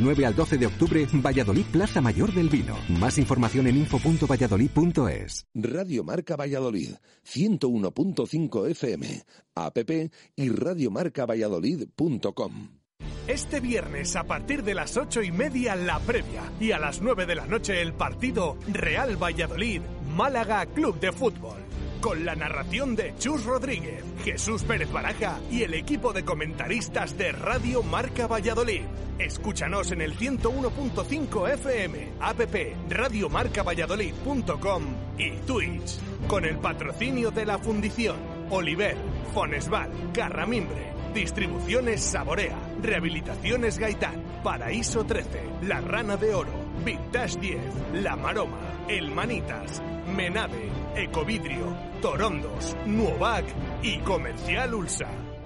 9 al 12 de octubre, Valladolid Plaza Mayor del Vino. Más información en info.valladolid.es. Radio Marca Valladolid, 101.5 FM, app y radiomarcavalladolid.com. Este viernes a partir de las 8:30 la previa y a las 9 de la noche el partido Real Valladolid Málaga Club de Fútbol, con la narración de Chus Rodríguez, Jesús Pérez Baraja y el equipo de comentaristas de Radio Marca Valladolid. Escúchanos en el 101.5 FM, app radiomarcavalladolid.com y Twitch, con el patrocinio de la Fundición Oliver, Fonesval, Carramimbre, Distribuciones Saborea, Rehabilitaciones Gaitán, Paraíso 13, La Rana de Oro, Vintage 10, La Maroma, El Manitas, Menave, Ecovidrio, Torondos, Nuovac y Comercial Ulsa.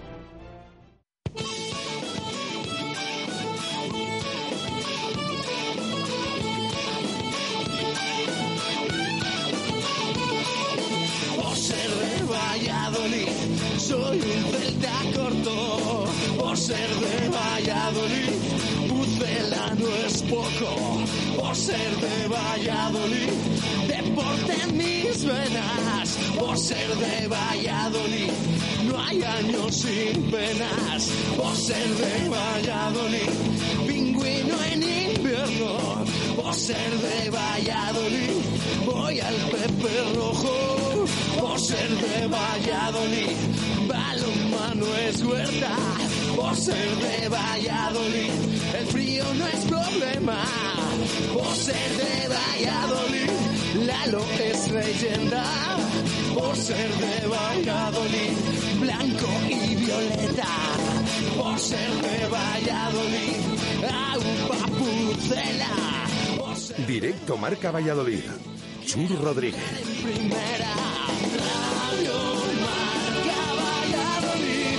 Por ser de Valladolid, soy un celta corto. Por ser de Valladolid, Pucela no es poco. Por ser de Valladolid, deporte en mis venas. Por ser de Valladolid, no hay años sin penas. Por ser de Valladolid, pingüino en invierno. Por ser de Valladolid, voy al Pepe Rojo. Por ser de Valladolid, balonmano es huerta. Por ser de Valladolid, el frío no es problema. Por ser de Valladolid, Lalo es leyenda. Por ser de Valladolid, blanco y violeta. Por ser de Valladolid, Aupa Pucela. Directo Marca Valladolid. Chus Rodríguez. Primera Radio Marca Valladolid.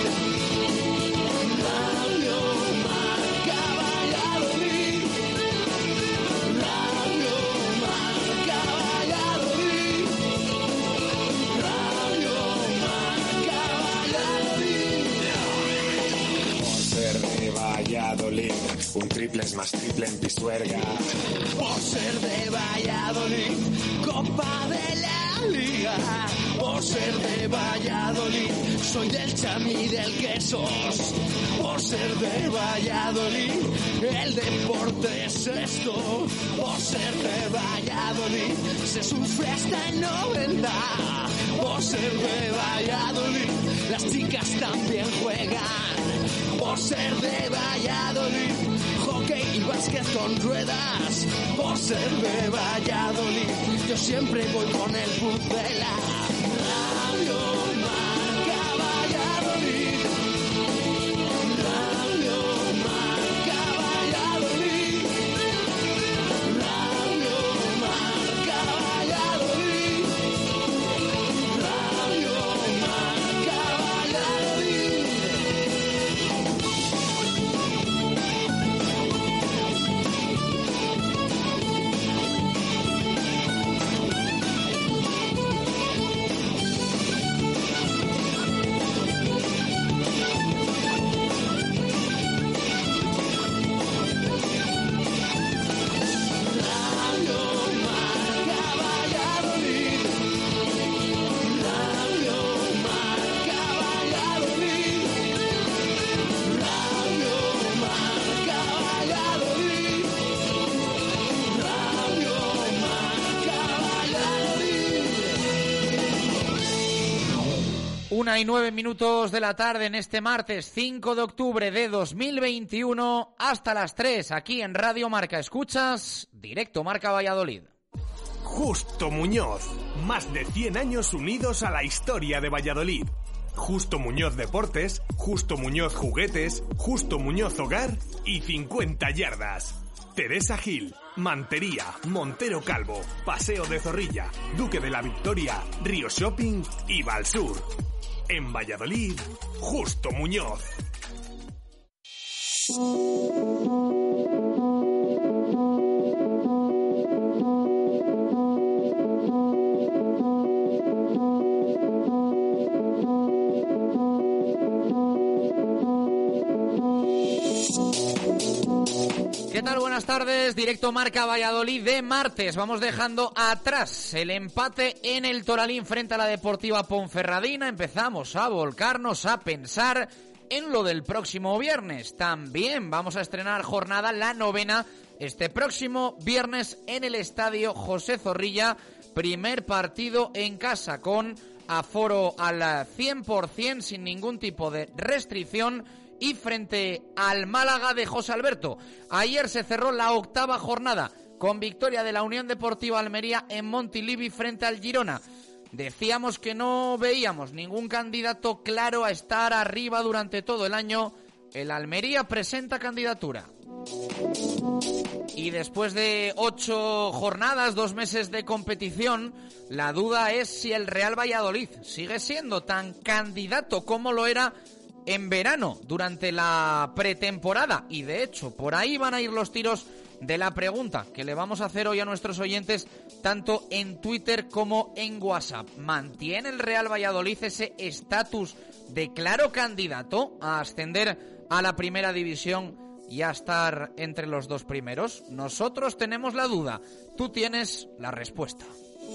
Radio Marca Valladolid. Radio Marca Valladolid. Radio Marca Valladolid. Por ser de Valladolid, un triple es más triple en Pisuerga. Por ser de Valladolid, Copa de la Liga. Por ser de Valladolid, soy del Chami del Quesos. Por ser de Valladolid, el deporte es esto. Por ser de Valladolid, se sufre hasta en 90. Por ser de Valladolid, las chicas también juegan. Por ser de Valladolid, hockey y básquet con ruedas. Por ser de Valladolid, yo siempre voy con el Pucela. Radio Marca Valladolid. Radio Marca Valladolid. Radio Marca Valladolid. Radio Marca Valladolid. Una y 9 minutos de la tarde en este martes 5 de octubre de 2021 hasta las 3 aquí en Radio Marca. Escuchas Directo Marca Valladolid. Justo Muñoz, más de 100 años unidos a la historia de Valladolid. Justo Muñoz Deportes, Justo Muñoz Juguetes, Justo Muñoz Hogar y 50 Yardas. Teresa Gil, Mantería, Montero Calvo, Paseo de Zorrilla, Duque de la Victoria, Río Shopping y Valsur. En Valladolid, Justo Muñoz. ¿Qué tal? Buenas tardes. Directo Marca Valladolid de martes. Vamos dejando atrás el empate en el Toralín frente a la Deportiva Ponferradina. Empezamos a volcarnos, a pensar en lo del próximo viernes. También vamos a estrenar jornada, la 9ª, este próximo viernes en el Estadio José Zorrilla. Primer partido en casa con aforo al 100%, sin ningún tipo de restricción, y frente al Málaga de José Alberto. Ayer se cerró la 8ª jornada con victoria de la Unión Deportiva Almería en Montilivi frente al Girona. Decíamos que no veíamos ningún candidato claro a estar arriba durante todo el año. El Almería presenta candidatura. Y después de 8 jornadas, 2 meses de competición, la duda es si el Real Valladolid sigue siendo tan candidato como lo era en verano, durante la pretemporada. Y de hecho, por ahí van a ir los tiros de la pregunta que le vamos a hacer hoy a nuestros oyentes, tanto en Twitter como en WhatsApp. ¿Mantiene el Real Valladolid ese estatus de claro candidato a ascender a la primera división y a estar entre los 2 primeros? Nosotros tenemos la duda, tú tienes la respuesta.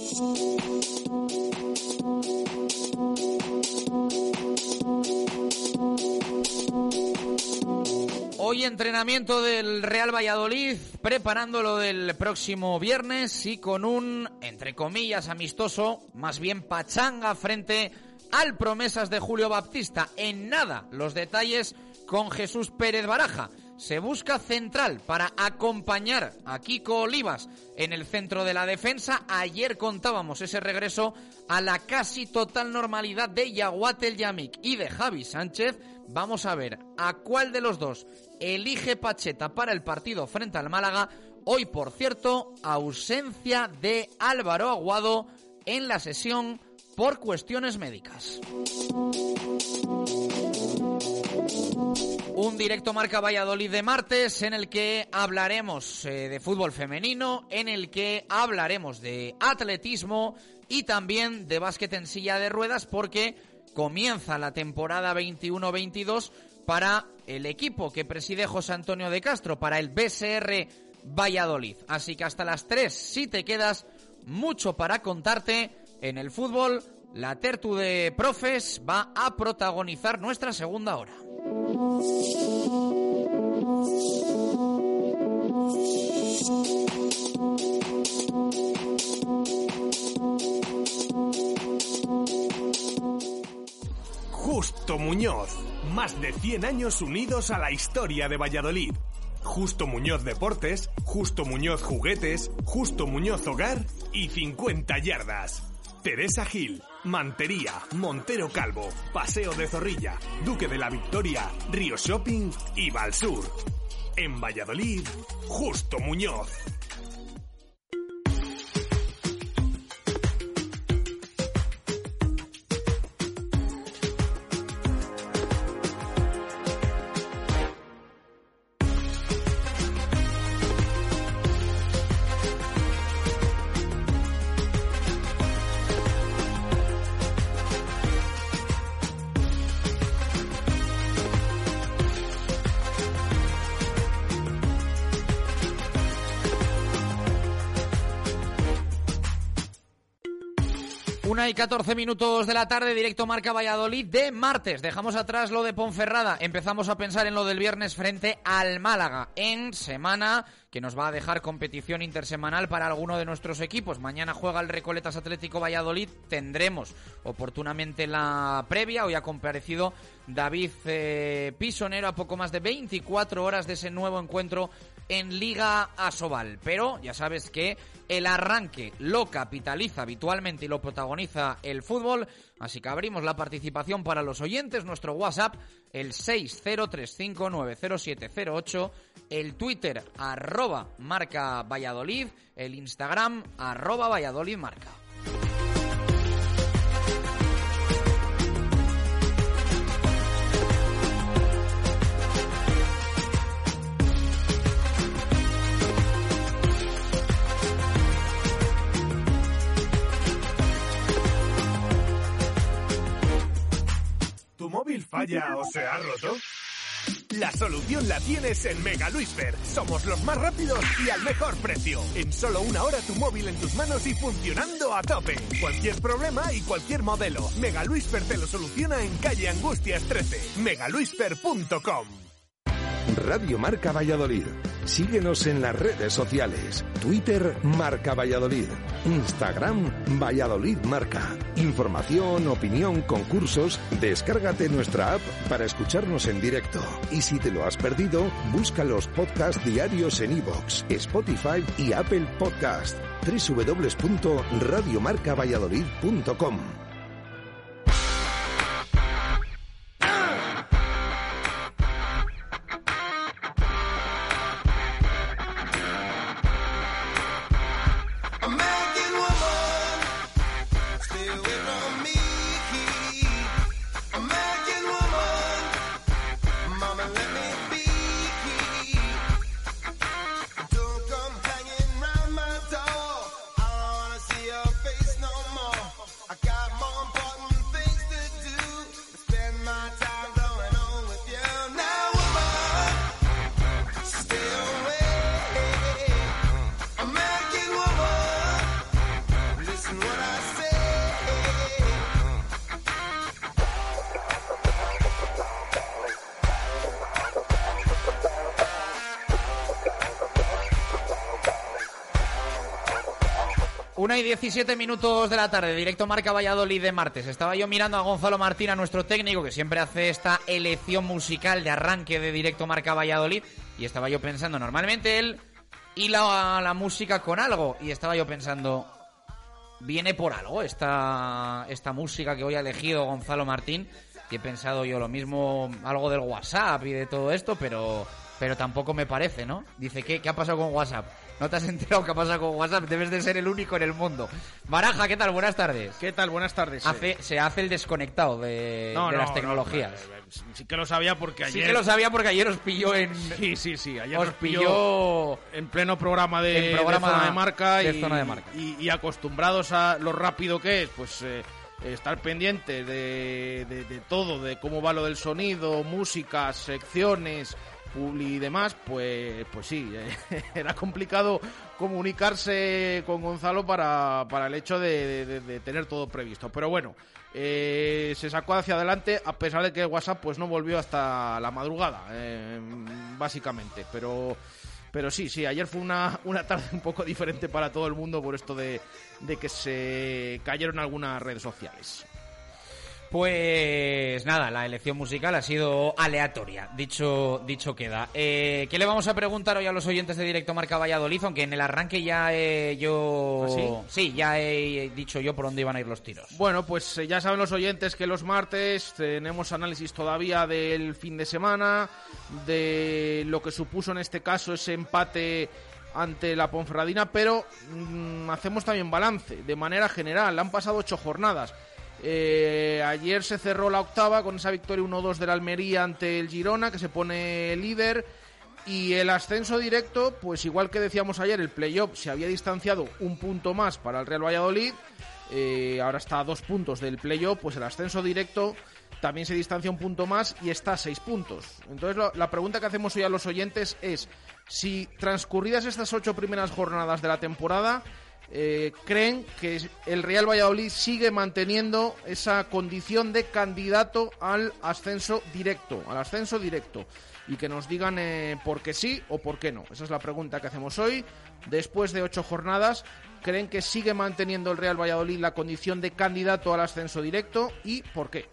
Hoy entrenamiento del Real Valladolid, preparando lo del próximo viernes y con un, entre comillas, amistoso, más bien pachanga frente al Promesas de Julio Baptista. En nada los detalles con Jesús Pérez Baraja. Se busca central para acompañar a Kiko Olivas en el centro de la defensa. Ayer contábamos ese regreso a la casi total normalidad de Yaguatel Yamik y de Javi Sánchez. Vamos a ver a cuál de los dos elige Pacheta para el partido frente al Málaga. Hoy, por cierto, ausencia de Álvaro Aguado en la sesión por cuestiones médicas. Un directo Marca Valladolid de martes en el que hablaremos de fútbol femenino, en el que hablaremos de atletismo y también de básquet en silla de ruedas, porque comienza la temporada 21-22 para el equipo que preside José Antonio de Castro, para el BSR Valladolid. Así que hasta las 3, si te quedas, mucho para contarte en el fútbol. La tertu de profes va a protagonizar nuestra segunda hora. Justo Muñoz, más de 100 años unidos a la historia de Valladolid. Justo Muñoz Deportes, Justo Muñoz Juguetes, Justo Muñoz Hogar y 50 Yardas. Teresa Gil, Mantería, Montero Calvo, Paseo de Zorrilla, Duque de la Victoria, Río Shopping y Valsur. En Valladolid, Justo Muñoz. Y 14 minutos de la tarde, directo Marca Valladolid de martes. Dejamos atrás lo de Ponferrada, empezamos a pensar en lo del viernes frente al Málaga, en semana que nos va a dejar competición intersemanal para alguno de nuestros equipos. Mañana juega el Recoletas Atlético Valladolid, tendremos oportunamente la previa. Hoy ha comparecido David Pisonero a poco más de 24 horas de ese nuevo encuentro en Liga Asobal. Pero ya sabes que el arranque lo capitaliza habitualmente y lo protagoniza el fútbol, así que abrimos la participación para los oyentes. Nuestro WhatsApp, el 603590708, el Twitter, @Marca Valladolid, el Instagram, @ValladolidMarca. ¿Tu móvil falla o se ha roto? La solución la tienes en Mega Luisfer. Somos los más rápidos y al mejor precio. En solo una hora tu móvil en tus manos y funcionando a tope. Cualquier problema y cualquier modelo. Mega Luisfer te lo soluciona en calle Angustias 13. megaluisfer.com. Radio Marca Valladolid. Síguenos en las redes sociales. Twitter Marca Valladolid. Instagram Valladolid Marca. Información, opinión, concursos. Descárgate nuestra app para escucharnos en directo. Y si te lo has perdido, busca los podcasts diarios en iVoox, Spotify y Apple Podcast. www.radiomarcavalladolid.com. Una y 17 minutos de la tarde, directo Marca Valladolid de martes. Estaba yo mirando a Gonzalo Martín, a nuestro técnico, que siempre hace esta elección musical de arranque de directo Marca Valladolid, y estaba yo pensando, normalmente él hila la música con algo, y estaba yo pensando, viene por algo esta música que hoy ha elegido Gonzalo Martín, y he pensado yo lo mismo, algo del WhatsApp y de todo esto, pero tampoco me parece, ¿no? Dice, ¿qué ha pasado con WhatsApp? ¿No te has enterado qué ha pasado con WhatsApp? Debes de ser el único en el mundo. Baraja, ¿qué tal? Buenas tardes. ¿Qué tal? Buenas tardes. Se hace el desconectado de las tecnologías. Sí que lo sabía porque ayer... Sí que lo sabía porque ayer os pilló en... Sí. Ayer os pilló en pleno programa de Zona de Marca. Y acostumbrados a lo rápido que es, pues... estar pendiente de todo, de cómo va lo del sonido, música, secciones... y demás, pues sí, era complicado comunicarse con Gonzalo para el hecho de tener todo previsto, pero bueno, se sacó hacia adelante a pesar de que WhatsApp pues no volvió hasta la madrugada, básicamente, pero sí, ayer fue una tarde un poco diferente para todo el mundo por esto de que se cayeron algunas redes sociales. Pues nada, la elección musical ha sido aleatoria, dicho queda. ¿Qué le vamos a preguntar hoy a los oyentes de Directo Marca Valladolid? Aunque en el arranque ya ya he dicho yo por dónde iban a ir los tiros. Bueno, pues ya saben los oyentes que los martes tenemos análisis todavía del fin de semana, de lo que supuso en este caso ese empate ante la Ponferradina, pero hacemos también balance de manera general. Han pasado 8 jornadas. Ayer se cerró la octava con esa victoria 1-2 del Almería ante el Girona, que se pone líder, y el ascenso directo, pues igual que decíamos ayer, el playoff se había distanciado un punto más para el Real Valladolid, ahora está a 2 puntos del playoff, pues el ascenso directo también se distancia un punto más y está a 6 puntos. Entonces la pregunta que hacemos hoy a los oyentes es si transcurridas estas 8 primeras jornadas de la temporada, creen que el Real Valladolid sigue manteniendo esa condición de candidato al ascenso directo, y que nos digan por qué sí o por qué no. Esa es la pregunta que hacemos hoy. Después de 8 jornadas, ¿creen que sigue manteniendo el Real Valladolid la condición de candidato al ascenso directo y por qué?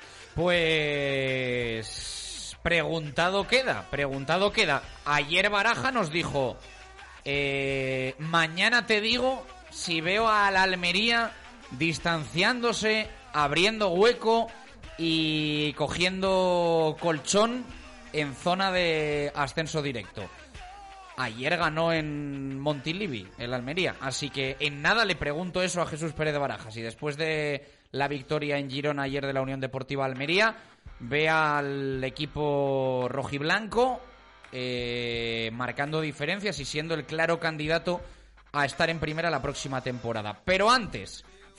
Pues preguntado queda. Ayer Baraja nos dijo: mañana te digo si veo a la Almería distanciándose, abriendo hueco y cogiendo colchón en zona de ascenso directo. Ayer ganó en Montilivi el Almería, así que en nada le pregunto eso a Jesús Pérez de Barajas. Y después de la victoria en Girona ayer de la Unión Deportiva Almería, ve al equipo rojiblanco marcando diferencias y siendo el claro candidato a estar en primera la próxima temporada. Pero antes,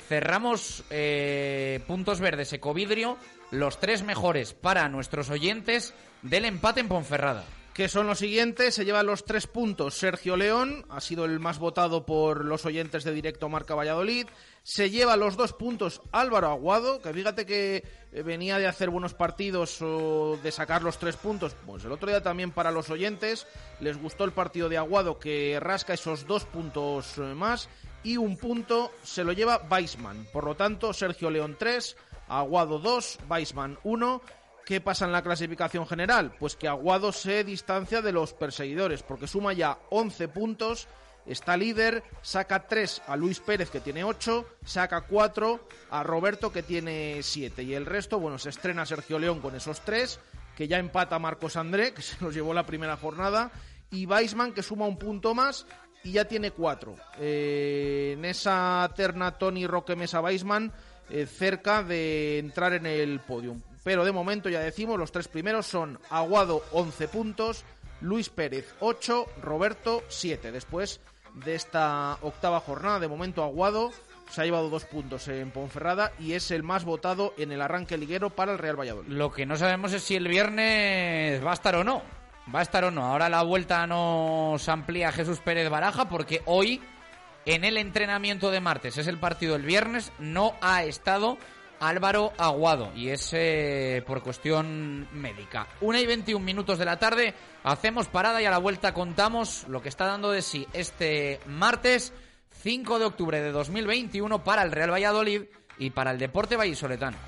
cerramos puntos verdes, Ecovidrio, los 3 mejores para nuestros oyentes del empate en Ponferrada. Que son los siguientes, se lleva los 3 puntos Sergio León, ha sido el más votado por los oyentes de Directo Marca Valladolid. Se lleva los 2 puntos Álvaro Aguado, que fíjate que venía de hacer buenos partidos o de sacar los 3 puntos. Pues el otro día también para los oyentes les gustó el partido de Aguado, que rasca esos 2 puntos más, y 1 punto se lo lleva Weissman. Por lo tanto, Sergio León 3, Aguado 2, Weissman 1. ¿Qué pasa en la clasificación general? Pues que Aguado se distancia de los perseguidores, porque suma ya 11 puntos, está líder, saca 3 a Luis Pérez, que tiene 8, saca 4 a Roberto, que tiene 7, y el resto, bueno, se estrena Sergio León con esos 3, que ya empata Marcos André, que se los llevó la primera jornada, y Weissman, que suma 1 punto más y ya tiene 4. En esa terna Tony Roque Mesa Weissman, cerca de entrar en el podium. Pero de momento, ya decimos, los 3 primeros son Aguado 11 puntos, Luis Pérez 8, Roberto 7. Después de esta octava jornada, de momento Aguado se ha llevado 2 puntos en Ponferrada y es el más votado en el arranque liguero para el Real Valladolid. Lo que no sabemos es si el viernes va a estar o no. Ahora la vuelta nos amplía Jesús Pérez Baraja, porque hoy, en el entrenamiento de martes, es el partido del viernes, no ha estado Álvaro Aguado, y es por cuestión médica. 1:21 de la tarde, hacemos parada y a la vuelta contamos lo que está dando de sí este martes 5 de octubre de 2021 para el Real Valladolid y para el Deporte Vallisoletano.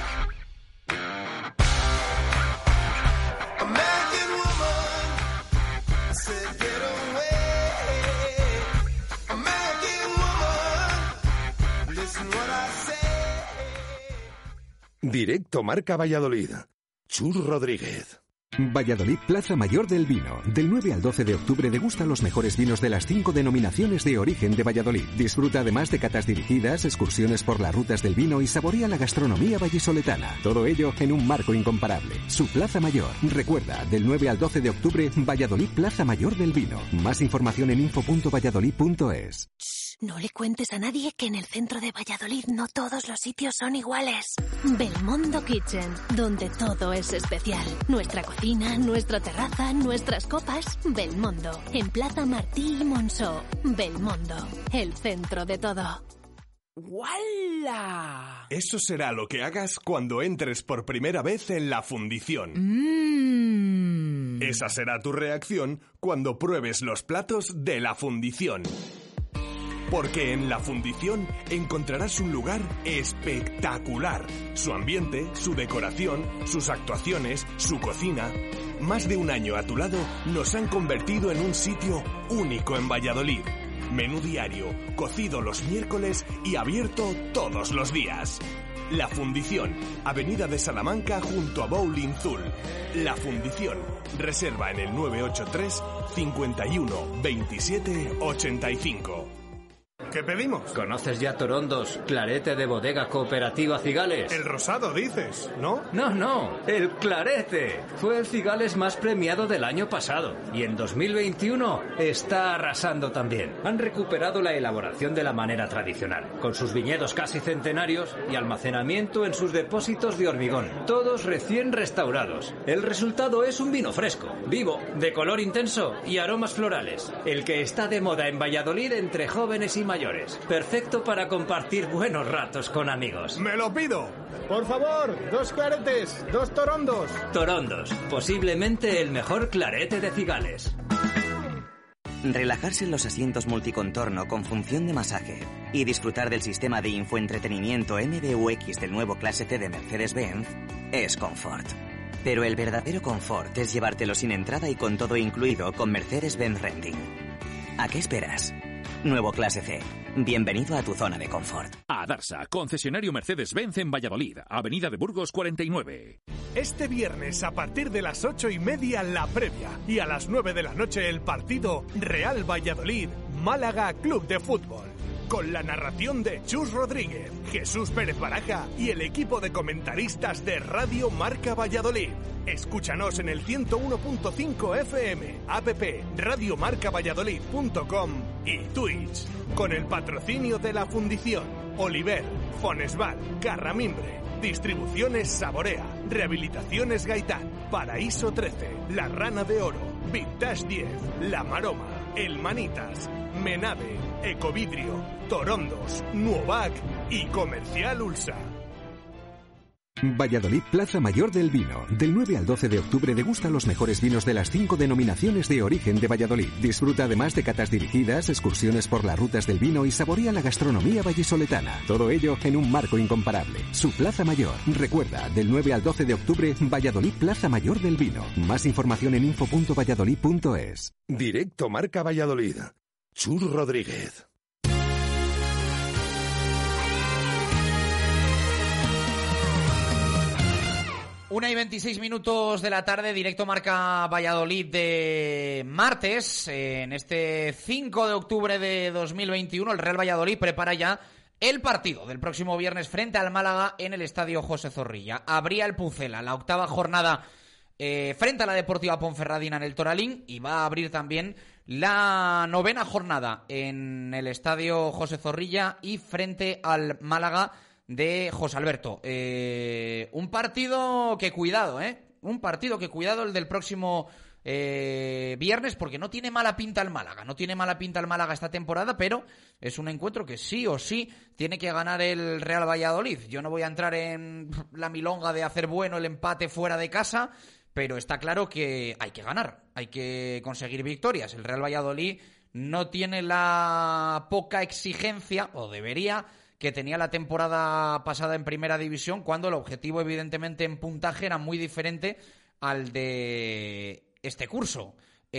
Directo Marca Valladolid. Chus Rodríguez. Valladolid, Plaza Mayor del Vino. Del 9 al 12 de octubre degusta los mejores vinos de las 5 denominaciones de origen de Valladolid. Disfruta además de catas dirigidas, excursiones por las rutas del vino y saborea la gastronomía vallisoletana. Todo ello en un marco incomparable. Su Plaza Mayor. Recuerda, del 9 al 12 de octubre, Valladolid, Plaza Mayor del Vino. Más información en info.valladolid.es. No le cuentes a nadie que en el centro de Valladolid no todos los sitios son iguales. Belmondo Kitchen, donde todo es especial. Nuestra cocina, nuestra terraza, nuestras copas. Belmondo, en Plaza Martí y Monceau. Belmondo, el centro de todo. ¡Wala! Eso será lo que hagas cuando entres por primera vez en La Fundición. Esa será tu reacción cuando pruebes los platos de La Fundición. Porque en La Fundición encontrarás un lugar espectacular. Su ambiente, su decoración, sus actuaciones, su cocina. Más de un año a tu lado nos han convertido en un sitio único en Valladolid. Menú diario, cocido los miércoles y abierto todos los días. La Fundición, Avenida de Salamanca junto a Bowling Zul. La Fundición, reserva en el 983 51 27 85. ¿Qué pedimos? ¿Conoces ya Torondos, clarete de bodega cooperativa Cigales? El rosado, dices, ¿no? No, el clarete. Fue el Cigales más premiado del año pasado y en 2021 está arrasando también. Han recuperado la elaboración de la manera tradicional, con sus viñedos casi centenarios y almacenamiento en sus depósitos de hormigón, todos recién restaurados. El resultado es un vino fresco, vivo, de color intenso y aromas florales. El que está de moda en Valladolid entre jóvenes y mayores. Perfecto para compartir buenos ratos con amigos. ¡Me lo pido! Por favor, 2 claretes, 2 torondos. Torondos, posiblemente el mejor clarete de Cigales. Relajarse en los asientos multicontorno con función de masaje y disfrutar del sistema de infoentretenimiento MBUX del nuevo Clase C de Mercedes-Benz es confort. Pero el verdadero confort es llevártelo sin entrada y con todo incluido con Mercedes-Benz Renting. ¿A qué esperas? Nuevo Clase C. Bienvenido a tu zona de confort. A Darsa, concesionario Mercedes-Benz en Valladolid, Avenida de Burgos 49. Este viernes a partir de las 8:30 la previa y a las 9 de la noche el partido Real Valladolid, Málaga Club de Fútbol. Con la narración de Chus Rodríguez, Jesús Pérez Baraja y el equipo de comentaristas de Radio Marca Valladolid. Escúchanos en el 101.5 FM, app radiomarcavalladolid.com y Twitch, con el patrocinio de La Fundición. Oliver, Fonesval, Carramimbre. Distribuciones Saborea, Rehabilitaciones Gaitán, Paraíso 13, La Rana de Oro, Vintage 10, La Maroma, El Manitas, Menave, Ecovidrio, Torondos, Nuovac y Comercial Ulsa. Valladolid, Plaza Mayor del Vino. Del 9 al 12 de octubre degusta los mejores vinos de las 5 denominaciones de origen de Valladolid. Disfruta además de catas dirigidas, excursiones por las rutas del vino y saborea la gastronomía vallisoletana. Todo ello en un marco incomparable. Su Plaza Mayor. Recuerda, del 9 al 12 de octubre, Valladolid, Plaza Mayor del Vino. Más información en info.valladolid.es. Directo Marca Valladolid. Chur Rodríguez. 1:26 de la tarde, directo Marca Valladolid de martes. En este 5 de octubre de 2021, el Real Valladolid prepara ya el partido del próximo viernes frente al Málaga en el Estadio José Zorrilla. Abría el Pucela la octava jornada frente a la Deportiva Ponferradina en el Toralín, y va a abrir también la novena jornada en el Estadio José Zorrilla y frente al Málaga de José Alberto. Un partido que cuidado, un partido que cuidado el del próximo viernes, porque no tiene mala pinta el Málaga, esta temporada, pero es un encuentro que sí o sí tiene que ganar el Real Valladolid. Yo no voy a entrar en la milonga de hacer bueno el empate fuera de casa, pero está claro que hay que ganar, hay que conseguir victorias. El Real Valladolid no tiene la poca exigencia, o debería, que tenía la temporada pasada en Primera División, cuando el objetivo, evidentemente, en puntaje era muy diferente al de este curso.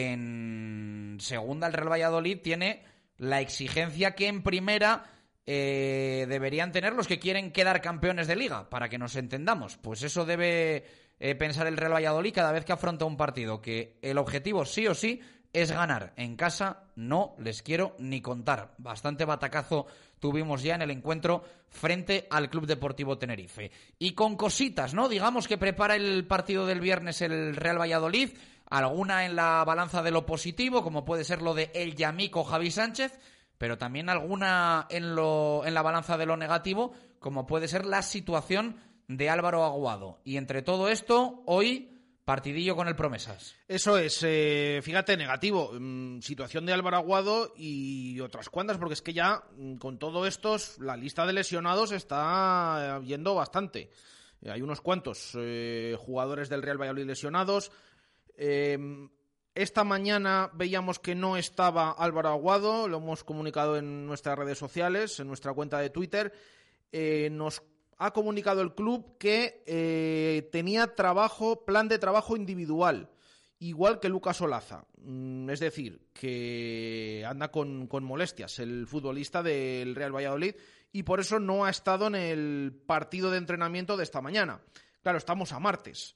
En Segunda, el Real Valladolid tiene la exigencia que en Primera deberían tener los que quieren quedar campeones de Liga, para que nos entendamos. Pues eso debe pensar el Real Valladolid cada vez que afronta un partido, que el objetivo sí o sí es ganar. En casa no les quiero ni contar. Bastante batacazo tuvimos ya en el encuentro frente al Club Deportivo Tenerife. Y con cositas, ¿no? Digamos que prepara el partido del viernes el Real Valladolid. Alguna en la balanza de lo positivo, como puede ser lo de El Yamik o Javi Sánchez, pero también alguna en la balanza de lo negativo, como puede ser la situación de Álvaro Aguado. Y entre todo esto, hoy partidillo con el Promesas. Eso es, fíjate, negativo. Situación de Álvaro Aguado y otras cuantas, porque es que ya con todo esto la lista de lesionados está yendo bastante. Hay unos cuantos jugadores del Real Valladolid lesionados. Esta mañana veíamos que no estaba Álvaro Aguado, lo hemos comunicado en nuestras redes sociales, en nuestra cuenta de Twitter. Nos ha comunicado el club que tenía plan de trabajo individual, igual que Lucas Olaza. Es decir, que anda con molestias el futbolista del Real Valladolid y por eso no ha estado en el partido de entrenamiento de esta mañana. Claro, estamos a martes.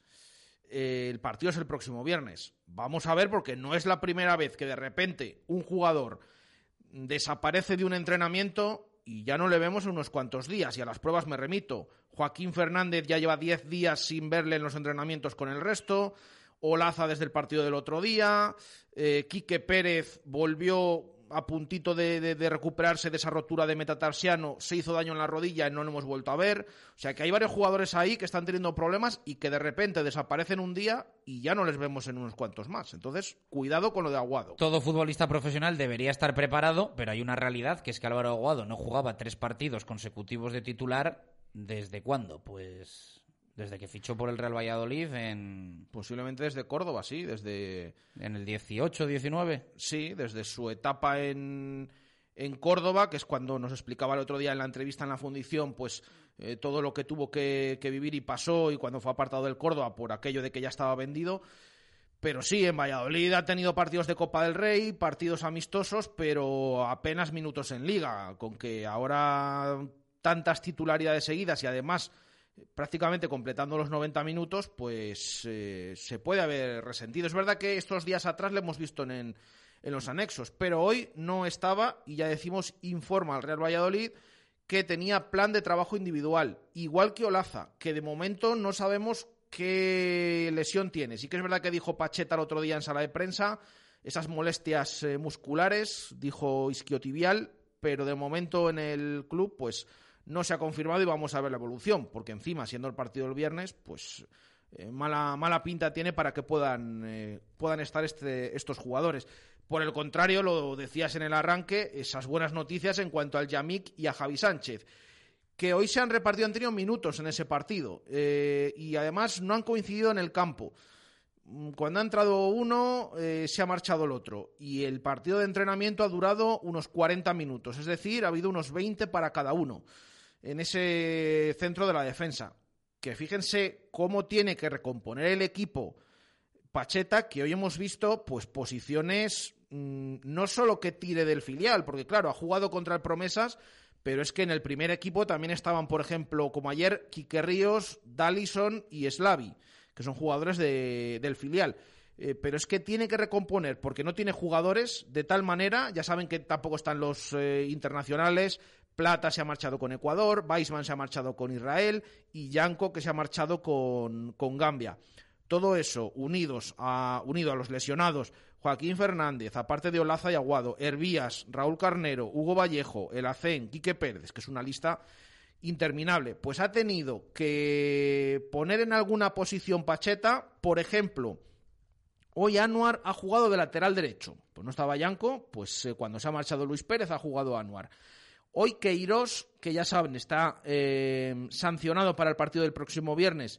El partido es el próximo viernes. Vamos a ver, porque no es la primera vez que de repente un jugador desaparece de un entrenamiento y ya no le vemos en unos cuantos días, y a las pruebas me remito. Joaquín Fernández ya lleva 10 días sin verle en los entrenamientos con el resto, Olaza desde el partido del otro día, Quique Pérez volvió a puntito de recuperarse de esa rotura de metatarsiano, se hizo daño en la rodilla y no lo hemos vuelto a ver. O sea que hay varios jugadores ahí que están teniendo problemas y que de repente desaparecen un día y ya no les vemos en unos cuantos más. Entonces, cuidado con lo de Aguado. Todo futbolista profesional debería estar preparado, pero hay una realidad, que es que Álvaro Aguado no jugaba 3 partidos consecutivos de titular. ¿Desde cuándo? Pues desde que fichó por el Real Valladolid posiblemente desde Córdoba, sí, desde... ¿En el 18, 19? Sí, desde su etapa en Córdoba, que es cuando nos explicaba el otro día en la entrevista en la fundición, pues todo lo que tuvo que vivir y pasó, y cuando fue apartado del Córdoba por aquello de que ya estaba vendido. Pero sí, en Valladolid ha tenido partidos de Copa del Rey, partidos amistosos, pero apenas minutos en Liga, con que ahora tantas titularidades seguidas y además prácticamente completando los 90 minutos, pues se puede haber resentido. Es verdad que estos días atrás le hemos visto en los anexos, pero hoy no estaba, y ya decimos, informa al Real Valladolid que tenía plan de trabajo individual, igual que Olaza, que de momento no sabemos qué lesión tiene. Sí que es verdad que dijo Pacheta el otro día en sala de prensa, esas molestias musculares, dijo isquiotibial, pero de momento en el club pues no se ha confirmado y vamos a ver la evolución, porque encima, siendo el partido del viernes, pues mala pinta tiene para que puedan estar estos jugadores. Por el contrario, lo decías en el arranque, esas buenas noticias en cuanto al Yamik y a Javi Sánchez, que hoy se han repartido, han tenido minutos en ese partido, y además no han coincidido en el campo. Cuando ha entrado uno, se ha marchado el otro, y el partido de entrenamiento ha durado unos 40 minutos, es decir, ha habido unos 20 para cada uno en ese centro de la defensa. Que fíjense cómo tiene que recomponer el equipo Pacheta, que hoy hemos visto pues posiciones no solo que tire del filial, porque claro, ha jugado contra el Promesas, pero es que en el primer equipo también estaban, por ejemplo, como ayer, Quique Ríos, Dallison y Slavi, que son jugadores del filial. Pero es que tiene que recomponer, porque no tiene jugadores de tal manera, ya saben que tampoco están los internacionales. Plata se ha marchado con Ecuador, Weissman se ha marchado con Israel y Yanko, que se ha marchado con Gambia. Todo eso unido a los lesionados, Joaquín Fernández, aparte de Olaza y Aguado, Hervías, Raúl Carnero, Hugo Vallejo, El Hacén, Quique Pérez, que es una lista interminable, pues ha tenido que poner en alguna posición Pacheta. Por ejemplo, hoy Anuar ha jugado de lateral derecho, pues no estaba Yanko, pues cuando se ha marchado Luis Pérez ha jugado Anuar. Hoy Queiroz, que ya saben está sancionado para el partido del próximo viernes,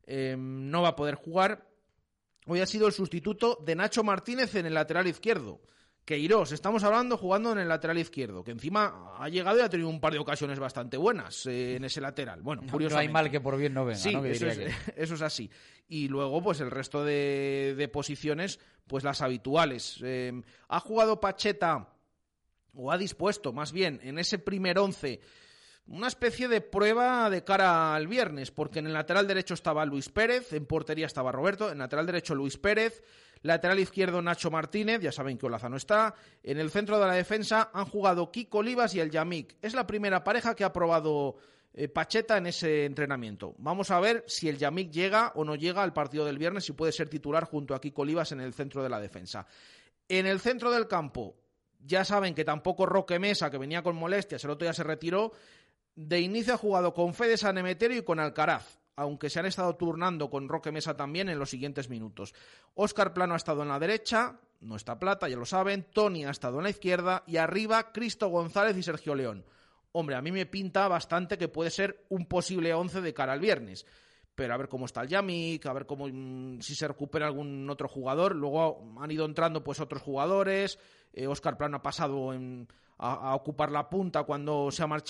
no va a poder jugar. Hoy ha sido el sustituto de Nacho Martínez en el lateral izquierdo. Queiroz, estamos hablando jugando en el lateral izquierdo, que encima ha llegado y ha tenido un par de ocasiones bastante buenas en ese lateral. Bueno, curiosamente. No hay mal que por bien no venga, sí, ¿no? Eso es así. Y luego, pues el resto de posiciones, pues las habituales. Ha jugado Pacheta, o ha dispuesto, más bien, en ese primer 11, una especie de prueba de cara al viernes, porque en el lateral derecho estaba Luis Pérez, en portería estaba Roberto, en lateral derecho Luis Pérez, lateral izquierdo Nacho Martínez, ya saben que Olaza no está, en el centro de la defensa han jugado Kiko Olivas y el Yamik. Es la primera pareja que ha probado Pacheta en ese entrenamiento. Vamos a ver si el Yamik llega o no llega al partido del viernes, si puede ser titular junto a Kiko Olivas en el centro de la defensa. En el centro del campo, ya saben que tampoco Roque Mesa, que venía con molestias, el otro ya se retiró. De inicio ha jugado con Fede San Emeterio y con Alcaraz, aunque se han estado turnando con Roque Mesa también en los siguientes minutos. Óscar Plano ha estado en la derecha, no está Plata, ya lo saben. Toni ha estado en la izquierda y arriba Cristo González y Sergio León. Hombre, a mí me pinta bastante que puede ser un posible 11 de cara al viernes. Pero a ver cómo está el Yamik, a ver cómo si se recupera algún otro jugador. Luego han ido entrando pues otros jugadores. Óscar Plano ha pasado a ocupar la punta cuando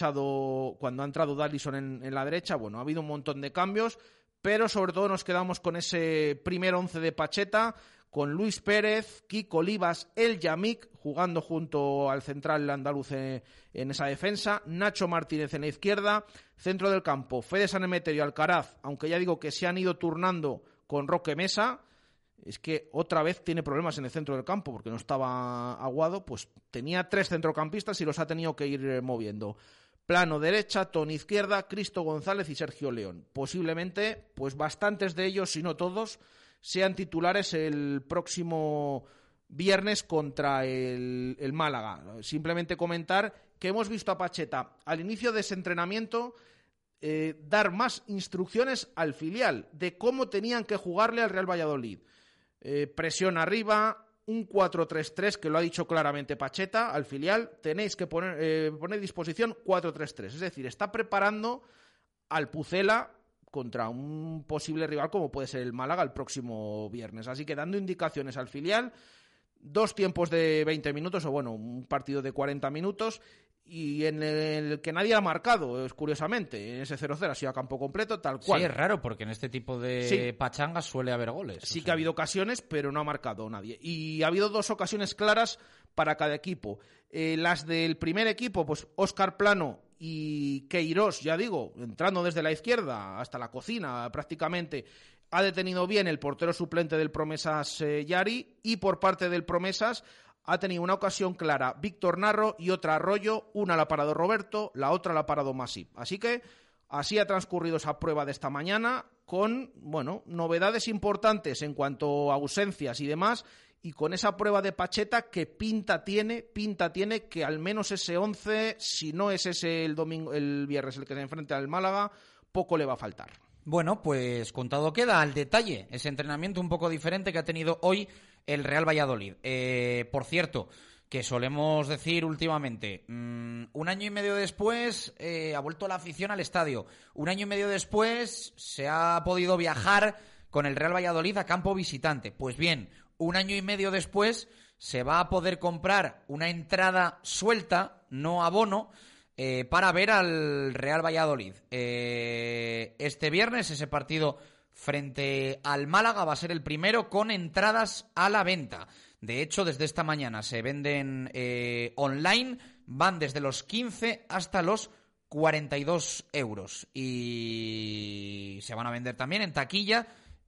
ha entrado Dallison en la derecha. Bueno, ha habido un montón de cambios, pero sobre todo nos quedamos con ese primer 11 de Pacheta, con Luis Pérez, Kiko Olivas, el Yamik, jugando junto al central andaluz en esa defensa, Nacho Martínez en la izquierda, centro del campo, Fede San Emeterio y Alcaraz, aunque ya digo que se han ido turnando con Roque Mesa. Es que otra vez tiene problemas en el centro del campo porque no estaba Aguado, pues tenía 3 centrocampistas y los ha tenido que ir moviendo. Plano derecha, Toni izquierda, Cristo González y Sergio León. Posiblemente, pues bastantes de ellos, si no todos, sean titulares el próximo viernes contra el Málaga. Simplemente comentar que hemos visto a Pacheta al inicio de ese entrenamiento dar más instrucciones al filial de cómo tenían que jugarle al Real Valladolid. Presión arriba, un 4-3-3, que lo ha dicho claramente Pacheta al filial. Tenéis que poner disposición 4-3-3. Es decir, está preparando al Pucela contra un posible rival como puede ser el Málaga el próximo viernes. Así que dando indicaciones al filial, 2 tiempos de 20 minutos, o bueno, un partido de 40 minutos, y en el que nadie ha marcado, curiosamente, en ese 0-0 ha sido a campo completo, tal cual. Sí, es raro, porque en este tipo de pachangas suele haber goles. Sí que ha habido ocasiones, pero no ha marcado nadie. Y ha habido 2 ocasiones claras para cada equipo. Las del primer equipo, pues Óscar Plano y Queiroz, ya digo, entrando desde la izquierda hasta la cocina prácticamente, ha detenido bien el portero suplente del Promesas Yari, y por parte del Promesas ha tenido una ocasión clara Víctor Narro y otra Arroyo. Una la ha parado Roberto, la otra la ha parado Masip. Así que así ha transcurrido esa prueba de esta mañana con, bueno, novedades importantes en cuanto a ausencias y demás, y con esa prueba de Pacheta que pinta tiene que al menos ese 11, si no es ese el viernes el que se enfrenta al Málaga, poco le va a faltar. Bueno, pues contado queda al detalle ese entrenamiento un poco diferente que ha tenido hoy el Real Valladolid. Por cierto, que solemos decir últimamente, 1 año y medio después ha vuelto la afición al estadio. 1 año y medio después se ha podido viajar con el Real Valladolid a campo visitante. Pues bien, 1 año y medio después se va a poder comprar una entrada suelta, no abono, para ver al Real Valladolid. Este viernes ese partido frente al Málaga va a ser el primero con entradas a la venta. De hecho, desde esta mañana se venden online, van desde los 15 hasta los 42 euros. Y se van a vender también en taquilla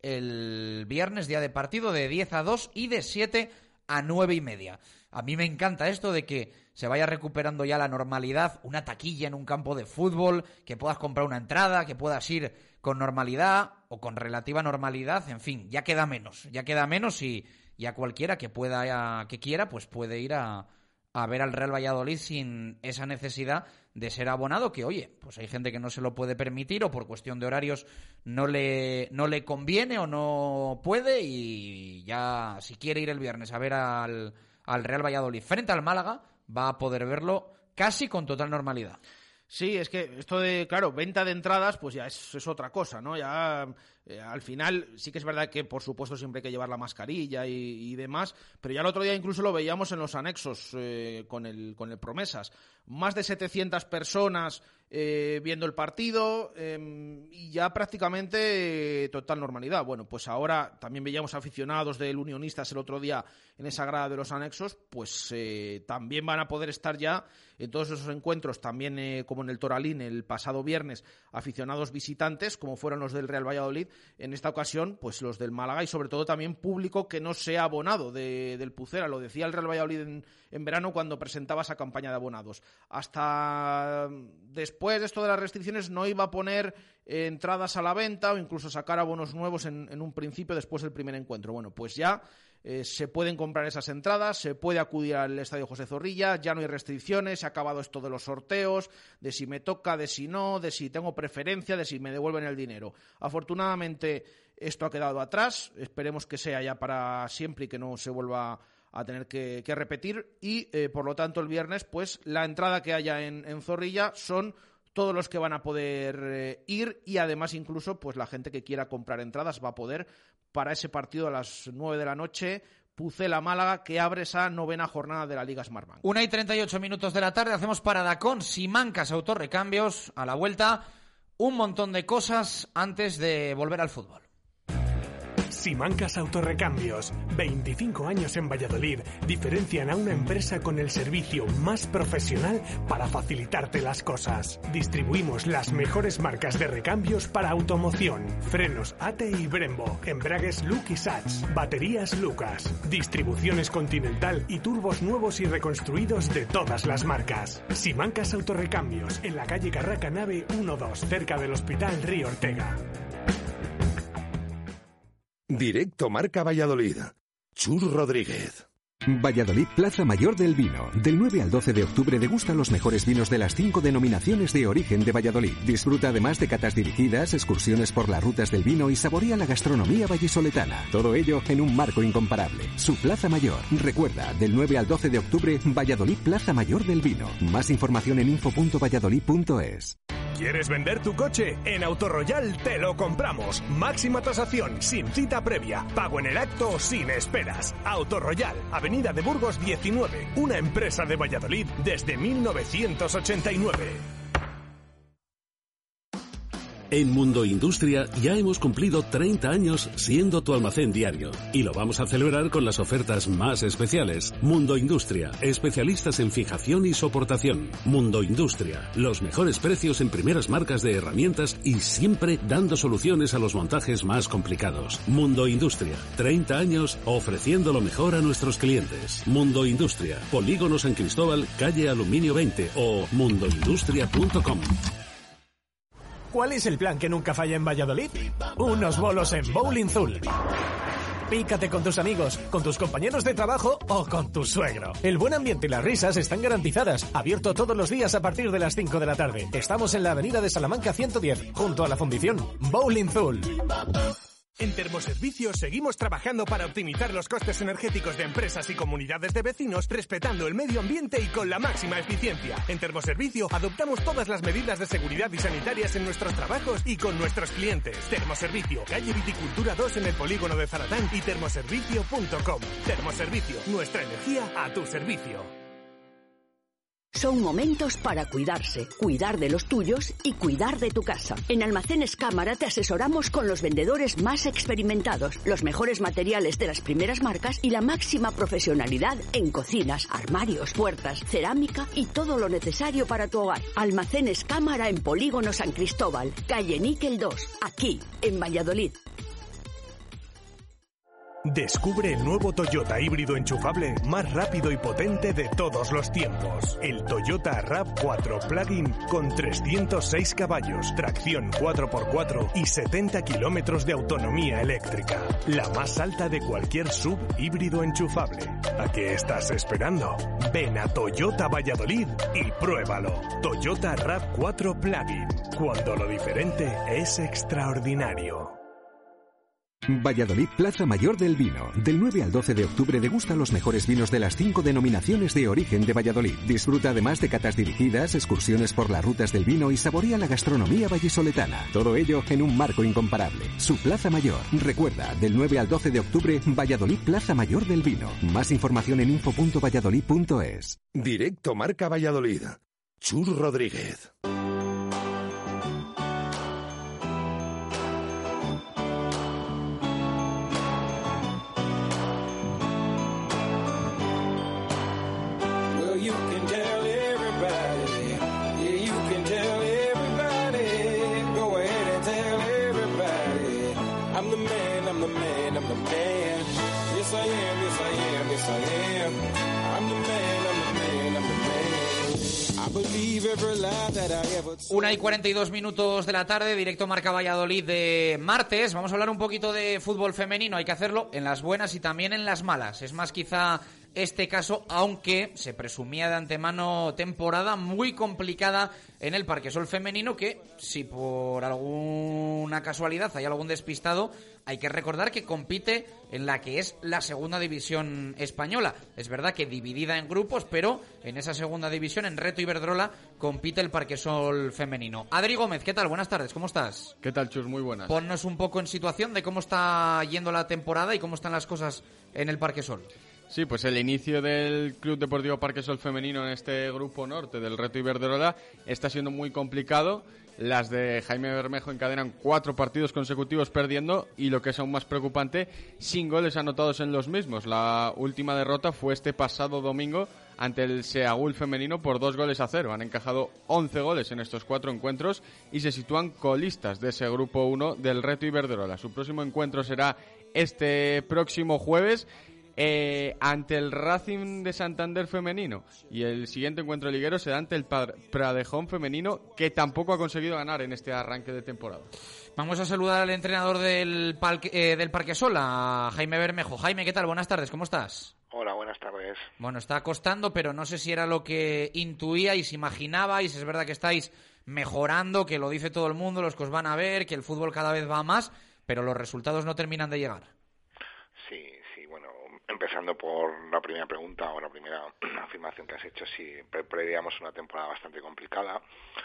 el viernes, día de partido, de 10 a 2 y de 7 a 9 y media. A mí me encanta esto de que se vaya recuperando ya la normalidad, una taquilla en un campo de fútbol, que puedas comprar una entrada, que puedas ir con normalidad o con relativa normalidad, en fin, ya queda menos y a cualquiera que quiera, pues puede ir a ver al Real Valladolid sin esa necesidad de ser abonado, que oye, pues hay gente que no se lo puede permitir o por cuestión de horarios no le conviene o no puede, y ya si quiere ir el viernes a ver al Real Valladolid frente al Málaga, va a poder verlo casi con total normalidad. Sí, es que esto de, claro, venta de entradas, pues ya es otra cosa, ¿no? Ya al final sí que es verdad que, por supuesto, siempre hay que llevar la mascarilla y demás, pero ya el otro día incluso lo veíamos en los anexos con el Promesas. Más de 700 personas viendo el partido y ya prácticamente total normalidad. Bueno, pues ahora también veíamos aficionados del Unionistas el otro día en esa grada de los anexos, pues también van a poder estar ya en todos esos encuentros, también como en el Toralín el pasado viernes, aficionados visitantes, como fueron los del Real Valladolid, en esta ocasión pues los del Málaga y sobre todo también público que no sea abonado del Pucera. Lo decía el Real Valladolid en verano cuando presentaba esa campaña de abonados. Hasta después de esto de las restricciones no iba a poner entradas a la venta o incluso sacar abonos nuevos en un principio después del primer encuentro. Bueno, pues ya se pueden comprar esas entradas, se puede acudir al Estadio José Zorrilla, ya no hay restricciones, se ha acabado esto de los sorteos, de si me toca, de si no, de si tengo preferencia, de si me devuelven el dinero. Afortunadamente esto ha quedado atrás, esperemos que sea ya para siempre y que no se vuelva a tener que repetir y por lo tanto el viernes pues la entrada que haya en Zorrilla son todos los que van a poder ir y además incluso pues la gente que quiera comprar entradas va a poder para ese partido a las 9 de la noche, Pucela-Málaga, que abre esa 9ª jornada de la Liga Smartbank. 1:38 de la tarde, hacemos parada con Simancas Autorrecambios. A la vuelta, un montón de cosas antes de volver al fútbol. Simancas Autorrecambios, 25 años en Valladolid, diferencian a una empresa con el servicio más profesional para facilitarte las cosas. Distribuimos las mejores marcas de recambios para automoción, frenos ATE y Brembo, embragues Luke y Sachs, baterías Lucas, distribuciones Continental y turbos nuevos y reconstruidos de todas las marcas. Simancas Autorrecambios, en la calle Carraca Nave 1-2, cerca del Hospital Río Ortega. Directo Marca Valladolid. Chus Rodríguez. Valladolid, Plaza Mayor del Vino. Del 9 al 12 de octubre degusta los mejores vinos de las 5 denominaciones de origen de Valladolid. Disfruta además de catas dirigidas, excursiones por las rutas del vino y saborea la gastronomía vallisoletana. Todo ello en un marco incomparable. Su Plaza Mayor. Recuerda, del 9 al 12 de octubre, Valladolid, Plaza Mayor del Vino. Más información en info.valladolid.es. ¿Quieres vender tu coche? En Autorroyal te lo compramos. Máxima tasación, sin cita previa. Pago en el acto, sin esperas. Autorroyal, Avenida de Burgos 19. Una empresa de Valladolid desde 1989. En Mundo Industria ya hemos cumplido 30 años siendo tu almacén diario y lo vamos a celebrar con las ofertas más especiales. Mundo Industria, especialistas en fijación y soportación. Mundo Industria, los mejores precios en primeras marcas de herramientas y siempre dando soluciones a los montajes más complicados. Mundo Industria, 30 años ofreciendo lo mejor a nuestros clientes. Mundo Industria, Polígono San Cristóbal, calle Aluminio 20 o mundoindustria.com. ¿Cuál es el plan que nunca falla en Valladolid? Unos bolos en Bowling Zul. Pícate con tus amigos, con tus compañeros de trabajo o con tu suegro. El buen ambiente y las risas están garantizadas. Abierto todos los días a partir de las 5 de la tarde. Estamos en la avenida de Salamanca 110, junto a la Fundición Bowling Zul. En Termoservicios seguimos trabajando para optimizar los costes energéticos de empresas y comunidades de vecinos, respetando el medio ambiente y con la máxima eficiencia. En Termoservicio adoptamos todas las medidas de seguridad y sanitarias en nuestros trabajos y con nuestros clientes. Termoservicio, calle Viticultura 2 en el polígono de Zaratán y termoservicio.com. Termoservicio, nuestra energía a tu servicio. Son momentos para cuidarse, cuidar de los tuyos y cuidar de tu casa. En Almacenes Cámara te asesoramos con los vendedores más experimentados, los mejores materiales de las primeras marcas y la máxima profesionalidad en cocinas, armarios, puertas, cerámica y todo lo necesario para tu hogar. Almacenes Cámara en Polígono San Cristóbal, calle Níquel 2, aquí, en Valladolid. Descubre el nuevo Toyota híbrido enchufable más rápido y potente de todos los tiempos. El Toyota RAV4 Plug-in con 306 caballos, tracción 4x4 y 70 kilómetros de autonomía eléctrica. La más alta de cualquier sub híbrido enchufable. ¿A qué estás esperando? Ven a Toyota Valladolid y pruébalo. Toyota RAV4 Plug-in. Cuando lo diferente es extraordinario. Valladolid, Plaza Mayor del Vino. Del 9 al 12 de octubre degusta los mejores vinos de las 5 denominaciones de origen de Valladolid. Disfruta además de catas dirigidas, excursiones por las rutas del vino y saborea la gastronomía vallisoletana. Todo ello en un marco incomparable. Su Plaza Mayor. Recuerda, del 9 al 12 de octubre, Valladolid, Plaza Mayor del Vino. Más información en info.valladolid.es. Directo Marca Valladolid. Chus Rodríguez. Una y 42 minutos de la tarde, directo Marca Valladolid de martes. Vamos a hablar un poquito de fútbol femenino. Hay que hacerlo en las buenas y también en las malas. Es más quizá este caso, aunque se presumía de antemano temporada muy complicada en el Parquesol femenino, que si por alguna casualidad hay algún despistado, hay que recordar que compite en la que es la segunda división española. Es verdad que dividida en grupos, pero en esa segunda división, en Reto Iberdrola, compite el Parquesol femenino. Adri Gómez, ¿qué tal? Buenas tardes, ¿cómo estás? ¿Qué tal, Chus? Muy buenas. Ponnos un poco en situación de cómo está yendo la temporada y cómo están las cosas en el Parquesol. Sí, pues el inicio del Club Deportivo Parquesol femenino en este grupo norte del Reto Iberdrola está siendo muy complicado. Las de Jaime Bermejo encadenan 4 partidos consecutivos perdiendo y, lo que es aún más preocupante, sin goles anotados en los mismos. La última derrota fue este pasado domingo ante el Seagul femenino por 2-0. Han encajado 11 goles en estos 4 encuentros y se sitúan colistas de ese grupo 1 del Reto Iberdrola. Su próximo encuentro será este próximo jueves ante el Racing de Santander femenino, y el siguiente encuentro liguero será ante el Pradejón femenino, que tampoco ha conseguido ganar en este arranque de temporada. Vamos a saludar al entrenador del Parquesol, a Jaime Bermejo. Jaime, ¿qué tal? Buenas tardes, ¿cómo estás? Hola, buenas tardes. Bueno, está costando, pero no sé si era lo que intuíais, imaginabais. Es verdad que estáis mejorando, que lo dice todo el mundo, los que os van a ver, que el fútbol cada vez va más, pero los resultados no terminan de llegar. Sí, bueno, empezando por la primera pregunta o la primera afirmación que has hecho, sí, preveíamos una temporada bastante complicada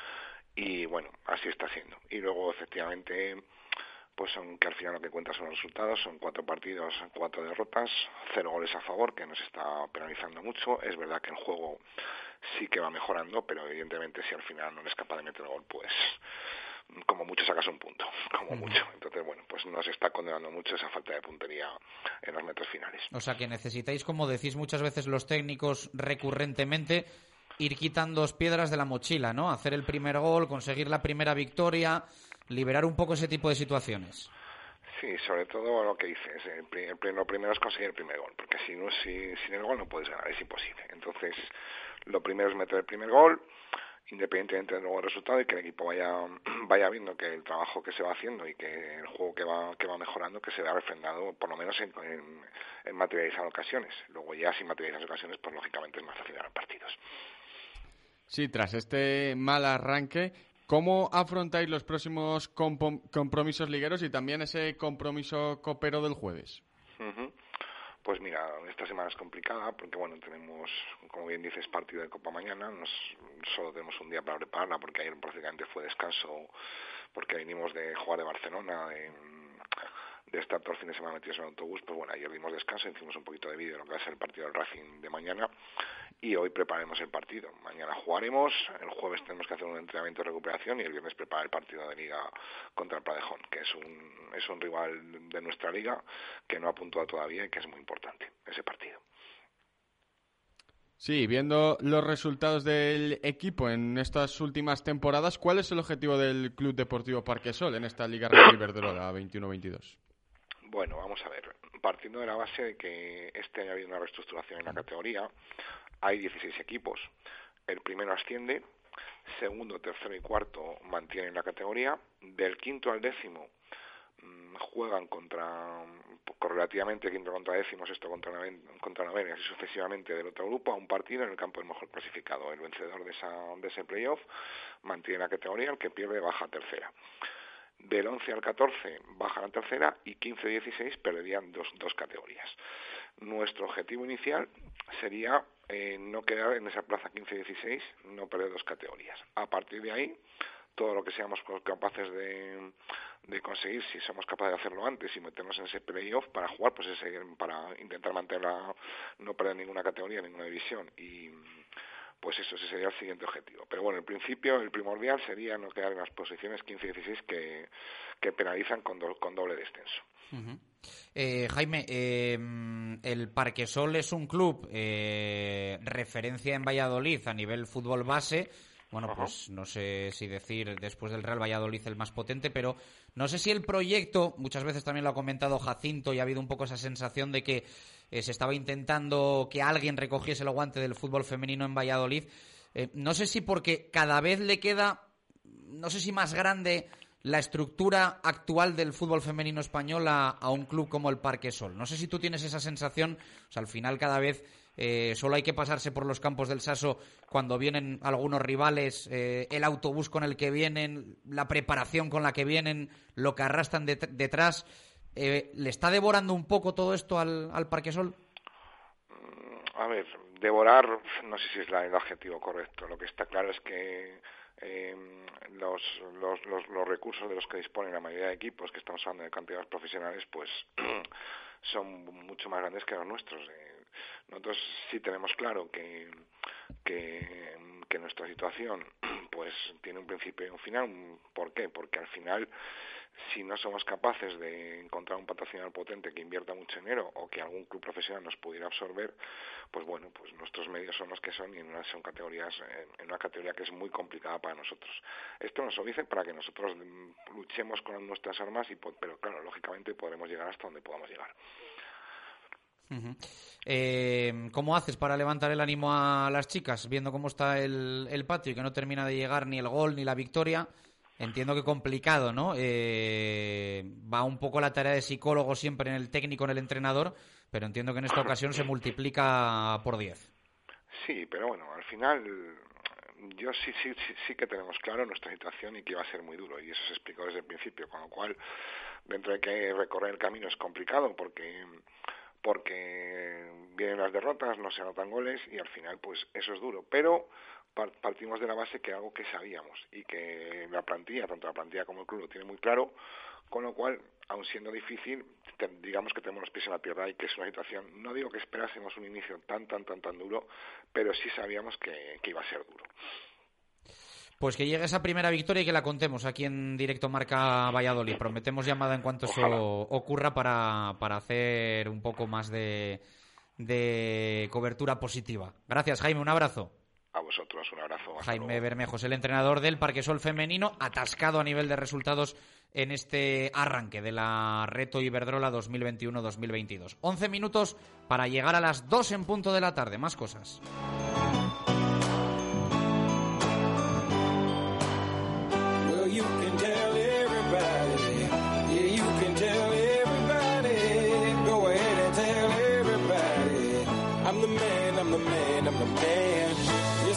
y bueno, así está siendo. Y luego, efectivamente, pues son que al final lo que cuenta son los resultados, son 4 partidos, 4 derrotas, 0 goles a favor, que nos está penalizando mucho. Es verdad que el juego sí que va mejorando, pero evidentemente si al final no eres capaz de meter el gol, pues como mucho sacas un punto, como mucho. Entonces, bueno, pues nos está condenando mucho esa falta de puntería en los metros finales. O sea, que necesitáis, como decís muchas veces los técnicos recurrentemente, ir quitándoos piedras de la mochila, ¿no? Hacer el primer gol, conseguir la primera victoria, liberar un poco ese tipo de situaciones. Sí, sobre todo lo que dices, lo primero es conseguir el primer gol, porque si no, sin el gol no puedes ganar, es imposible. Entonces, lo primero es meter el primer gol independientemente del nuevo resultado, y que el equipo vaya viendo que el trabajo que se va haciendo y que el juego que va mejorando, que se vea refrendado por lo menos en materializar ocasiones. Luego ya sin materializar ocasiones, pues lógicamente es más fácil ganar partidos. Sí, tras este mal arranque, ¿cómo afrontáis los próximos compromisos ligueros y también ese compromiso copero del jueves? Pues mira, esta semana es complicada porque, bueno, tenemos, como bien dices, partido de Copa mañana. Solo tenemos un día para prepararla porque ayer prácticamente fue descanso porque venimos de jugar de Barcelona, de estar todo el fin de semana metidos en el autobús. Pues bueno, ayer dimos descanso, hicimos un poquito de vídeo de lo que va a ser el partido del Racing de mañana y hoy prepararemos el partido. Mañana jugaremos, el jueves tenemos que hacer un entrenamiento de recuperación y el viernes preparar el partido de Liga contra el Pradejón, que es un rival de nuestra liga que no ha puntuado todavía y que es muy importante ese partido. Sí, viendo los resultados del equipo en estas últimas temporadas, ¿cuál es el objetivo del Club Deportivo Parquesol en esta Liga Reto Iberdrola 21-22? Bueno, vamos a ver. Partiendo de la base de que este año ha habido una reestructuración en la categoría, hay 16 equipos. El primero asciende, segundo, tercero y cuarto mantienen la categoría. Del quinto al décimo juegan correlativamente quinto contra décimo, sexto contra noveno y así sucesivamente del otro grupo a un partido en el campo del mejor clasificado. El vencedor de ese playoff mantiene la categoría, el que pierde baja a tercera. Del 11 al 14 bajan a tercera y 15-16 perderían dos categorías. Nuestro objetivo inicial sería no quedar en esa plaza 15-16, no perder 2 categorías. A partir de ahí, todo lo que seamos capaces de conseguir, si somos capaces de hacerlo antes y meternos en ese playoff para jugar, pues para intentar mantenerla, no perder ninguna categoría, ninguna división, y pues ese sería el siguiente objetivo. Pero bueno, en principio el primordial sería no quedar en las posiciones 15 y 16 que penalizan con doble descenso. Jaime, el Parquesol es un club referencia en Valladolid a nivel fútbol base. Bueno, pues no sé si decir después del Real Valladolid el más potente, pero no sé si el proyecto, muchas veces también lo ha comentado Jacinto y ha habido un poco esa sensación de que se estaba intentando que alguien recogiese el guante del fútbol femenino en Valladolid. No sé si porque cada vez le queda, no sé si más grande la estructura actual del fútbol femenino español a un club como el Parquesol. No sé si tú tienes esa sensación, o sea, al final cada vez solo hay que pasarse por los campos del Saso cuando vienen algunos rivales, el autobús con el que vienen, la preparación con la que vienen, lo que arrastran detrás. ¿Le está devorando un poco todo esto al Parquesol? A ver, devorar no sé si es el adjetivo correcto. Lo que está claro es que los recursos de los que disponen la mayoría de equipos que estamos hablando de cantidades profesionales pues son mucho más grandes que los nuestros. Nosotros sí tenemos claro que nuestra situación pues tiene un principio y un final. ¿Por qué? Porque al final, si no somos capaces de encontrar un patrocinador potente que invierta mucho dinero o que algún club profesional nos pudiera absorber, pues bueno, pues nuestros medios son los que son y en una categoría que es muy complicada para nosotros. Esto nos lo dicen para que nosotros luchemos con nuestras armas, pero claro, lógicamente podremos llegar hasta donde podamos llegar. ¿Cómo haces para levantar el ánimo a las chicas, viendo cómo está el patio y que no termina de llegar ni el gol ni la victoria? Entiendo que complicado, ¿no? Va un poco la tarea de psicólogo siempre en el técnico, en el entrenador, pero entiendo que en esta ocasión se multiplica por 10. Sí, pero bueno, al final yo sí que tenemos claro nuestra situación y que va a ser muy duro, y eso se explicó desde el principio, con lo cual dentro de que recorrer el camino es complicado porque vienen las derrotas, no se anotan goles y al final pues eso es duro, pero partimos de la base que algo que sabíamos y que la plantilla, tanto la plantilla como el club lo tiene muy claro, con lo cual, aun siendo difícil, digamos que tenemos los pies en la tierra y que es una situación, no digo que esperásemos un inicio tan duro, pero sí sabíamos que iba a ser duro. Pues que llegue esa primera victoria y que la contemos aquí en Directo Marca Valladolid. Prometemos llamada en cuanto eso ocurra para hacer un poco más de cobertura positiva. Gracias, Jaime, un abrazo. A vosotros, un abrazo. Jaime Bermejo es el entrenador del Parquesol femenino, atascado a nivel de resultados en este arranque de la Reto Iberdrola 2021-2022. 11 minutos para llegar a las 2 en punto de la tarde. Más cosas.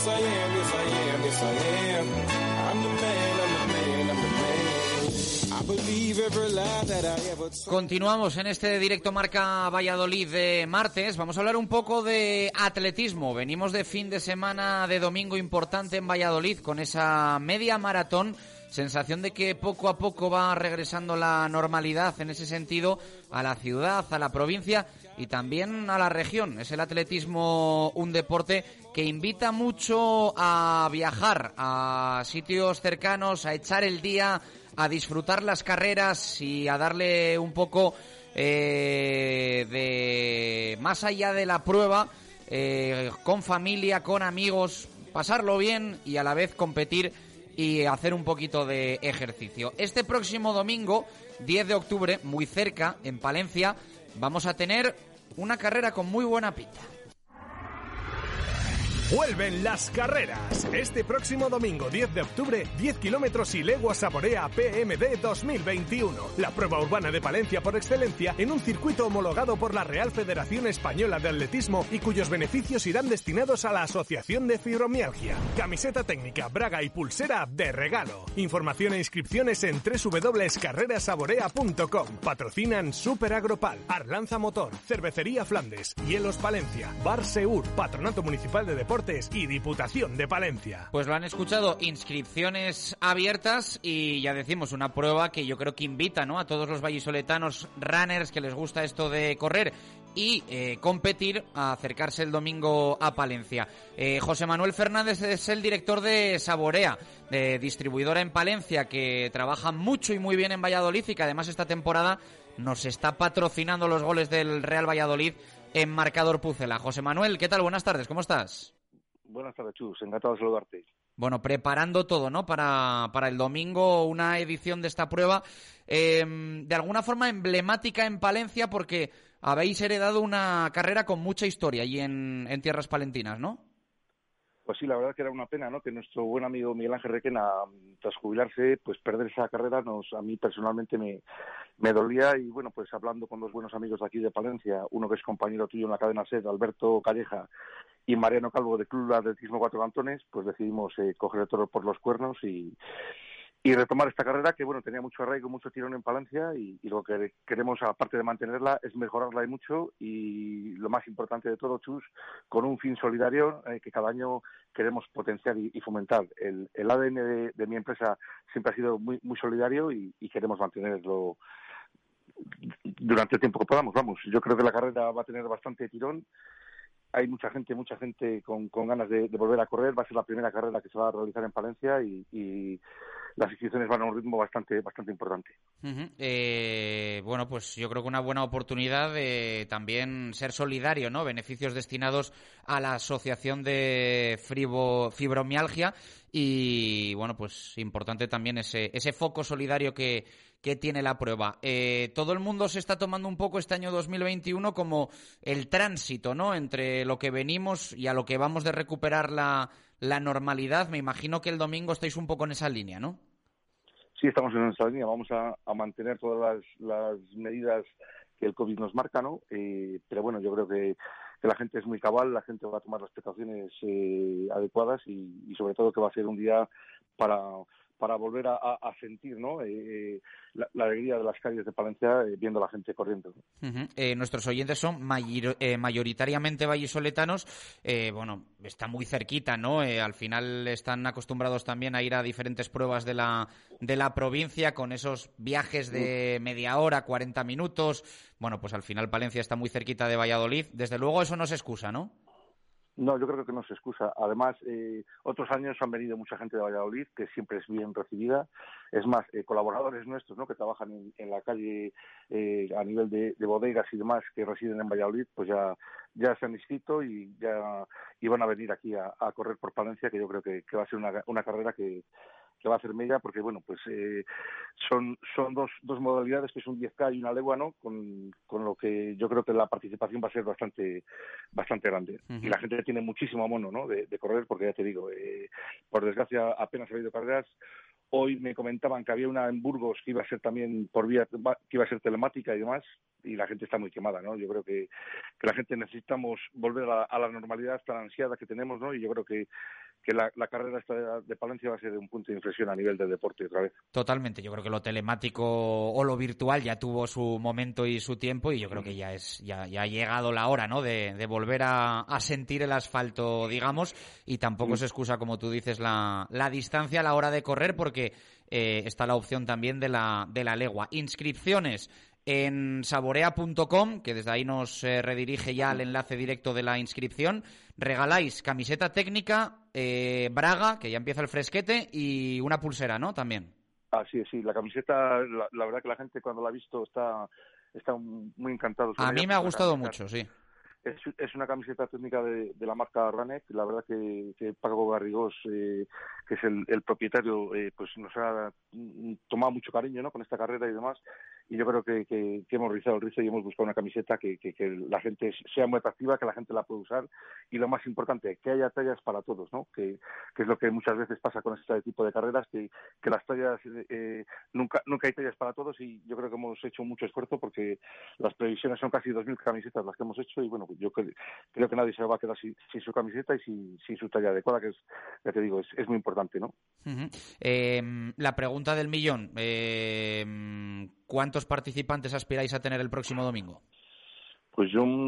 Yes, I am, yes, I am, yes, I am. I'm the man, I'm the man, I'm the man. I believe every lie that I ever told. Continuamos en este directo Marca Valladolid de martes. Vamos a hablar un poco de atletismo. Venimos de fin de semana de domingo importante en Valladolid con esa media maratón. Sensación de que poco a poco va regresando la normalidad en ese sentido a la ciudad, a la provincia y también a la región. Es el atletismo un deporte que invita mucho a viajar a sitios cercanos, a echar el día, a disfrutar las carreras y a darle un poco de más allá de la prueba, con familia, con amigos, pasarlo bien y a la vez competir y hacer un poquito de ejercicio. Este próximo domingo, 10 de octubre, muy cerca, en Palencia, vamos a tener una carrera con muy buena pinta. Vuelven las carreras. Este próximo domingo 10 de octubre, 10 kilómetros y legua Saborea PMD 2021. La prueba urbana de Palencia por excelencia en un circuito homologado por la Real Federación Española de Atletismo y cuyos beneficios irán destinados a la Asociación de Fibromialgia. Camiseta técnica, braga y pulsera de regalo. Información e inscripciones en www.carrerasaborea.com. Patrocinan Super Agropal, Arlanza Motor, Cervecería Flandes, Hielos Palencia, Bar Seur, Patronato Municipal de Deportes y Diputación de Palencia. Pues lo han escuchado, inscripciones abiertas y ya decimos, una prueba que yo creo que invita, ¿no?, a todos los vallisoletanos runners que les gusta esto de correr y competir a acercarse el domingo a Palencia. José Manuel Fernández es el director de Saborea, de distribuidora en Palencia, que trabaja mucho y muy bien en Valladolid y que además esta temporada nos está patrocinando los goles del Real Valladolid en Marcador Pucela. José Manuel, ¿qué tal? Buenas tardes, ¿cómo estás? Buenas tardes, Chus. Encantado de saludarte. Bueno, preparando todo, ¿no?, para el domingo, una edición de esta prueba de alguna forma emblemática en Palencia, porque habéis heredado una carrera con mucha historia allí en tierras palentinas, ¿no? Pues sí, la verdad que era una pena, ¿no?, que nuestro buen amigo Miguel Ángel Requena, tras jubilarse, pues perder esa carrera a mí personalmente me dolía. Y bueno, pues hablando con dos buenos amigos de aquí de Palencia, uno que es compañero tuyo en la cadena SER, Alberto Calleja, y Mariano Calvo de Club de Atletismo Cuatro Cantones, pues decidimos coger el toro por los cuernos y retomar esta carrera que, bueno, tenía mucho arraigo, mucho tirón en Palencia y lo que queremos, aparte de mantenerla, es mejorarla y mucho, y lo más importante de todo, Chus, con un fin solidario que cada año queremos potenciar y fomentar. El ADN de mi empresa siempre ha sido muy, muy solidario y queremos mantenerlo durante el tiempo que podamos. Vamos, yo creo que la carrera va a tener bastante tirón. Hay mucha gente con ganas de volver a correr. Va a ser la primera carrera que se va a realizar en Palencia y las inscripciones van a un ritmo bastante importante. Bueno, pues yo creo que una buena oportunidad de también ser solidario, ¿no? Beneficios destinados a la Asociación de Fibromialgia y, bueno, pues importante también ese foco solidario que tiene la prueba. Todo el mundo se está tomando un poco este año 2021 como el tránsito, ¿no?, entre lo que venimos y a lo que vamos de recuperar la normalidad. Me imagino que el domingo estáis un poco en esa línea, ¿no? Sí, estamos en esa línea. Vamos a mantener todas las medidas que el COVID nos marca, ¿no? Pero bueno, yo creo que la gente es muy cabal, la gente va a tomar las precauciones adecuadas y sobre todo que va a ser un día para volver a sentir, ¿no?, la alegría de las calles de Palencia viendo a la gente corriendo. Nuestros oyentes son mayoritariamente vallisoletanos. Bueno, está muy cerquita, ¿no? Al final están acostumbrados también a ir a diferentes pruebas de la provincia con esos viajes de media hora, 40 minutos. Bueno, pues al final Palencia está muy cerquita de Valladolid. Desde luego eso no es excusa, ¿no? No, yo creo que no se excusa. Además, otros años han venido mucha gente de Valladolid, que siempre es bien recibida. Es más, colaboradores nuestros, ¿no?, que trabajan en la calle a nivel de bodegas y demás, que residen en Valladolid, pues ya se han inscrito y van a venir aquí a correr por Palencia, que yo creo que va a ser una carrera que va a hacer media, porque bueno, pues son dos modalidades, que es un 10K y una legua, ¿no?, con lo que yo creo que la participación va a ser bastante grande. Y la gente tiene muchísimo mono, ¿no?, de correr, porque ya te digo, por desgracia apenas ha habido carreras. Hoy me comentaban que había una en Burgos que iba a ser también que iba a ser telemática y demás, y la gente está muy quemada, ¿no? Yo creo que la gente necesitamos volver a la normalidad tan ansiada que tenemos, ¿no? Y yo creo que la carrera esta de Palencia va a ser un punto de inflexión a nivel del deporte otra vez. Totalmente, yo creo que lo telemático o lo virtual ya tuvo su momento y su tiempo, y yo creo que ya ha llegado la hora, ¿no?, de volver a sentir el asfalto, digamos, y tampoco se excusa, como tú dices, la distancia a la hora de correr, porque está la opción también de la legua. Inscripciones en saborea.com, que desde ahí nos redirige ya al enlace directo de la inscripción. Regaláis camiseta técnica, braga, que ya empieza el fresquete, y una pulsera, ¿no?, también. Sí, la camiseta, la verdad que la gente cuando la ha visto está muy encantado. A mí me ha gustado mucho, sí. Es una camiseta técnica de la marca Ranek. La verdad que Paco Garrigós, que es el propietario, pues nos ha tomado mucho cariño, ¿no?, con esta carrera y demás. Y yo creo que hemos rizado el rizo y hemos buscado una camiseta que la gente sea muy atractiva, que la gente la pueda usar, y lo más importante, que haya tallas para todos, ¿no?, que es lo que muchas veces pasa con este tipo de carreras, que las tallas, nunca hay tallas para todos, y yo creo que hemos hecho mucho esfuerzo, porque las previsiones son casi 2.000 camisetas las que hemos hecho, y bueno, yo creo que nadie se va a quedar sin su camiseta y sin su talla adecuada, que ya te digo, es muy importante, ¿no? La pregunta del millón, ¿cuántos participantes aspiráis a tener el próximo domingo? Pues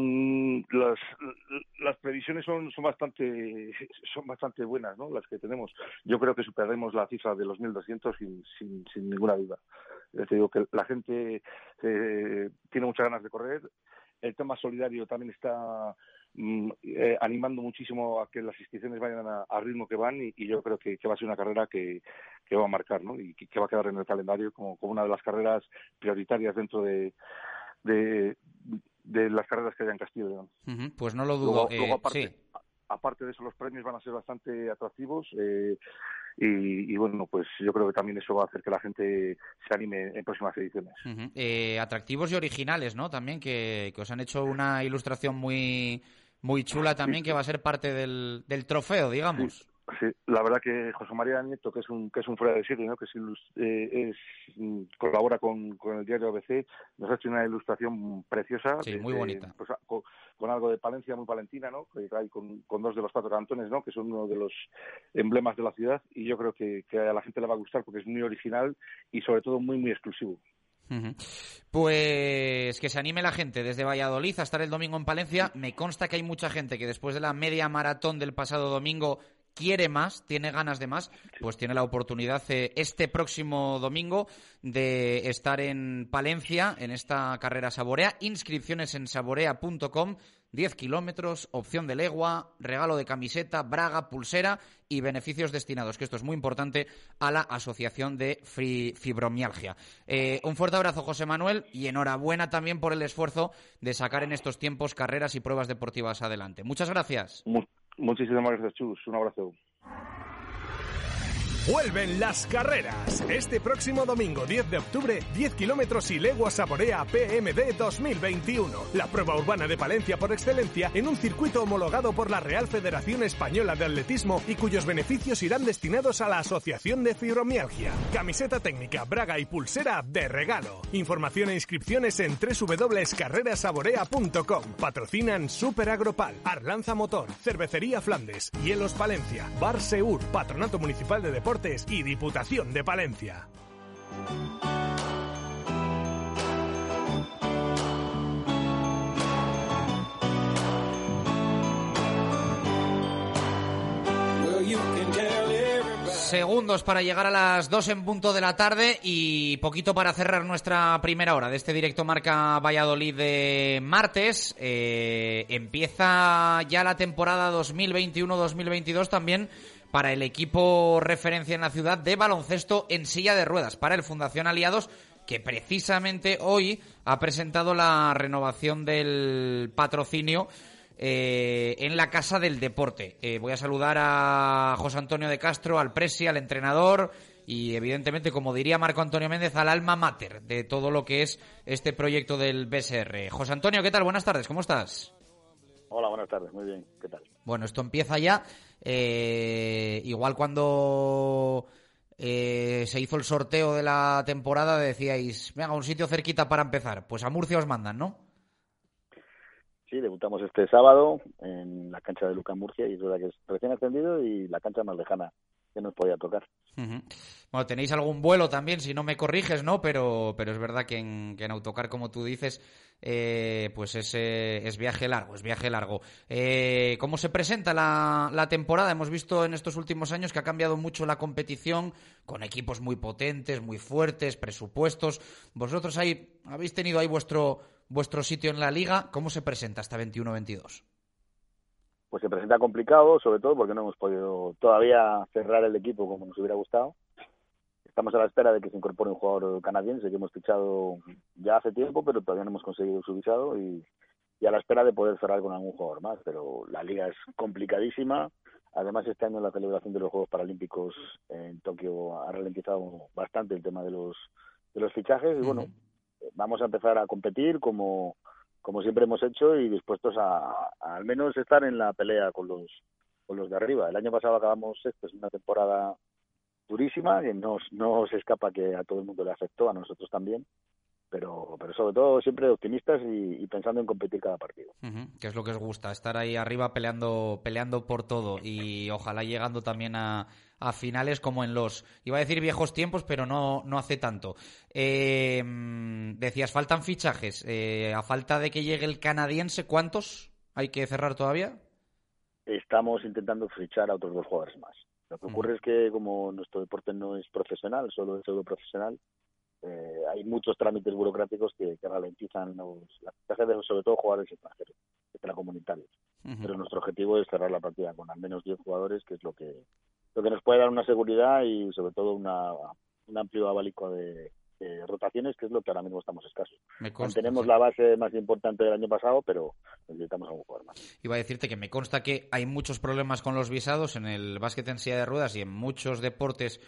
las previsiones son bastante buenas, ¿no?, las que tenemos. Yo creo que superaremos la cifra de los 1.200 sin ninguna duda. Les digo que la gente tiene muchas ganas de correr. El tema solidario también está animando muchísimo a que las inscripciones vayan al ritmo que van, y yo creo que va a ser una carrera que va a marcar, ¿no?, y que va a quedar en el calendario como una de las carreras prioritarias dentro de las carreras que haya en Castilla y León. Pues no lo dudo. Luego sí. Aparte de eso, los premios van a ser bastante atractivos, y bueno, pues yo creo que también eso va a hacer que la gente se anime en próximas ediciones. Atractivos y originales, ¿no?, también, que os han hecho una ilustración muy chula también, que va a ser parte del trofeo, digamos. Sí, la verdad que José María Nieto, que es un fuera de serie, ¿no?, que colabora con el diario ABC, nos ha hecho una ilustración preciosa. Sí, muy bonita. Pues, con algo de Palencia, muy palentina, ¿no?, que trae con 2 de los 4 cantones, ¿no?, que son uno de los emblemas de la ciudad, y yo creo que a la gente le va a gustar porque es muy original y sobre todo muy, muy exclusivo. Pues que se anime la gente desde Valladolid a estar el domingo en Palencia. Me consta que hay mucha gente que después de la media maratón del pasado domingo quiere más, tiene ganas de más, pues tiene la oportunidad este próximo domingo de estar en Palencia en esta carrera Saborea. Inscripciones en saborea.com, 10 kilómetros, opción de legua, regalo de camiseta, braga, pulsera y beneficios destinados, que esto es muy importante, a la Asociación de Fibromialgia. Un fuerte abrazo, José Manuel, y enhorabuena también por el esfuerzo de sacar en estos tiempos carreras y pruebas deportivas adelante. Muchas gracias. Muchísimas gracias, Chus. Un abrazo. Vuelven las carreras. Este próximo domingo 10 de octubre, 10 kilómetros y legua Saborea PMD 2021. La prueba urbana de Palencia por excelencia en un circuito homologado por la Real Federación Española de Atletismo y cuyos beneficios irán destinados a la Asociación de Fibromialgia. Camiseta técnica, braga y pulsera de regalo. Información e inscripciones en www.carrerasaborea.com. Patrocinan Super Agropal, Arlanza Motor, Cervecería Flandes, Hielos Palencia, Bar Seur, Patronato Municipal de Deportes y Diputación de Palencia. Segundos para llegar a las 2 en punto de la tarde y poquito para cerrar nuestra primera hora de este directo Marca Valladolid de martes. Empieza ya la temporada 2021-2022 también para el equipo referencia en la ciudad de baloncesto en silla de ruedas, para el Fundación Aliados, que precisamente hoy ha presentado la renovación del patrocinio en la Casa del Deporte. Voy a saludar a José Antonio de Castro, al presi, al entrenador y evidentemente, como diría Marco Antonio Méndez, al alma mater de todo lo que es este proyecto del BSR. José Antonio, ¿qué tal? Buenas tardes, ¿cómo estás? Hola, buenas tardes, muy bien, ¿qué tal? Bueno, esto empieza ya. Igual cuando se hizo el sorteo de la temporada decíais, venga, un sitio cerquita para empezar. Pues a Murcia os mandan, ¿no? Sí, debutamos este sábado en la cancha de Luca en Murcia y es verdad que es recién ascendido y la cancha más lejana que nos podía tocar. Uh-huh. Bueno, tenéis algún vuelo también, si no me corriges, ¿no? Pero es verdad que en autocar, como tú dices, pues es viaje largo, ¿Cómo se presenta la temporada? Hemos visto en estos últimos años que ha cambiado mucho la competición, con equipos muy potentes, muy fuertes, presupuestos. Vosotros habéis tenido ahí vuestro sitio en la liga. ¿Cómo se presenta hasta 21-22? Pues se presenta complicado, sobre todo porque no hemos podido todavía cerrar el equipo como nos hubiera gustado. Estamos a la espera de que se incorpore un jugador canadiense que hemos fichado ya hace tiempo, pero todavía no hemos conseguido su visado y a la espera de poder cerrar con algún jugador más. Pero la liga es complicadísima. Además, este año la celebración de los Juegos Paralímpicos en Tokio ha ralentizado bastante el tema de los fichajes y bueno, vamos a empezar a competir como siempre hemos hecho y dispuestos a al menos estar en la pelea con los de arriba. El año pasado acabamos sextos, una temporada durísima que no se escapa que a todo el mundo le afectó, a nosotros también, pero sobre todo siempre optimistas y pensando en competir cada partido. Que es lo que os gusta, estar ahí arriba peleando por todo y ojalá llegando también a finales como en los, iba a decir viejos tiempos, pero no hace tanto. Decías, faltan fichajes. A falta de que llegue el canadiense, ¿cuántos hay que cerrar todavía? Estamos intentando fichar a otros 2 jugadores más. Lo que ocurre es que como nuestro deporte no es profesional, solo es pseudo profesional, hay muchos trámites burocráticos que ralentizan los fichajes de sobre todo jugadores extranjeros, extracomunitarios. Pero nuestro objetivo es cerrar la partida con al menos 10 jugadores, que es lo que nos puede dar una seguridad y sobre todo un amplio abanico de rotaciones, que es lo que ahora mismo estamos escasos. Tenemos la base más importante del año pasado, pero necesitamos algún jugador más. Iba a decirte que me consta que hay muchos problemas con los visados en el básquet en silla de ruedas y en muchos deportes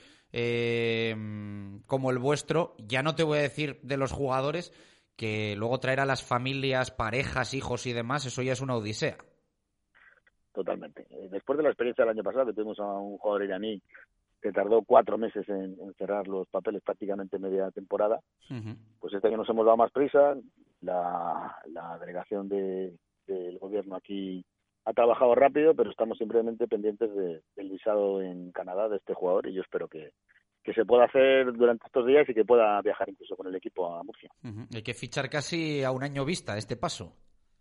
como el vuestro. Ya no te voy a decir de los jugadores, que luego traer a las familias, parejas, hijos y demás, eso ya es una odisea. Totalmente. Después de la experiencia del año pasado, que tuvimos a un jugador iraní que tardó 4 meses en cerrar los papeles, prácticamente media temporada, pues este año nos hemos dado más prisa. La delegación del gobierno aquí ha trabajado rápido, pero estamos simplemente pendientes del visado en Canadá de este jugador y yo espero que se pueda hacer durante estos días y que pueda viajar incluso con el equipo a Murcia. Hay que fichar casi a un año vista este paso.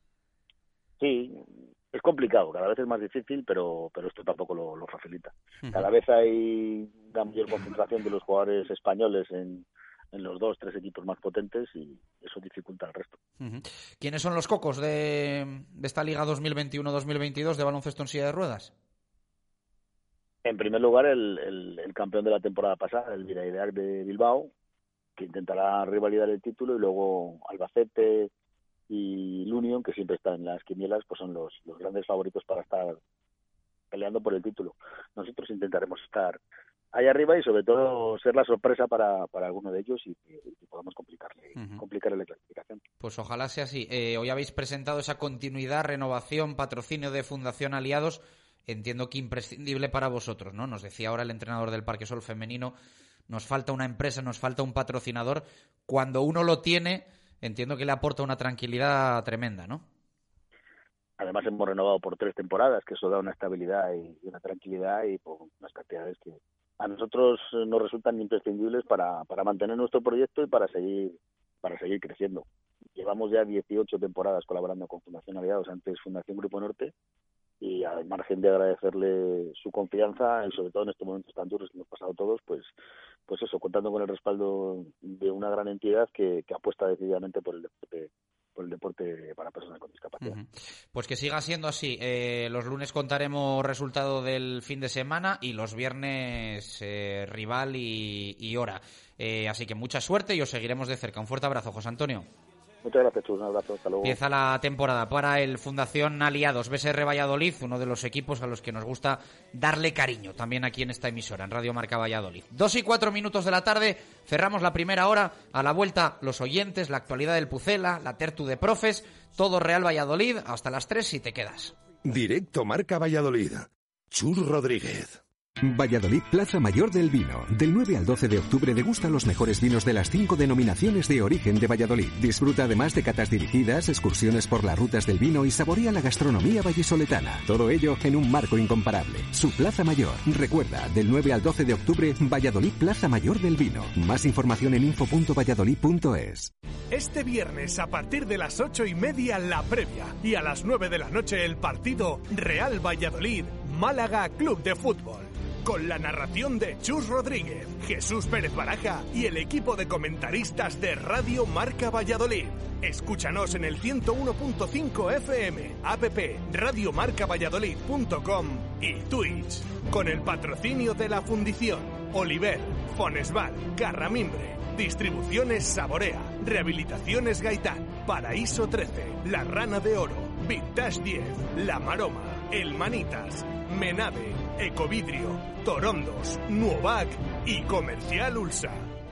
Sí, es complicado, cada vez es más difícil, pero esto tampoco lo facilita. Cada vez hay una mayor concentración de los jugadores españoles en los 2-3 equipos más potentes y eso dificulta el resto. ¿Quiénes son los cocos de esta Liga 2021-2022 de baloncesto en silla de ruedas? En primer lugar, el campeón de la temporada pasada, el Viraideac de Bilbao, que intentará revalidar el título, y luego Albacete y Lunion, que siempre están en las quinielas, pues son los grandes favoritos para estar peleando por el título. Nosotros intentaremos estar ahí arriba y sobre todo ser la sorpresa para alguno de ellos y podamos complicarle la clasificación. Pues ojalá sea así. Hoy habéis presentado esa continuidad, renovación, patrocinio de Fundación Aliados, entiendo que imprescindible para vosotros, ¿no? Nos decía ahora el entrenador del Parque Sol femenino, nos falta una empresa, nos falta un patrocinador. Cuando uno lo tiene, entiendo que le aporta una tranquilidad tremenda, ¿no? Además hemos renovado por 3 temporadas, que eso da una estabilidad y una tranquilidad y por unas cantidades que a nosotros nos resultan imprescindibles para mantener nuestro proyecto y para seguir creciendo. Llevamos ya 18 temporadas colaborando con Fundación Aliados, antes Fundación Grupo Norte, y al margen de agradecerle su confianza y sobre todo en estos momentos tan duros que hemos pasado todos, pues eso, contando con el respaldo de una gran entidad que apuesta decididamente por el deporte para personas con discapacidad. Pues que siga siendo así. Los lunes contaremos resultado del fin de semana y los viernes rival y hora. Así que mucha suerte y os seguiremos de cerca. Un fuerte abrazo, José Antonio. Muchas gracias, Chus. Un abrazo. Hasta luego. Empieza la temporada para el Fundación Aliados BSR Valladolid, uno de los equipos a los que nos gusta darle cariño también aquí en esta emisora, en Radio Marca Valladolid. 2:04 de la tarde, cerramos la primera hora. A la vuelta, los oyentes, la actualidad del Pucela, la tertu de profes, todo Real Valladolid, hasta las 3 si te quedas. Directo Marca Valladolid. Chus Rodríguez. Valladolid, Plaza Mayor del Vino. Del 9 al 12 de octubre degusta los mejores vinos de las 5 denominaciones de origen de Valladolid. Disfruta además de catas dirigidas, excursiones por las rutas del vino y saborea la gastronomía vallisoletana. Todo ello en un marco incomparable. Su Plaza Mayor. Recuerda, del 9 al 12 de octubre, Valladolid, Plaza Mayor del Vino. Más información en info.valladolid.es. Este viernes a partir de las 8:30 la previa y a las 9 de la noche el partido Real Valladolid, Málaga Club de Fútbol. Con la narración de Chus Rodríguez, Jesús Pérez Baraja y el equipo de comentaristas de Radio Marca Valladolid. Escúchanos en el 101.5 FM, app radiomarcavalladolid.com y Twitch. Con el patrocinio de la Fundición, Oliver, Fonesval, Carramimbre, Distribuciones Saborea, Rehabilitaciones Gaitán, Paraíso 13, La Rana de Oro, Vintage 10, La Maroma, El Manitas, Menave, Ecovidrio, Torondos, Nuovac y Comercial Ulsa.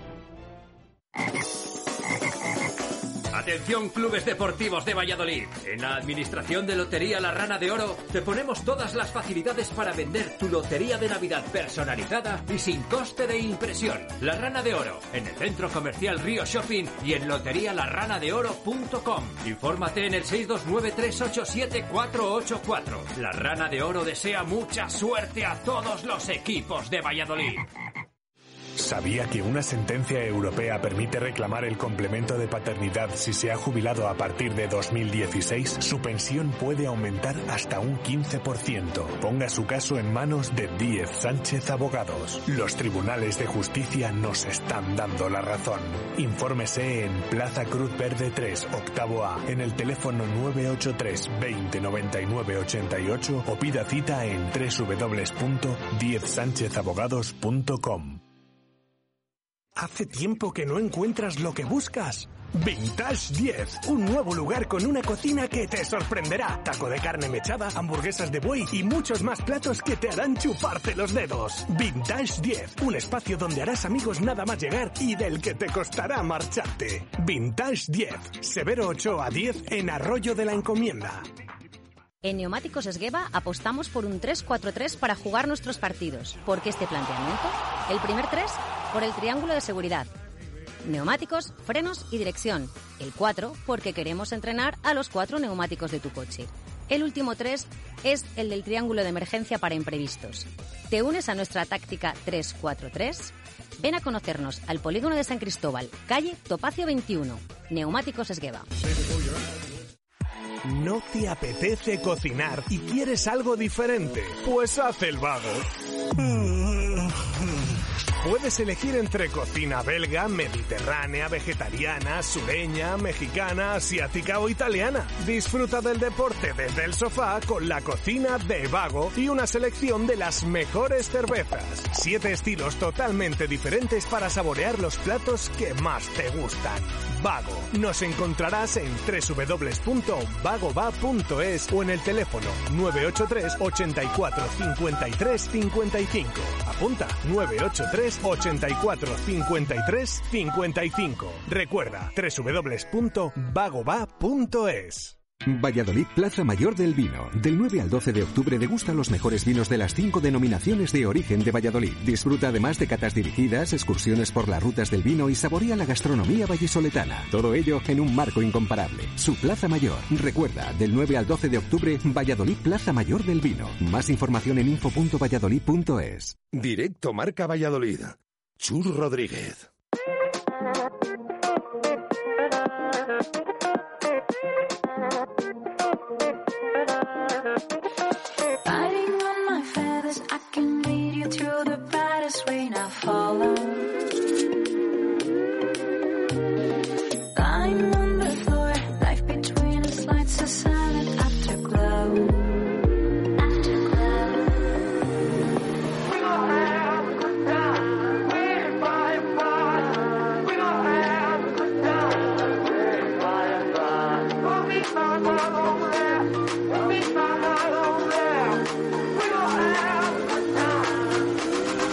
Atención, clubes deportivos de Valladolid. En la administración de Lotería La Rana de Oro te ponemos todas las facilidades para vender tu lotería de Navidad personalizada y sin coste de impresión. La Rana de Oro, en el Centro Comercial Río Shopping y en loterialarranadeoro.com. Infórmate en el 629-387-484. La Rana de Oro desea mucha suerte a todos los equipos de Valladolid. ¿Sabía que una sentencia europea permite reclamar el complemento de paternidad si se ha jubilado a partir de 2016? Su pensión puede aumentar hasta un 15%. Ponga su caso en manos de Díez Sánchez Abogados. Los tribunales de justicia nos están dando la razón. Infórmese en Plaza Cruz Verde 3, octavo A, en el teléfono 983 20 99 88 o pida cita en www.diezsanchezabogados.com. ¿Hace tiempo que no encuentras lo que buscas? Vintage 10, un nuevo lugar con una cocina que te sorprenderá. Taco de carne mechada, hamburguesas de buey y muchos más platos que te harán chuparte los dedos. Vintage 10, un espacio donde harás amigos nada más llegar y del que te costará marcharte. Vintage 10, Severo Ochoa 10 en Arroyo de la Encomienda. En Neumáticos Esgueva apostamos por un 3-4-3 para jugar nuestros partidos. ¿Por qué este planteamiento? El primer 3, por el triángulo de seguridad. Neumáticos, frenos y dirección. El 4, porque queremos entrenar a los 4 neumáticos de tu coche. El último 3 es el del triángulo de emergencia para imprevistos. ¿Te unes a nuestra táctica 3-4-3? Ven a conocernos al Polígono de San Cristóbal, calle Topacio 21. Neumáticos Esgueva. ¿No te apetece cocinar y quieres algo diferente? Pues haz el vago. Puedes elegir entre cocina belga, mediterránea, vegetariana, sureña, mexicana, asiática o italiana. Disfruta del deporte desde el sofá con la cocina de Vago y una selección de las mejores cervezas. 7 estilos totalmente diferentes para saborear los platos que más te gustan. Vago. Nos encontrarás en www.vagoba.es o en el teléfono 983 84 53 55. Apunta 983 84 53 55. Recuerda www.vagoba.es. Valladolid, Plaza Mayor del Vino. Del 9 al 12 de octubre degusta los mejores vinos de las 5 denominaciones de origen de Valladolid. Disfruta además de catas dirigidas, excursiones por las rutas del vino y saborea la gastronomía vallisoletana. Todo ello en un marco incomparable. Su Plaza Mayor. Recuerda, del 9 al 12 de octubre, Valladolid, Plaza Mayor del Vino. Más información en info.valladolid.es. Directo Marca Valladolid. Chus Rodríguez. Riding on my feathers, I can lead you through the baddest way. Now follow. Lying on the floor, life between us lights a silent afterglow. Afterglow. We gon' have a good time, waiting by and by. We gon' have a good time, waiting by and by. We'll be fine over there. We'll be fine over there. We gon' have a good time.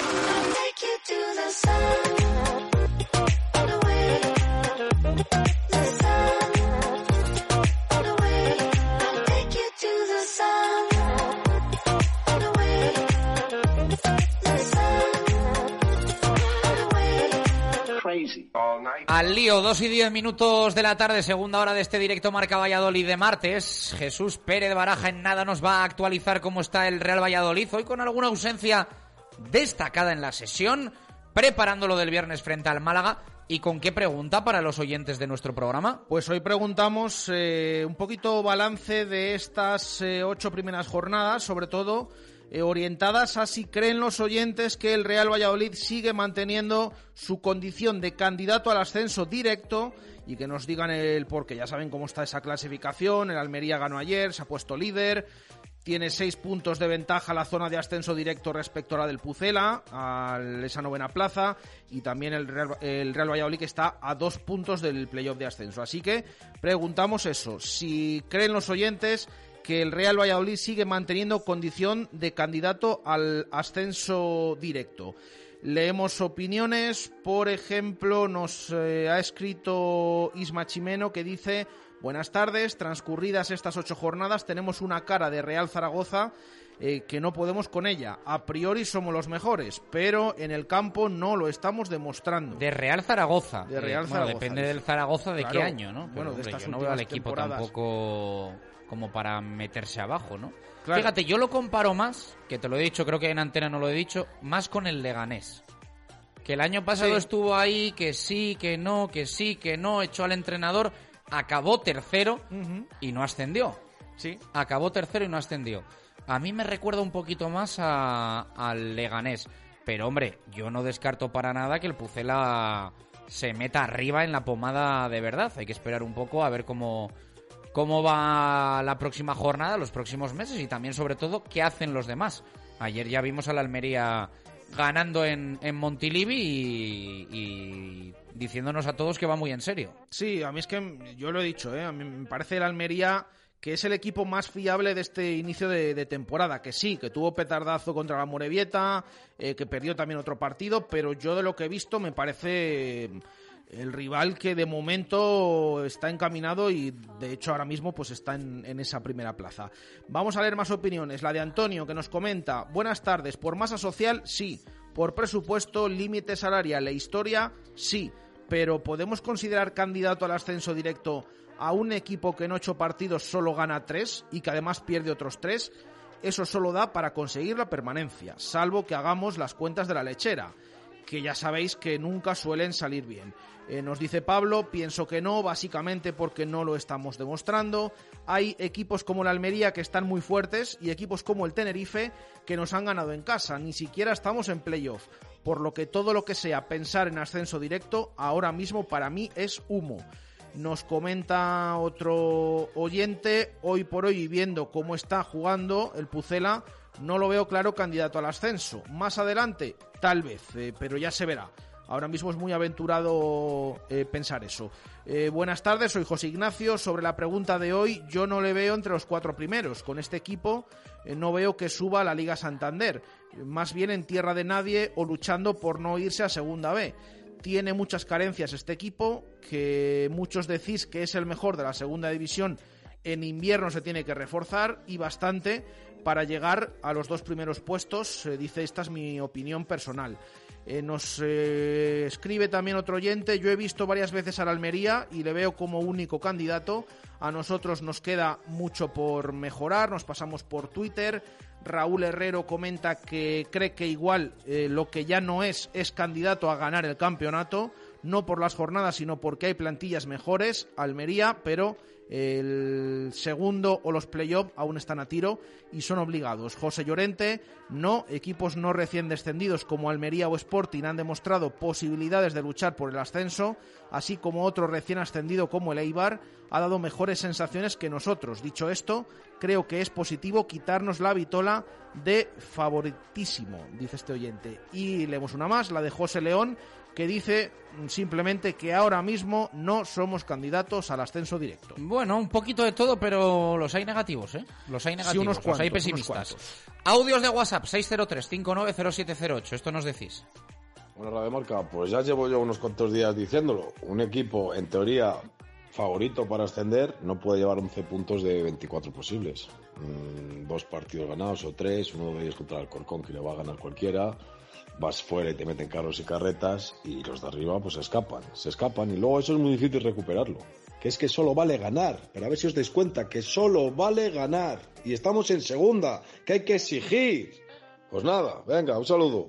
Al lío, 2:10 de la tarde, segunda hora de este directo Marca Valladolid de martes. Jesús Pérez Baraja en nada nos va a actualizar cómo está el Real Valladolid, hoy con alguna ausencia destacada en la sesión, preparando lo del viernes frente al Málaga. ¿Y con qué pregunta para los oyentes de nuestro programa? Pues hoy preguntamos un poquito balance de estas 8 primeras jornadas, sobre todo orientadas a si creen los oyentes que el Real Valladolid sigue manteniendo su condición de candidato al ascenso directo, y que nos digan el porqué. Ya saben cómo está esa clasificación. El Almería ganó ayer, se ha puesto líder, tiene 6 puntos de ventaja la zona de ascenso directo respecto a la del Pucela, a esa 9ª plaza, y también el Real Valladolid, que está a 2 puntos del playoff de ascenso. Así que preguntamos eso, si creen los oyentes que el Real Valladolid sigue manteniendo condición de candidato al ascenso directo. Leemos opiniones. Por ejemplo, nos ha escrito Isma Chimeno, que dice: buenas tardes, transcurridas estas 8 jornadas tenemos una cara de Real Zaragoza que no podemos con ella. A priori somos los mejores, pero en el campo no lo estamos demostrando. De Real Zaragoza. De Real Zaragoza. Depende del Zaragoza de qué año, ¿no? Bueno, pero, de estas yo no veo al equipo temporadas tampoco como para meterse abajo, ¿no? Claro. Fíjate, yo lo comparo más, que te lo he dicho, creo que en antena no lo he dicho, más con el Leganés. Que el año pasado estuvo ahí, que sí, que no, que sí, que no, echó al entrenador, acabó tercero y no ascendió. Sí. Acabó tercero y no ascendió. A mí me recuerda un poquito más al Leganés. Pero, hombre, yo no descarto para nada que el Pucela se meta arriba en la pomada de verdad. Hay que esperar un poco a ver cómo va la próxima jornada, los próximos meses, y también, sobre todo, qué hacen los demás. Ayer ya vimos a la Almería ganando en Montilivi y diciéndonos a todos que va muy en serio. Sí, a mí es que yo lo he dicho, a mí me parece el Almería que es el equipo más fiable de este inicio de temporada, que sí, que tuvo petardazo contra la Morevieta, que perdió también otro partido, pero yo de lo que he visto me parece el rival que de momento está encaminado y de hecho ahora mismo pues está en esa primera plaza. Vamos a leer más opiniones. La de Antonio, que nos comenta: buenas tardes, por masa social sí, por presupuesto, límite salarial e historia sí, pero ¿podemos considerar candidato al ascenso directo a un equipo que en 8 partidos solo gana 3 y que además pierde otros 3? Eso solo da para conseguir la permanencia, salvo que hagamos las cuentas de la lechera, que ya sabéis que nunca suelen salir bien. Nos dice Pablo: pienso que no, básicamente porque no lo estamos demostrando. Hay equipos como la Almería que están muy fuertes y equipos como el Tenerife que nos han ganado en casa, ni siquiera estamos en playoff, por lo que todo lo que sea pensar en ascenso directo ahora mismo para mí es humo. Nos comenta otro oyente: hoy por hoy, viendo cómo está jugando el Pucela, no lo veo claro candidato al ascenso. Más adelante, tal vez, pero ya se verá. Ahora mismo es muy aventurado pensar eso. Buenas tardes, soy José Ignacio. Sobre la pregunta de hoy, yo no le veo entre los 4 primeros. Con este equipo no veo que suba a la Liga Santander. Más bien en tierra de nadie o luchando por no irse a Segunda B. Tiene muchas carencias este equipo, que muchos decís que es el mejor de la Segunda División. En invierno se tiene que reforzar y bastante para llegar a los 2 primeros puestos. Dice, esta es mi opinión personal. Nos escribe también otro oyente: yo he visto varias veces a la Almería y le veo como único candidato. A nosotros nos queda mucho por mejorar. Nos pasamos por Twitter. Raúl Herrero comenta que cree que igual lo que ya no es candidato a ganar el campeonato, no por las jornadas sino porque hay plantillas mejores. Almería, pero el segundo o los play-off aún están a tiro y son obligados. José Llorente: no, equipos no recién descendidos como Almería o Sporting han demostrado posibilidades de luchar por el ascenso, así como otro recién ascendido como el Eibar ha dado mejores sensaciones que nosotros. Dicho esto, creo que es positivo quitarnos la vitola de favoritísimo, dice este oyente. Y leemos una más, la de José León, que dice simplemente que ahora mismo no somos candidatos al ascenso directo. Bueno, un poquito de todo, pero los hay negativos, ¿eh? Los hay negativos, sí, unos cuantos, los hay pesimistas. Audios de WhatsApp, 603-590708, esto nos decís. Bueno, Radio Marca, pues ya llevo yo unos cuantos días diciéndolo. Un equipo, en teoría, favorito para ascender, no puede llevar 11 puntos de 24 posibles. 2 partidos ganados o 3, uno de ellos contra el Alcorcón, que le va a ganar cualquiera. vas fuera y te meten carros y carretas y los de arriba pues se escapan y luego eso es muy difícil recuperarlo. Que es que solo vale ganar, pero a ver si os dais cuenta que solo vale ganar y estamos en segunda, que hay que exigir. Pues nada, venga, un saludo.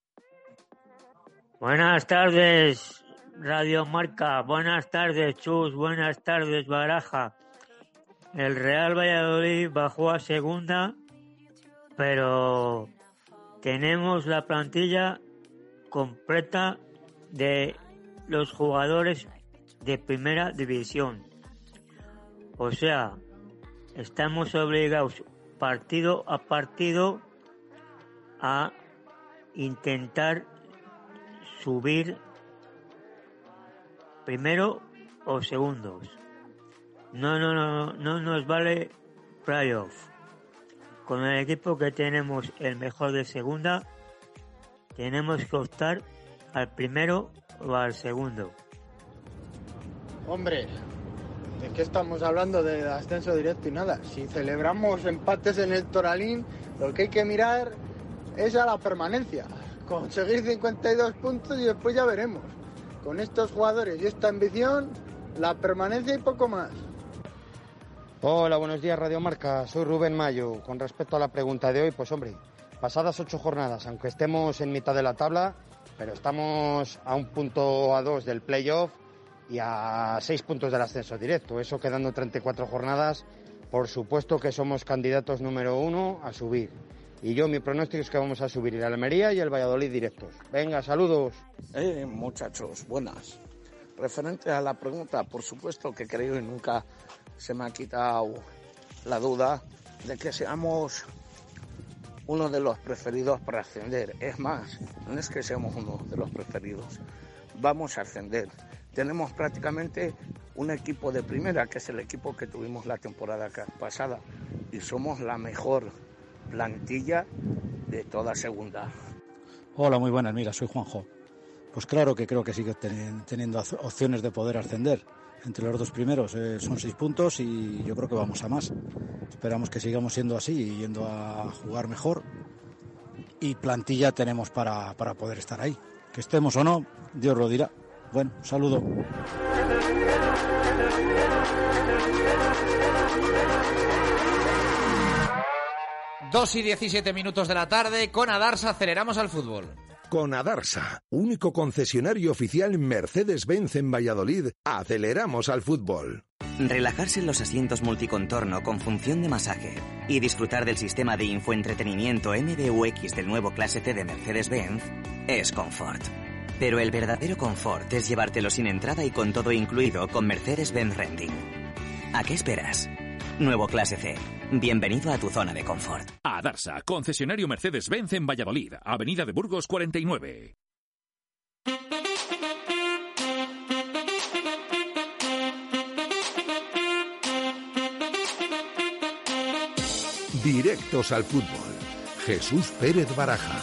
Buenas tardes, Radio Marca. Buenas tardes, Chus. Buenas tardes, Baraja. El Real Valladolid bajó a segunda, pero tenemos la plantilla completa de los jugadores de primera división. O sea, estamos obligados partido a partido a intentar subir primero o segundos. No nos vale playoff. Con el equipo que tenemos, el mejor de segunda, tenemos que optar al primero o al segundo. Hombre, ¿de qué estamos hablando? De ascenso directo y nada. Si celebramos empates en el Toralín, lo que hay que mirar es a la permanencia. Conseguir 52 puntos y después ya veremos. Con estos jugadores y esta ambición, la permanencia y poco más. Hola, buenos días, Radio Marca. Soy Rubén Mayo. Con respecto a la pregunta de hoy, pues hombre, pasadas 8 jornadas, aunque estemos en mitad de la tabla, pero estamos a 1 punto a 2 del playoff y a 6 puntos del ascenso directo. Eso quedando 34 jornadas, por supuesto que somos candidatos número 1 a subir. Y yo, mi pronóstico es que vamos a subir el Almería y el Valladolid directos. Venga, saludos. Muchachos, buenas. Referente a la pregunta, por supuesto que creo y nunca se me ha quitado la duda de que seamos uno de los preferidos para ascender. Es más, no es que seamos uno de los preferidos, vamos a ascender. Tenemos prácticamente un equipo de primera, que es el equipo que tuvimos la temporada pasada, y somos la mejor plantilla de toda segunda. Hola, muy buenas, mira, soy Juanjo. Pues claro que creo que sigue teniendo opciones de poder ascender. Entre los 2 primeros son 6 puntos y yo creo que vamos a más. Esperamos que sigamos siendo así y yendo a jugar mejor. Y plantilla tenemos para poder estar ahí. Que estemos o no, Dios lo dirá. Bueno, un saludo. Dos y 17 minutos de la tarde, con Adarsa aceleramos al fútbol. Con Adarsa, único concesionario oficial Mercedes-Benz en Valladolid, aceleramos al fútbol. Relajarse en los asientos multicontorno con función de masaje y disfrutar del sistema de infoentretenimiento MBUX del nuevo Clase C de Mercedes-Benz es confort. Pero el verdadero confort es llevártelo sin entrada y con todo incluido con Mercedes-Benz Renting. ¿A qué esperas? Nuevo Clase C. Bienvenido a tu zona de confort. Adarsa, concesionario Mercedes-Benz en Valladolid, Avenida de Burgos 49. Directos al fútbol. Jesús Pérez Baraja.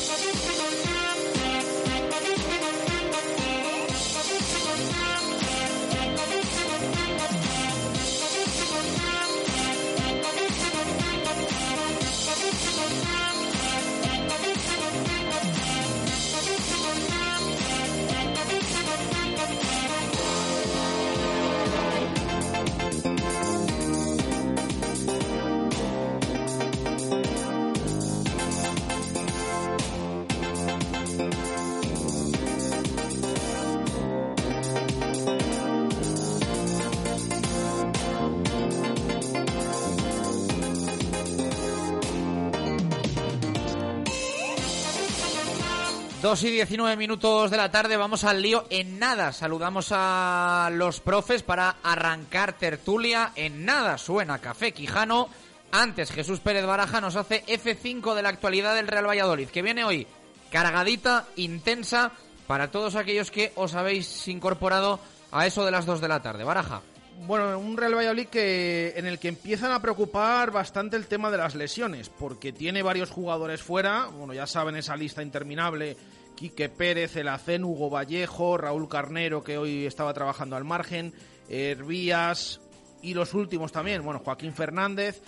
Dos y 19 minutos de la tarde, vamos al lío en nada. Saludamos a los profes para arrancar tertulia. En nada suena Café Quijano. Antes Jesús Pérez Baraja nos hace F5 de la actualidad del Real Valladolid, que viene hoy cargadita, intensa, para todos aquellos que os habéis incorporado a eso de las 2 de la tarde. Baraja. Bueno, un Real Valladolid en el que empiezan a preocupar bastante el tema de las lesiones, porque tiene varios jugadores fuera. Bueno, ya saben, esa lista interminable: Quique Pérez, El Acén, Hugo Vallejo, Raúl Carnero, que hoy estaba trabajando al margen, Hervías, y los últimos también, bueno, Joaquín Fernández.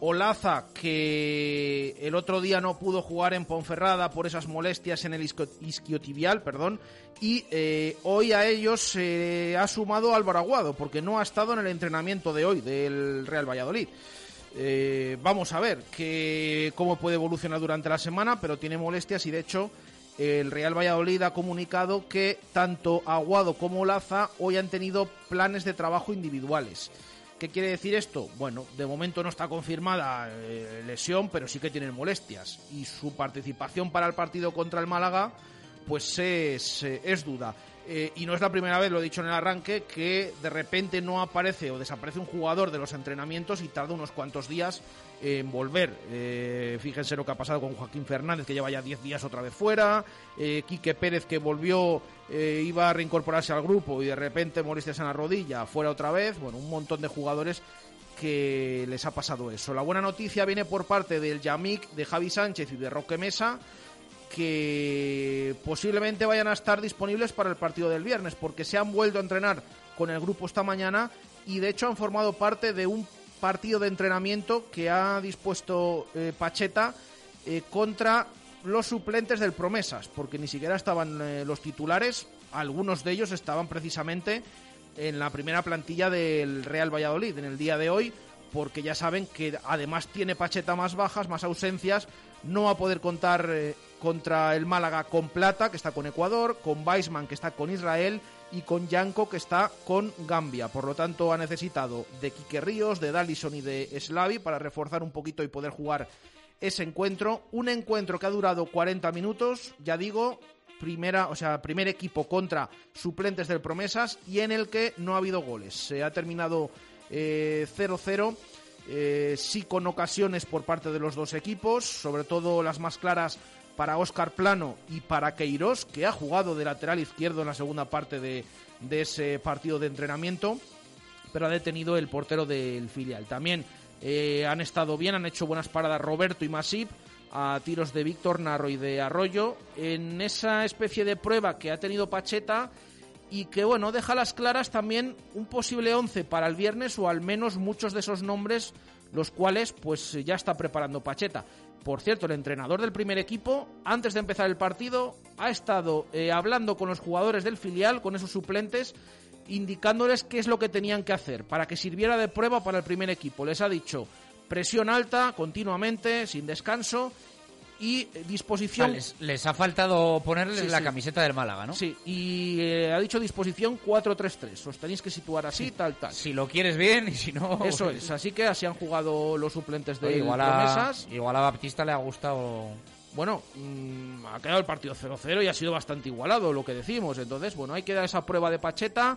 Olaza, que el otro día no pudo jugar en Ponferrada por esas molestias en el isquiotibial, y hoy a ellos se ha sumado Álvaro Aguado, porque no ha estado en el entrenamiento de hoy del Real Valladolid. Vamos a ver cómo puede evolucionar durante la semana, pero tiene molestias y de hecho el Real Valladolid ha comunicado que tanto Aguado como Olaza hoy han tenido planes de trabajo individuales. ¿Qué quiere decir esto? Bueno, de momento no está confirmada lesión, pero sí que tienen molestias. Y su participación para el partido contra el Málaga, pues es duda. Y no es la primera vez, lo he dicho en el arranque, que de repente no aparece o desaparece un jugador de los entrenamientos y tarda unos cuantos días en volver. Fíjense lo que ha pasado con Joaquín Fernández, que lleva ya 10 días otra vez fuera. Quique Pérez, que volvió, iba a reincorporarse al grupo y de repente molestias en la rodilla, fuera otra vez. Bueno, un montón de jugadores que les ha pasado eso. La buena noticia viene por parte del Yamik, de Javi Sánchez y de Roque Mesa, que posiblemente vayan a estar disponibles para el partido del viernes, porque se han vuelto a entrenar con el grupo esta mañana y de hecho han formado parte de un partido de entrenamiento que ha dispuesto Pacheta contra los suplentes del Promesas, porque ni siquiera estaban los titulares, algunos de ellos estaban precisamente en la primera plantilla del Real Valladolid en el día de hoy, porque ya saben que además tiene Pacheta más bajas, más ausencias, no va a poder contar contra el Málaga con Plata, que está con Ecuador, con Weissman, que está con Israel, y con Yanko, que está con Gambia. Por lo tanto, ha necesitado de Quique Ríos, de Dallison y de Slavi para reforzar un poquito y poder jugar ese encuentro. Un encuentro que ha durado 40 minutos, ya digo, primer equipo contra suplentes del Promesas y en el que no ha habido goles. Se ha terminado 0-0. Sí con ocasiones por parte de los dos equipos, sobre todo las más claras para Óscar Plano y para Queirós, que ha jugado de lateral izquierdo en la segunda parte de ese partido de entrenamiento, pero ha detenido el portero del filial. También han estado bien, han hecho buenas paradas Roberto y Masip a tiros de Víctor Narro y de Arroyo en esa especie de prueba que ha tenido Pacheta y que, bueno, deja a las claras también un posible 11 para el viernes, o al menos muchos de esos nombres los cuales pues ya está preparando Pacheta. Por cierto, el entrenador del primer equipo, antes de empezar el partido, ha estado hablando con los jugadores del filial, con esos suplentes, indicándoles qué es lo que tenían que hacer para que sirviera de prueba para el primer equipo. Les ha dicho presión alta, continuamente, sin descanso, y disposición... Les ha faltado ponerles la camiseta del Málaga, ¿no? Sí, y ha dicho disposición 4-3-3. Os tenéis que situar así, tal. Si lo quieres bien y si no... Eso es, así que así han jugado los suplentes de Promesas. Igual a Baptista le ha gustado... Bueno, ha quedado el partido 0-0 y ha sido bastante igualado, lo que decimos. Entonces, bueno, hay que dar esa prueba de Pacheta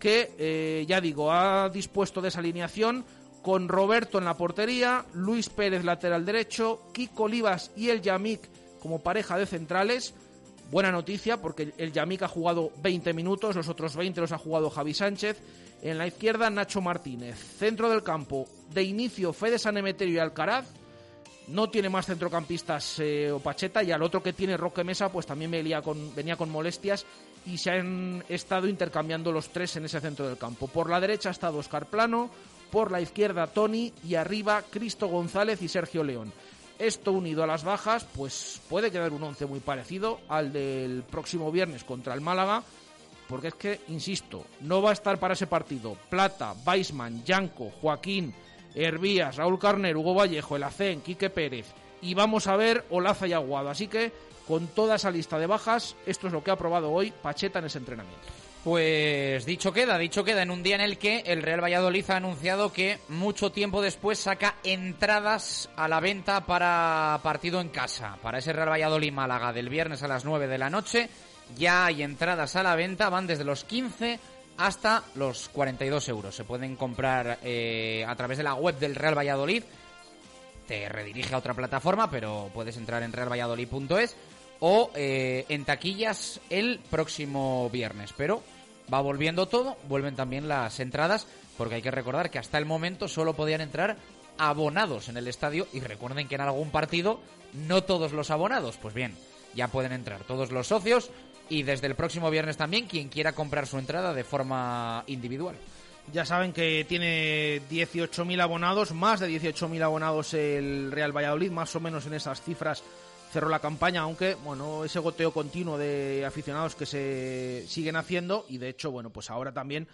que, ya digo, ha dispuesto de esa alineación con Roberto en la portería, Luis Pérez lateral derecho, Kiko Olivas y el Yamik como pareja de centrales. Buena noticia porque el Yamik ha jugado 20 minutos, los otros 20 los ha jugado Javi Sánchez. En la izquierda Nacho Martínez. Centro del campo, de inicio Fede San Emeterio y Alcaraz. No tiene más centrocampistas o Pacheta, y al otro que tiene Roque Mesa pues también venía con molestias y se han estado intercambiando los tres en ese centro del campo. Por la derecha ha estado Óscar Plano, por la izquierda Toni y arriba Cristo González y Sergio León. Esto unido a las bajas pues puede quedar un 11 muy parecido al del próximo viernes contra el Málaga, porque es que, insisto, no va a estar para ese partido Plata, Weissman, Yanko, Joaquín, Hervías, Raúl Carner, Hugo Vallejo, El Hacén, Quique Pérez, y vamos a ver Olaza y Aguado. Así que con toda esa lista de bajas, esto es lo que ha aprobado hoy Pacheta en ese entrenamiento. Pues dicho queda en un día en el que el Real Valladolid ha anunciado que mucho tiempo después saca entradas a la venta para partido en casa. Para ese Real Valladolid-Málaga del viernes a las 9 de la noche ya hay entradas a la venta, van desde los 15 hasta los 42 euros. Se pueden comprar a través de la web del Real Valladolid. Te redirige a otra plataforma, pero puedes entrar en realvalladolid.es o en taquillas el próximo viernes. Pero va volviendo todo, vuelven también las entradas, porque hay que recordar que hasta el momento solo podían entrar abonados en el estadio, y recuerden que en algún partido no todos los abonados. Pues bien, ya pueden entrar todos los socios y desde el próximo viernes también quien quiera comprar su entrada de forma individual. Ya saben que tiene 18.000 abonados, más de 18.000 abonados el Real Valladolid, más o menos en esas cifras cerró la campaña, aunque bueno, ese goteo continuo de aficionados que se siguen haciendo, y de hecho, bueno, pues ahora también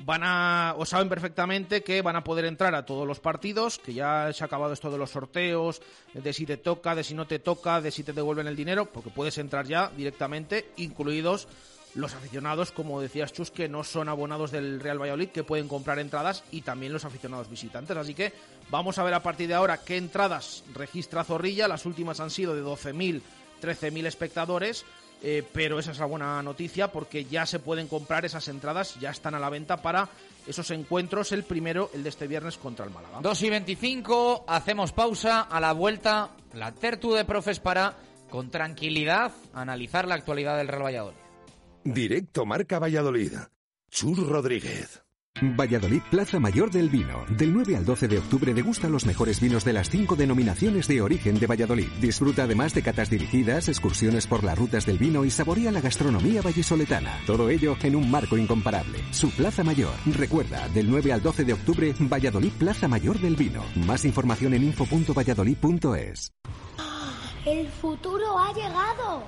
saben perfectamente que van a poder entrar a todos los partidos, que ya se ha acabado esto de los sorteos, de si te toca, de si no te toca, de si te devuelven el dinero, porque puedes entrar ya directamente, incluidos los aficionados, como decías Chus, que no son abonados del Real Valladolid, que pueden comprar entradas, y también los aficionados visitantes. Así que vamos a ver a partir de ahora qué entradas registra Zorrilla. Las últimas han sido de 12.000, 13.000 espectadores, pero esa es la buena noticia, porque ya se pueden comprar esas entradas, ya están a la venta para esos encuentros. El primero, el de este viernes contra el Málaga. 2:25, hacemos pausa. A la vuelta, la tertu de profes para, con tranquilidad, analizar la actualidad del Real Valladolid. Directo Marca Valladolid. Chus Rodríguez. Valladolid, Plaza Mayor del Vino. Del 9 al 12 de octubre degusta los mejores vinos de las 5 denominaciones de origen de Valladolid. Disfruta además de catas dirigidas, excursiones por las rutas del vino y saborea la gastronomía vallisoletana. Todo ello en un marco incomparable. Su Plaza Mayor. Recuerda, del 9 al 12 de octubre, Valladolid, Plaza Mayor del Vino. Más información en info.valladolid.es. ¡El futuro ha llegado!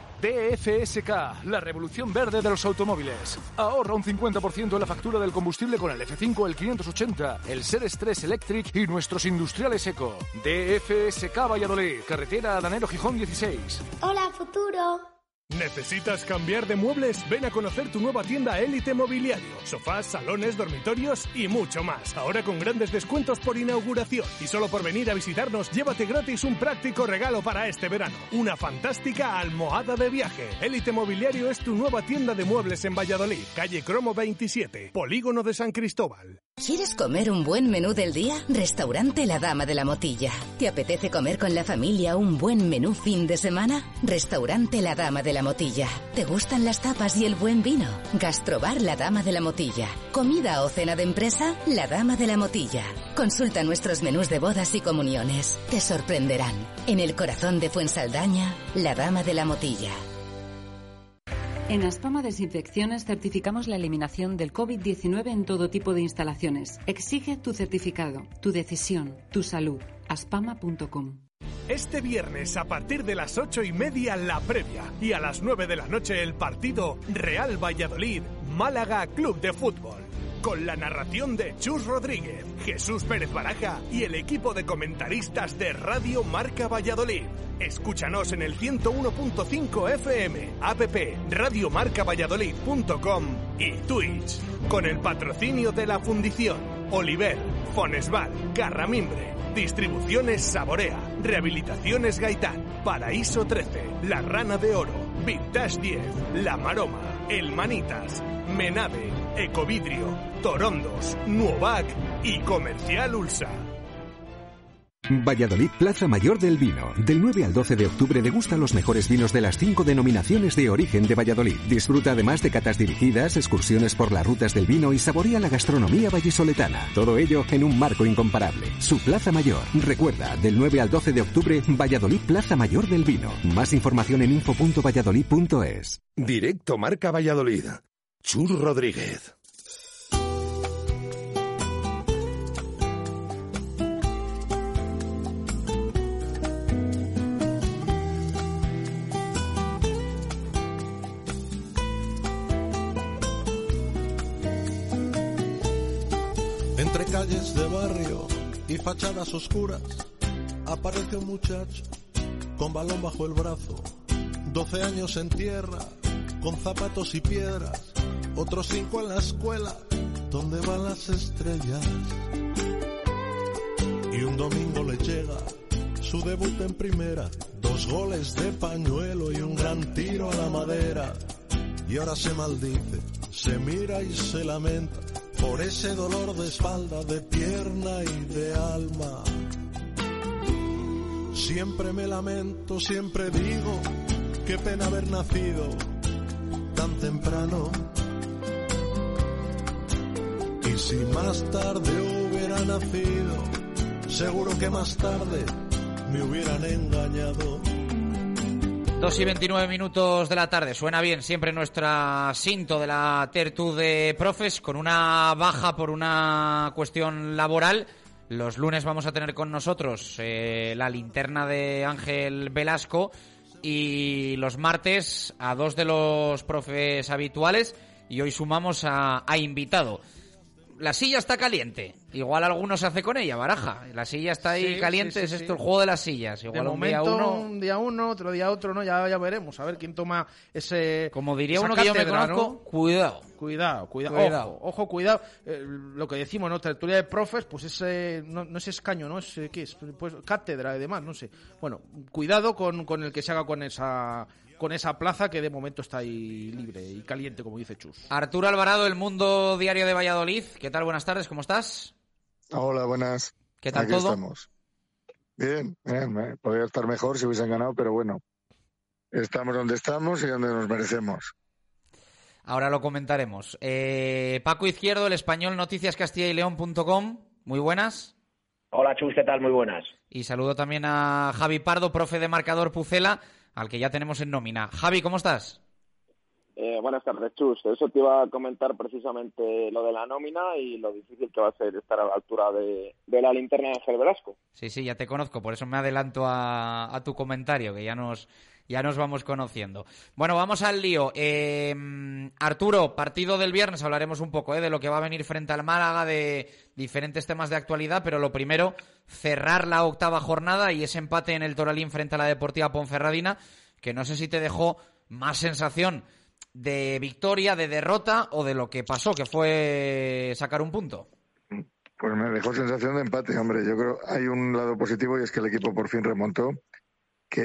DFSK, la revolución verde de los automóviles. Ahorra un 50% en la factura del combustible con el F5, el 580, el Seres 3 Electric y nuestros industriales eco. DFSK Valladolid, carretera Adanero Gijón 16. ¡Hola, futuro! ¿Necesitas cambiar de muebles? Ven a conocer tu nueva tienda Élite Mobiliario. Sofás, salones, dormitorios y mucho más. Ahora con grandes descuentos por inauguración. Y solo por venir a visitarnos, llévate gratis un práctico regalo para este verano. Una fantástica almohada de viaje. Élite Mobiliario es tu nueva tienda de muebles en Valladolid. Calle Cromo 27, Polígono de San Cristóbal. ¿Quieres comer un buen menú del día? Restaurante La Dama de la Motilla. ¿Te apetece comer con la familia un buen menú fin de semana? Restaurante La Dama de la Motilla. ¿Te gustan las tapas y el buen vino? Gastrobar La Dama de la Motilla. ¿Comida o cena de empresa? La Dama de la Motilla. Consulta nuestros menús de bodas y comuniones. Te sorprenderán. En el corazón de Fuensaldaña, La Dama de la Motilla. En Aspama Desinfecciones certificamos la eliminación del COVID-19 en todo tipo de instalaciones. Exige tu certificado, tu decisión, tu salud. aspama.com. Este viernes a partir de las 8:30 la previa y a las 9 de la noche el partido Real Valladolid Málaga Club de Fútbol. Con la narración de Chus Rodríguez, Jesús Pérez Baraja y el equipo de comentaristas de Radio Marca Valladolid. Escúchanos en el 101.5 FM, app, radiomarcavalladolid.com y Twitch. Con el patrocinio de la Fundición, Oliver, Fonesval, Carramimbre, Distribuciones Saborea, Rehabilitaciones Gaitán, Paraíso 13, La Rana de Oro, Vintage 10, La Maroma, El Manitas, Menave, Ecovidrio, Torondos, Nuovac y Comercial Ulsa. Valladolid, Plaza Mayor del Vino. Del 9 al 12 de octubre degusta los mejores vinos de las 5 denominaciones de origen de Valladolid. Disfruta además de catas dirigidas, excursiones por las rutas del vino y saborea la gastronomía vallisoletana. Todo ello en un marco incomparable. Su Plaza Mayor. Recuerda, del 9 al 12 de octubre, Valladolid, Plaza Mayor del Vino. Más información en info.valladolid.es. Directo Marca Valladolid. Chus Rodríguez. Entre calles de barrio y fachadas oscuras aparece un muchacho con balón bajo el brazo, 12 años en tierra, con zapatos y piedras, otros 5 en la escuela, donde van las estrellas. Y un domingo le llega su debut en primera, 2 goles de pañuelo y un gran tiro a la madera. Y ahora se maldice, se mira y se lamenta por ese dolor de espalda, de pierna y de alma. Siempre me lamento, siempre digo, qué pena haber nacido tan temprano. Y si más tarde hubiera nacido, seguro que más tarde me hubieran engañado. 2:29 de la tarde. Suena bien siempre nuestra cinto de la tertu de profes, con una baja por una cuestión laboral. Los lunes vamos a tener con nosotros la linterna de Ángel Velasco, y los martes a dos de los profes habituales, y hoy sumamos a invitado. La silla está caliente. Igual alguno se hace con ella, Baraja. La silla está ahí caliente, es esto el juego de las sillas. Igual de momento, un día uno, otro día otro, ¿no? Ya veremos, a ver quién toma ese... Como diría uno que yo me conozco, ¿no? Cuidado. Ojo, cuidado. Lo que decimos, ¿no? Tertulia de profes, pues es, no es escaño, ¿no? ¿Qué es? Pues cátedra y demás, no sé. Bueno, cuidado con el que se haga con esa plaza que de momento está ahí libre y caliente, como dice Chus. Arturo Alvarado, El Mundo Diario de Valladolid. ¿Qué tal? Buenas tardes, ¿cómo estás? Hola, buenas. ¿Qué tal Aquí todo? Estamos. Bien. Podría estar mejor si hubiesen ganado, pero bueno. Estamos donde estamos y donde nos merecemos. Ahora lo comentaremos. Paco Izquierdo, El Español, Noticias CastillaYLeón.com. Muy buenas. Hola, Chus, ¿qué tal? Muy buenas. Y saludo también a Javi Pardo, profe de Marcador Pucela, al que ya tenemos en nómina. Javi, ¿cómo estás? Buenas tardes, Chus. Eso te iba a comentar precisamente, lo de la nómina y lo difícil que va a ser estar a la altura de la linterna de Ángel Velasco. Sí, ya te conozco, por eso me adelanto a tu comentario, que ya nos vamos conociendo. Bueno, vamos al lío. Arturo, partido del viernes, hablaremos un poco de lo que va a venir frente al Málaga, de diferentes temas de actualidad, pero lo primero, cerrar la 8ª jornada y ese empate en el Toralín frente a la Deportiva Ponferradina, que no sé si te dejó más sensación de victoria, de derrota o de lo que pasó, que fue sacar un punto. Pues me dejó sensación de empate, hombre. Yo creo hay un lado positivo y es que el equipo por fin remontó, que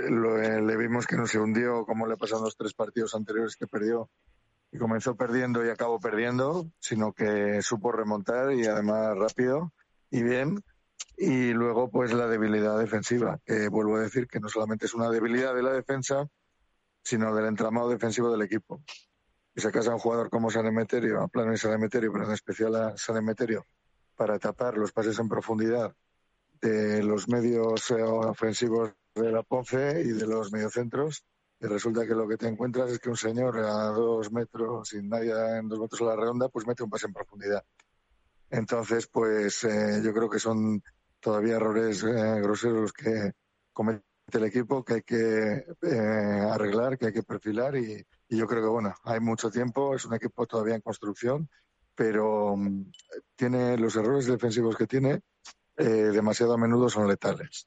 le vimos que no se hundió como le pasaron los 3 partidos anteriores que perdió y comenzó perdiendo y acabó perdiendo, sino que supo remontar y además rápido y bien. Y luego pues la debilidad defensiva, que vuelvo a decir que no solamente es una debilidad de la defensa, sino del entramado defensivo del equipo. Y sacas a un jugador como San Emeterio, a Plano y San Emeterio, pero en especial a San Emeterio, para tapar los pases en profundidad de los medios ofensivos de la Ponce y de los mediocentros, y resulta que lo que te encuentras es que un señor a 2 metros, sin nadie en 2 metros a la redonda, pues mete un pase en profundidad. Entonces, pues yo creo que son todavía errores groseros los que comete el equipo, que hay que arreglar, que hay que perfilar, y yo creo que, bueno, hay mucho tiempo, es un equipo todavía en construcción, pero tiene los errores defensivos que tiene, demasiado a menudo son letales.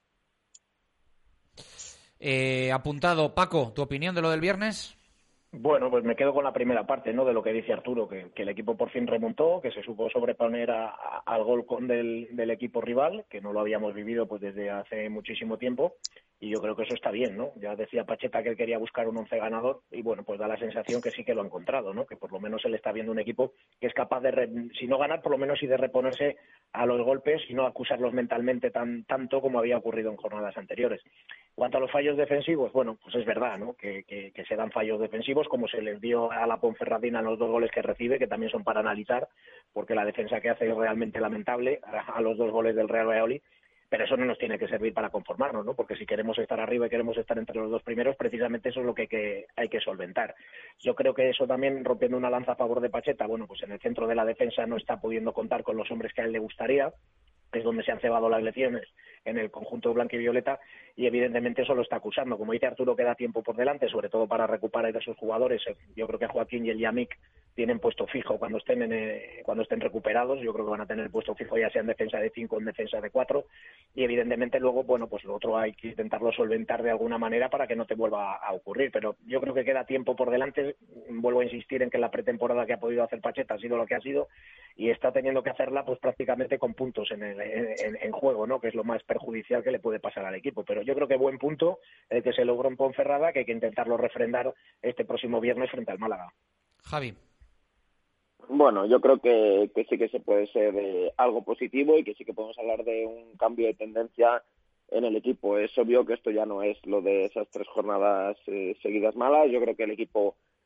Apuntado. Paco, ¿tu opinión de lo del viernes? Bueno, pues me quedo con la primera parte, ¿no? De lo que dice Arturo, que el equipo por fin remontó, que se supo sobreponer al gol del equipo rival, que no lo habíamos vivido pues desde hace muchísimo tiempo, y yo creo que eso está bien, ¿no? Ya decía Pacheta que él quería buscar un 11 ganador, y bueno, pues da la sensación que sí que lo ha encontrado, ¿no? Que por lo menos él está viendo un equipo que es capaz de, si no ganar, por lo menos sí de reponerse a los golpes y no acusarlos mentalmente tanto como había ocurrido en jornadas anteriores. En cuanto a los fallos defensivos, bueno, pues es verdad, ¿no? Que se dan fallos defensivos, como se les dio a la Ponferradina en los 2 goles que recibe, que también son para analizar, porque la defensa que hace es realmente lamentable a los 2 goles del Real Valladolid, pero eso no nos tiene que servir para conformarnos, ¿no? Porque si queremos estar arriba y queremos estar entre los 2 primeros, precisamente eso es lo que hay que solventar. Yo creo que eso también, rompiendo una lanza a favor de Pacheta, bueno, pues en el centro de la defensa no está pudiendo contar con los hombres que a él le gustaría, es donde se han cebado las lecciones en el conjunto blanquivioleta, y evidentemente eso lo está acusando. Como dice Arturo, queda tiempo por delante, sobre todo para recuperar a sus jugadores. Yo creo que Joaquín y el Yamik tienen puesto fijo cuando estén recuperados. Yo creo que van a tener puesto fijo ya sea en defensa de 5 o en defensa de 4, y evidentemente luego, bueno, pues lo otro hay que intentarlo solventar de alguna manera para que no te vuelva a ocurrir, pero yo creo que queda tiempo por delante. Vuelvo a insistir en que la pretemporada que ha podido hacer Pacheta ha sido lo que ha sido, y está teniendo que hacerla pues prácticamente con puntos en juego, ¿no? Que es lo más perjudicial que le puede pasar al equipo. Pero yo creo que buen punto el que se logró en Ponferrada, que hay que intentarlo refrendar este próximo viernes frente al Málaga. Javi. Bueno, yo creo que sí que se puede ser algo positivo y que sí que podemos hablar de un cambio de tendencia en el equipo. Es obvio que esto ya no es lo de esas 3 jornadas seguidas malas. Yo creo que el equipo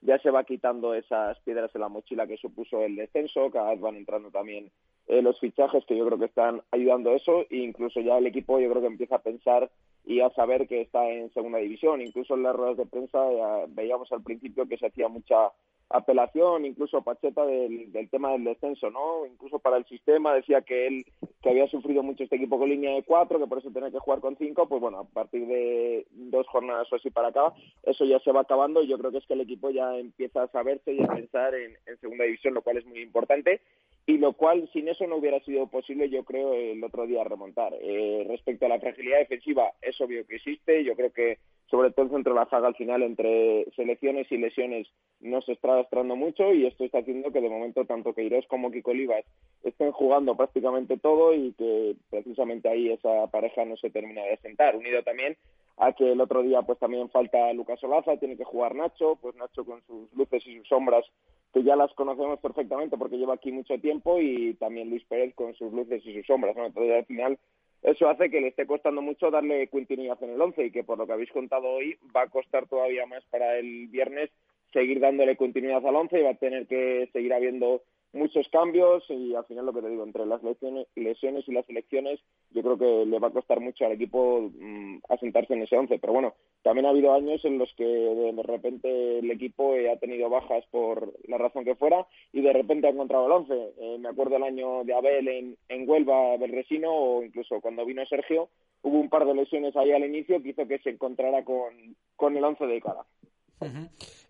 ya se va quitando esas piedras en la mochila que supuso el descenso, cada vez van entrando también los fichajes que yo creo que están ayudando a eso, e incluso ya el equipo yo creo que empieza a pensar y a saber que está en segunda división. Incluso en las ruedas de prensa veíamos al principio que se hacía mucha apelación, incluso Pacheta, del tema del descenso, ¿no? Incluso para el sistema decía que había sufrido mucho este equipo con línea de 4, que por eso tenía que jugar con 5, pues bueno, a partir de 2 jornadas o así para acá, eso ya se va acabando, y yo creo que es que el equipo ya empieza a saberse y a pensar en segunda división, lo cual es muy importante, y lo cual sin eso no hubiera sido posible, yo creo, el otro día remontar. Respecto a la fragilidad defensiva, es obvio que existe, yo creo que sobre todo el centro de la zaga al final, entre selecciones y lesiones, no se está lastrando mucho, y esto está haciendo que de momento tanto Queiroz como Kiko Olivas estén jugando prácticamente todo, y que precisamente ahí esa pareja no se termina de asentar, unido también a que el otro día pues también falta Lucas Olaza, tiene que jugar Nacho, pues Nacho con sus luces y sus sombras, que ya las conocemos perfectamente porque lleva aquí mucho tiempo, y también Luis Pérez con sus luces y sus sombras, ¿no? Entonces al final eso hace que le esté costando mucho darle continuidad en el 11, y que por lo que habéis contado hoy va a costar todavía más para el viernes seguir dándole continuidad al 11, y va a tener que seguir habiendo muchos cambios, y al final lo que te digo, entre las lesiones y las selecciones, yo creo que le va a costar mucho al equipo asentarse en ese 11. Pero bueno, también ha habido años en los que de repente el equipo ha tenido bajas por la razón que fuera, y de repente ha encontrado el 11. Me acuerdo el año de Abel en Huelva, Belresino, o incluso cuando vino Sergio, hubo un par de lesiones ahí al inicio que hizo que se encontrara con el 11 de cara. Uh-huh.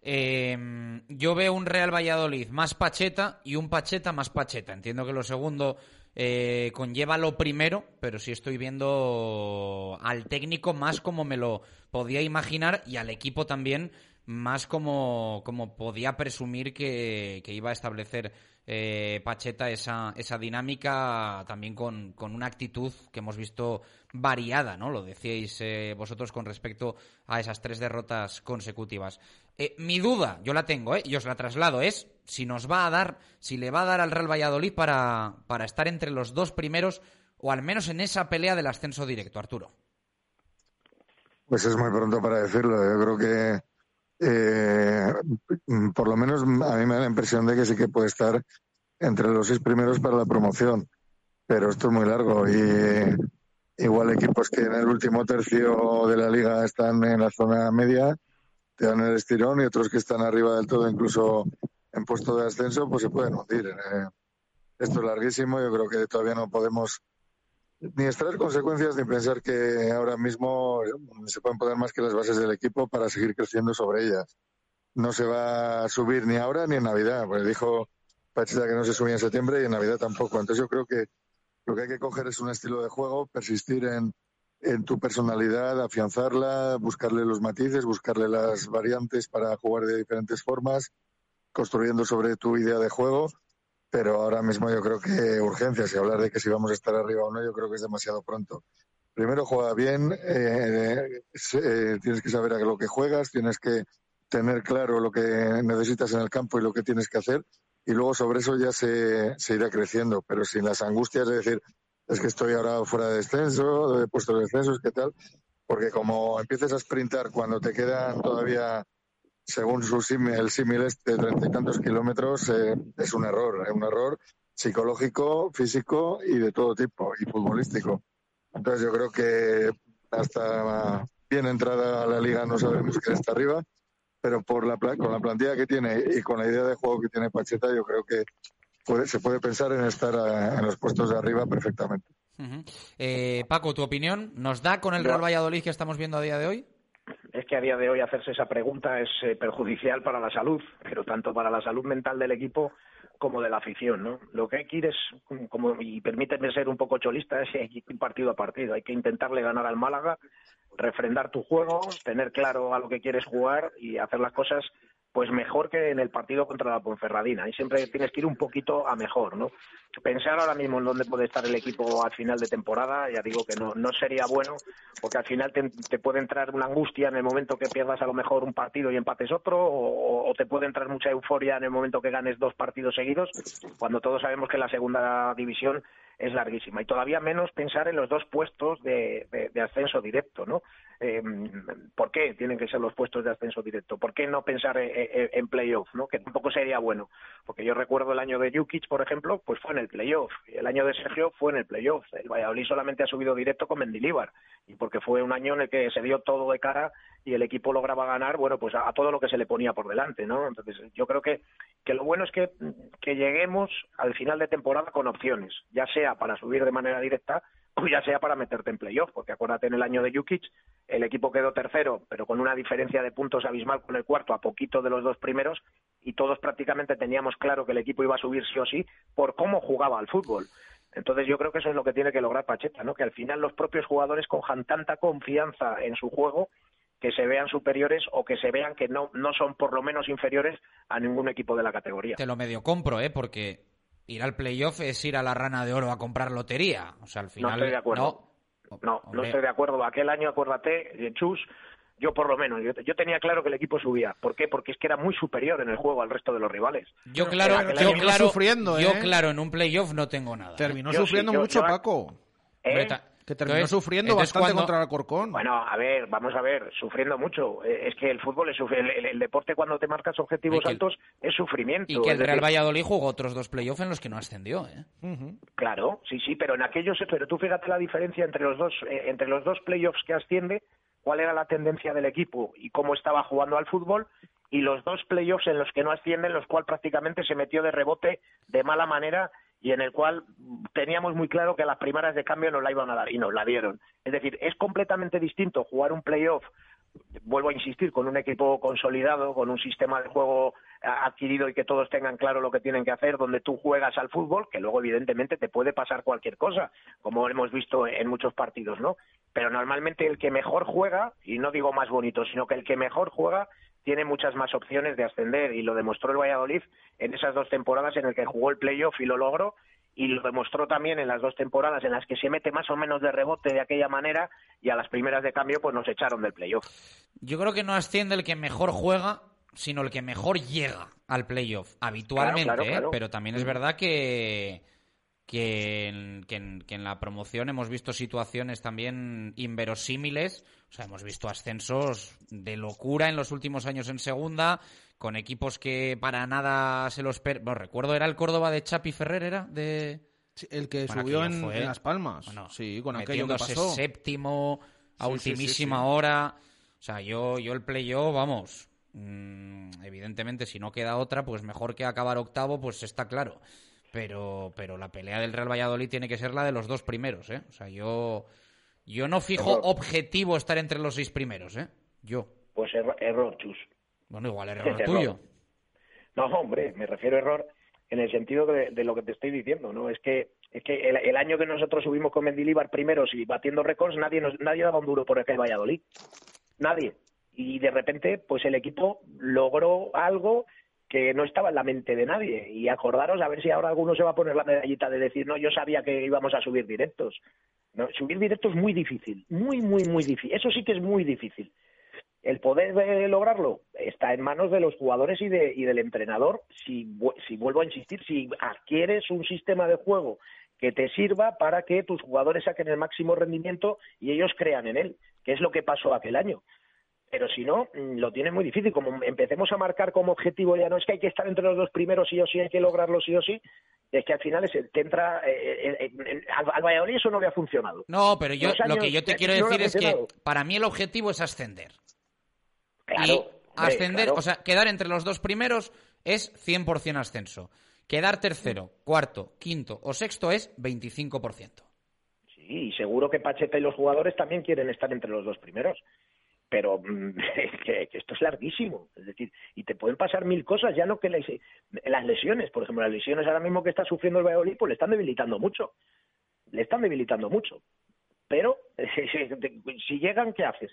Yo veo un Real Valladolid más Pacheta y un Pacheta más Pacheta. Entiendo que lo segundo conlleva lo primero, pero sí estoy viendo al técnico más como me lo podía imaginar, y al equipo también más como podía presumir que iba a establecer Pacheta esa dinámica, también con una actitud que hemos visto variada, ¿no? Lo decíais vosotros con respecto a esas 3 derrotas consecutivas. Mi duda, yo la tengo, y os la traslado, es si le va a dar al Real Valladolid para estar entre los 2 primeros, o al menos en esa pelea del ascenso directo, Arturo. Pues es muy pronto para decirlo. Yo creo que por lo menos a mí me da la impresión de que sí que puede estar entre los 6 primeros para la promoción, pero esto es muy largo, y igual equipos que en el último tercio de la liga están en la zona media te dan el estirón, y otros que están arriba del todo, incluso en puesto de ascenso, pues se pueden hundir. Esto es larguísimo. Yo creo que todavía no podemos ni extraer consecuencias ni pensar que ahora mismo se pueden poner más que las bases del equipo para seguir creciendo sobre ellas. No se va a subir ni ahora ni en Navidad, pues dijo Pacheta que no se subía en septiembre, y en Navidad tampoco. Entonces yo creo que lo que hay que coger es un estilo de juego, persistir en tu personalidad, afianzarla, buscarle los matices, buscarle las variantes para jugar de diferentes formas, construyendo sobre tu idea de juego. Pero ahora mismo yo creo que urgencias, y hablar de que si vamos a estar arriba o no, yo creo que es demasiado pronto. Primero juega bien, tienes que saber a lo que juegas, tienes que tener claro lo que necesitas en el campo y lo que tienes que hacer, y luego sobre eso ya se irá creciendo, pero sin las angustias de decir, es que estoy ahora fuera de descenso, de puesto de descenso, ¿qué tal? Porque como empieces a sprintar cuando te quedan todavía, según el símil de 30 y tantos kilómetros, es un error psicológico, físico y de todo tipo, y futbolístico. Entonces yo creo que hasta bien entrada a la liga no sabemos quién está arriba, pero con la plantilla que tiene y con la idea de juego que tiene Pacheta, yo creo que se puede pensar en estar en los puestos de arriba perfectamente. Uh-huh. Paco, ¿tu opinión nos da con el Real Valladolid que estamos viendo a día de hoy? Es que a día de hoy hacerse esa pregunta es perjudicial para la salud, pero tanto para la salud mental del equipo como de la afición, ¿no? Lo que hay que ir es, y permíteme ser un poco cholista, es ir partido a partido. Hay que intentarle ganar al Málaga, refrendar tu juego, tener claro a lo que quieres jugar y hacer las cosas pues mejor que en el partido contra la Ponferradina. Y siempre tienes que ir un poquito a mejor, ¿no? Pensar ahora mismo en dónde puede estar el equipo al final de temporada, ya digo que no sería bueno, porque al final te puede entrar una angustia en el momento que pierdas a lo mejor un partido y empates otro, o te puede entrar mucha euforia en el momento que ganes 2 partidos seguidos, cuando todos sabemos que la segunda división es larguísima. Y todavía menos pensar en los 2 puestos de ascenso directo, ¿no? ¿Por qué tienen que ser los puestos de ascenso directo? ¿Por qué no pensar en playoff, ¿no? Que tampoco sería bueno, porque yo recuerdo el año de Jukic, por ejemplo, pues fue en el playoff, y el año de Sergio fue en el playoff. El Valladolid solamente ha subido directo con Mendilibar, y porque fue un año en el que se dio todo de cara y el equipo lograba ganar, bueno, pues a todo lo que se le ponía por delante, ¿no? Entonces yo creo que lo bueno es que lleguemos al final de temporada con opciones, ya sea para subir de manera directa o ya sea para meterte en playoff, porque acuérdate, en el año de Jukic el equipo quedó tercero, pero con una diferencia de puntos abismal con el cuarto, a poquito de los dos primeros, y todos prácticamente teníamos claro que el equipo iba a subir sí o sí por cómo jugaba al fútbol. Entonces yo creo que eso es lo que tiene que lograr Pacheta, ¿no? Que al final los propios jugadores cojan tanta confianza en su juego que se vean superiores o que se vean que no son por lo menos inferiores a ningún equipo de la categoría. Te lo medio compro, porque ir al playoff es ir a la Rana de Oro a comprar lotería. O sea, al final... No estoy de acuerdo. No estoy de acuerdo. Aquel año, acuérdate, Chus, yo por lo menos, yo tenía claro que el equipo subía. ¿Por qué? Porque es que era muy superior en el juego al resto de los rivales. Yo claro, en un playoff no tengo nada. Terminó sufriendo mucho, Paco. Que terminó sufriendo bastante contra el Alcorcón. Bueno, vamos a ver, sufriendo mucho. Es que el fútbol es el deporte, cuando te marcas objetivos altos, es sufrimiento. Y que el Real Valladolid jugó otros 2 playoffs en los que no ascendió, Claro, sí, pero en aquellos, pero tú fíjate la diferencia entre los dos playoffs que asciende, cuál era la tendencia del equipo y cómo estaba jugando al fútbol, y los 2 playoffs en los que no ascienden, los cuales prácticamente se metió de rebote de mala manera, y en el cual teníamos muy claro que a las primeras de cambio nos la iban a dar, y nos la dieron. Es decir, es completamente distinto jugar un playoff, vuelvo a insistir, con un equipo consolidado, con un sistema de juego adquirido y que todos tengan claro lo que tienen que hacer, donde tú juegas al fútbol, que luego evidentemente te puede pasar cualquier cosa, como hemos visto en muchos partidos, ¿no? Pero normalmente el que mejor juega, y no digo más bonito, sino que el que mejor juega tiene muchas más opciones de ascender, y lo demostró el Valladolid en esas 2 temporadas en el que jugó el playoff y lo logró, y lo demostró también en las 2 temporadas en las que se mete más o menos de rebote de aquella manera, y a las primeras de cambio pues nos echaron del playoff. Yo creo que no asciende el que mejor juega, sino el que mejor llega al playoff, habitualmente, claro. Pero también es verdad que en la promoción hemos visto situaciones también inverosímiles. O sea, hemos visto ascensos de locura en los últimos años en segunda, con equipos que para nada se los... recuerdo, era el Córdoba de Chapi Ferrer, ¿era? Sí, el que subió en Las Palmas. Bueno, sí, con aquello que pasó. Séptimo, a ultimísima hora. O sea, yo el playoff, vamos... evidentemente, si no queda otra, pues mejor que acabar octavo, pues está claro. Pero la pelea del Real Valladolid tiene que ser la de los 2 primeros, O sea, yo no fijo objetivo estar entre los 6 primeros, Yo. Pues error, Chus. Bueno, igual error tuyo. No, hombre, me refiero a error en el sentido de lo que te estoy diciendo, ¿no? Es que el año que nosotros subimos con Mendilibar primeros y batiendo récords, nadie daba un duro por aquel Valladolid. Nadie. Y de repente, pues el equipo logró algo que no estaba en la mente de nadie, y acordaros a ver si ahora alguno se va a poner la medallita de decir, no, yo sabía que íbamos a subir directos. No, subir directos es muy difícil, muy difícil, eso sí que es muy difícil. El poder lograrlo está en manos de los jugadores y del entrenador, si vuelvo a insistir, si adquieres un sistema de juego que te sirva para que tus jugadores saquen el máximo rendimiento y ellos crean en él, que es lo que pasó aquel año. Pero si no, lo tiene muy difícil. Como empecemos a marcar como objetivo, ya no es que hay que estar entre los 2 primeros sí o sí, hay que lograrlo sí o sí, es que al final te entra... al Valladolid eso no le ha funcionado. No, pero lo que yo te quiero decir es que para mí el objetivo es ascender. Claro. Y ascender, claro. O sea, quedar entre los 2 primeros es 100% ascenso. Quedar tercero, cuarto, quinto o sexto es 25%. Sí, y seguro que Pacheta y los jugadores también quieren estar entre los 2 primeros. Pero es que esto es larguísimo, es decir, y te pueden pasar 1000 cosas, ya no que las lesiones, por ejemplo, las lesiones ahora mismo que está sufriendo el Valladolid, pues le están debilitando mucho, pero si llegan, ¿qué haces?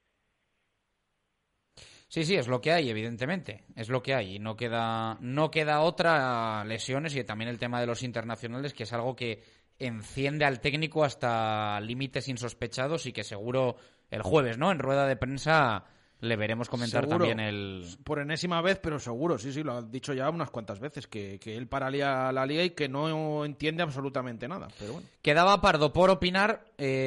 Sí, es lo que hay, evidentemente, es lo que hay, y no queda otra, lesiones, y también el tema de los internacionales, que es algo que enciende al técnico hasta límites insospechados, y que seguro el jueves, ¿no?, en rueda de prensa le veremos comentar Seguro, también el... por enésima vez, pero seguro, sí, lo ha dicho ya unas cuantas veces, que él paralía la liga y que no entiende absolutamente nada, pero bueno. Quedaba Pardo por opinar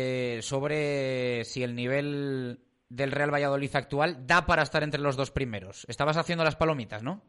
sobre si el nivel del Real Valladolid actual da para estar entre los 2 primeros. Estabas haciendo las palomitas, ¿no?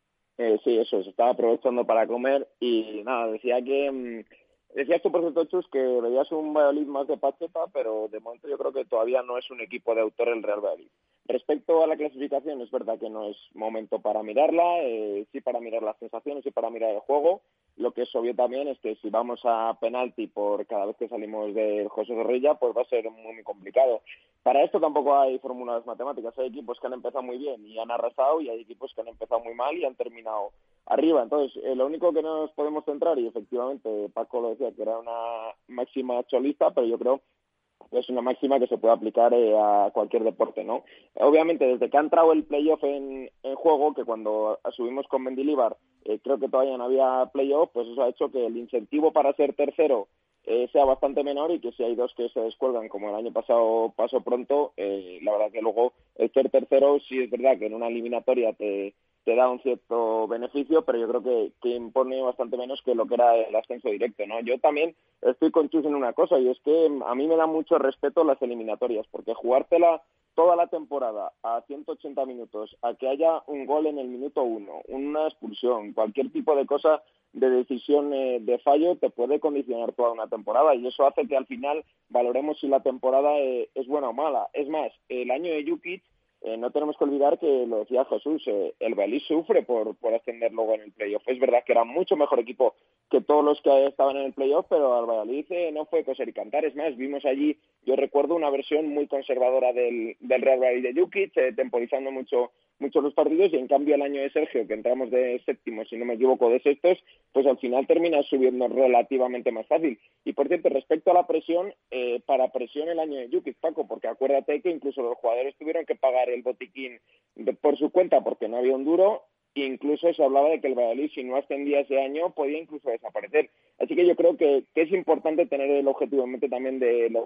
Sí, eso, se estaba aprovechando para comer y nada, decía que... Decías tú, por cierto, Chus, que veías un Valladolid más de Pacheta, pero de momento yo creo que todavía no es un equipo de autor el Real Valladolid. Respecto a la clasificación, es verdad que no es momento para mirarla, sí para mirar las sensaciones, sí para mirar el juego. Lo que es obvio también es que si vamos a penalti por cada vez que salimos del José Zorrilla, pues va a ser muy, muy complicado. Para esto tampoco hay fórmulas matemáticas. Hay equipos que han empezado muy bien y han arrasado, y hay equipos que han empezado muy mal y han terminado arriba. Entonces, lo único que nos podemos centrar, y efectivamente Paco lo decía, que era una máxima cholista, pero yo creo que es una máxima que se puede aplicar a cualquier deporte, ¿no? Obviamente, desde que ha entrado el playoff en juego, que cuando subimos con Mendilibar, creo que todavía no había playoff, pues eso ha hecho que el incentivo para ser tercero sea bastante menor, y que si hay 2 que se descuelgan, como el año pasado pasó pronto, la verdad que luego el ser tercero sí es verdad que en una eliminatoria te da un cierto beneficio, pero yo creo que impone bastante menos que lo que era el ascenso directo, ¿no? Yo también estoy con Chus en una cosa, y es que a mí me da mucho respeto las eliminatorias, porque jugártela toda la temporada a 180 minutos, a que haya un gol en el minuto 1, una expulsión, cualquier tipo de cosa de decisión de fallo te puede condicionar toda una temporada, y eso hace que al final valoremos si la temporada es buena o mala. Es más, el año de Jukic, no tenemos que olvidar que, lo decía Jesús, el Valladolid sufre por ascender luego en el playoff. Es verdad que era mucho mejor equipo que todos los que estaban en el playoff, pero al Valladolid no fue coser y cantar. Es más, vimos allí, yo recuerdo una versión muy conservadora del Real Valladolid de Jukic, temporizando mucho los partidos, y en cambio el año de Sergio, que entramos de séptimo, si no me equivoco, de sextos, pues al final termina subiendo relativamente más fácil. Y por cierto, respecto a la presión, para presión el año de Jukic, Paco, porque acuérdate que incluso los jugadores tuvieron que pagar el botiquín por su cuenta porque no había un duro, e incluso se hablaba de que el Valladolid, si no ascendía ese año, podía incluso desaparecer. Así que yo creo que es importante tener el objetivo en mente también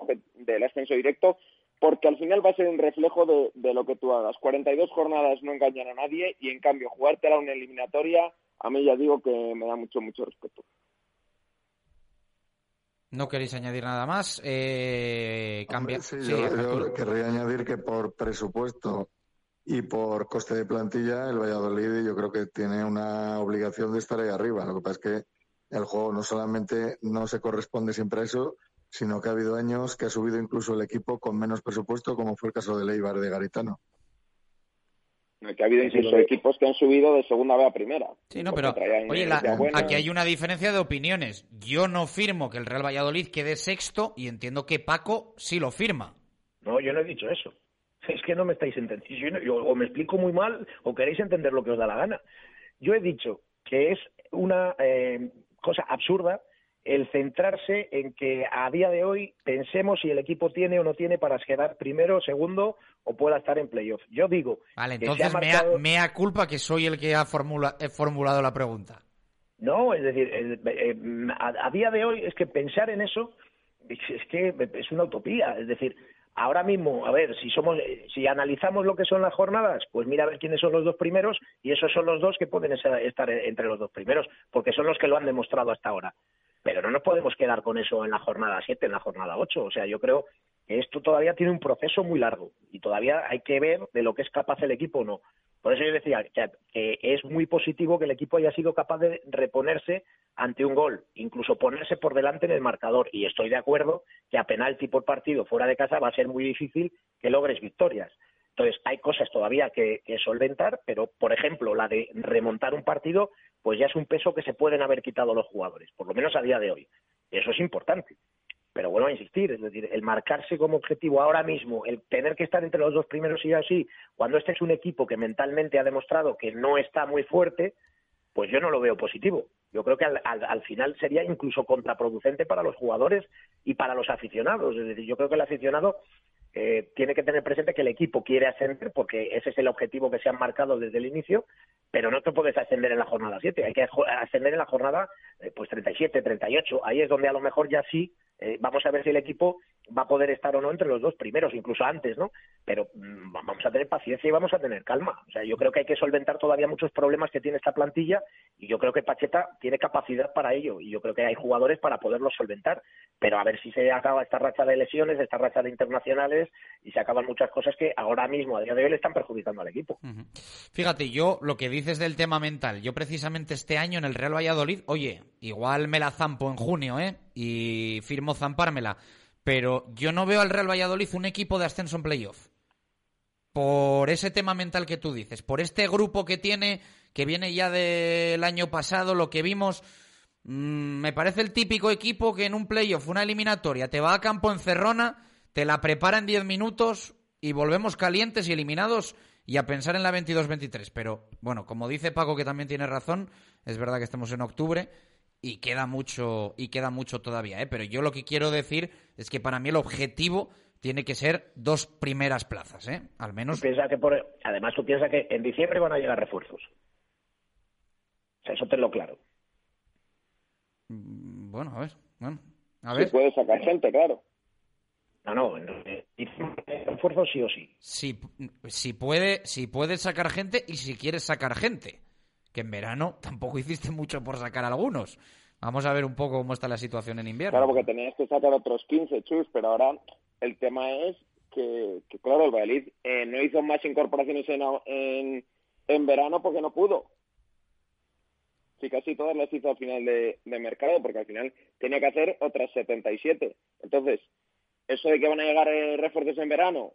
del ascenso directo, porque al final va a ser un reflejo de lo que tú hagas. 42 jornadas no engañan a nadie, y en cambio jugártela una eliminatoria, a mí ya digo que me da mucho, mucho respeto. ¿No queréis añadir nada más? Cambia. Yo querría añadir que por presupuesto y por coste de plantilla, el Valladolid yo creo que tiene una obligación de estar ahí arriba. Lo que pasa es que el juego no solamente no se corresponde siempre a eso, sino que ha habido años que ha subido incluso el equipo con menos presupuesto, como fue el caso de Eibar de Garitano. Que ha habido incluso equipos que han subido de segunda B a primera. Sí, no, pero oye, aquí hay una diferencia de opiniones. Yo no firmo que el Real Valladolid quede sexto, y entiendo que Paco sí lo firma. No, yo no he dicho eso. Es que no me estáis entendiendo. Yo o me explico muy mal, o queréis entender lo que os da la gana. Yo he dicho que es una cosa absurda el centrarse en que a día de hoy pensemos si el equipo tiene o no tiene para quedar primero, segundo, o pueda estar en playoff. Yo digo... Vale, entonces mea culpa que soy el que ha formulado la pregunta. No, es decir, a día de hoy es que pensar en eso es que es una utopía. Es decir, ahora mismo, a ver, si analizamos lo que son las jornadas, pues mira a ver quiénes son los 2 primeros, y esos son los 2 que pueden estar entre los 2 primeros, porque son los que lo han demostrado hasta ahora. Pero no nos podemos quedar con eso en la jornada 7, en la jornada 8. O sea, yo creo que esto todavía tiene un proceso muy largo, y todavía hay que ver de lo que es capaz el equipo o no. Por eso yo decía que es muy positivo que el equipo haya sido capaz de reponerse ante un gol, incluso ponerse por delante en el marcador. Y estoy de acuerdo que a penalti por partido fuera de casa va a ser muy difícil que logres victorias. Entonces, hay cosas todavía que solventar, pero, por ejemplo, la de remontar un partido, pues ya es un peso que se pueden haber quitado los jugadores, por lo menos a día de hoy. Eso es importante. Pero bueno, a insistir, es decir, el marcarse como objetivo ahora mismo, el tener que estar entre los 2 primeros y así, cuando este es un equipo que mentalmente ha demostrado que no está muy fuerte, pues yo no lo veo positivo. Yo creo que al final sería incluso contraproducente para los jugadores y para los aficionados. Es decir, yo creo que el aficionado tiene que tener presente que el equipo quiere ascender, porque ese es el objetivo que se han marcado desde el inicio, pero no te puedes ascender en la jornada 7, hay que ascender en la jornada pues 37, 38, ahí es donde a lo mejor ya sí vamos a ver si el equipo va a poder estar o no entre los 2 primeros, incluso antes, ¿no? Pero vamos a tener paciencia y vamos a tener calma. O sea, yo creo que hay que solventar todavía muchos problemas que tiene esta plantilla y yo creo que Pacheta tiene capacidad para ello y yo creo que hay jugadores para poderlos solventar. Pero a ver si se acaba esta racha de lesiones, esta racha de internacionales y se acaban muchas cosas que ahora mismo, a día de hoy, le están perjudicando al equipo. Fíjate, yo lo que dices del tema mental, yo precisamente este año en el Real Valladolid, oye, igual me la zampo en junio, y firmo zampármela, pero yo no veo al Real Valladolid un equipo de ascenso en playoff. Por ese tema mental que tú dices, por este grupo que tiene, que viene ya del año pasado, lo que vimos, me parece el típico equipo que en un playoff, una eliminatoria, te va a campo encerrona, te la prepara en 10 minutos y volvemos calientes y eliminados y a pensar en la 22-23. Pero, bueno, como dice Paco, que también tiene razón, es verdad que estamos en octubre y queda mucho todavía, Pero yo lo que quiero decir es que para mí el objetivo tiene que ser 2 primeras plazas, Al menos. Además, tú piensas que en diciembre van a llegar refuerzos. O sea, eso tenlo claro. Bueno, a ver. Se puede sacar gente, claro. No, refuerzos sí o sí. Si puedes sacar gente y si quieres sacar gente. Que en verano tampoco hiciste mucho por sacar algunos. Vamos a ver un poco cómo está la situación en invierno. Claro, porque tenías que sacar otros 15, Chus, pero ahora el tema es que claro, el Valladolid no hizo más incorporaciones en verano porque no pudo. Sí, casi todas las hizo al final de mercado, porque al final tenía que hacer otras 77. Entonces, eso de que van a llegar refuerzos en verano,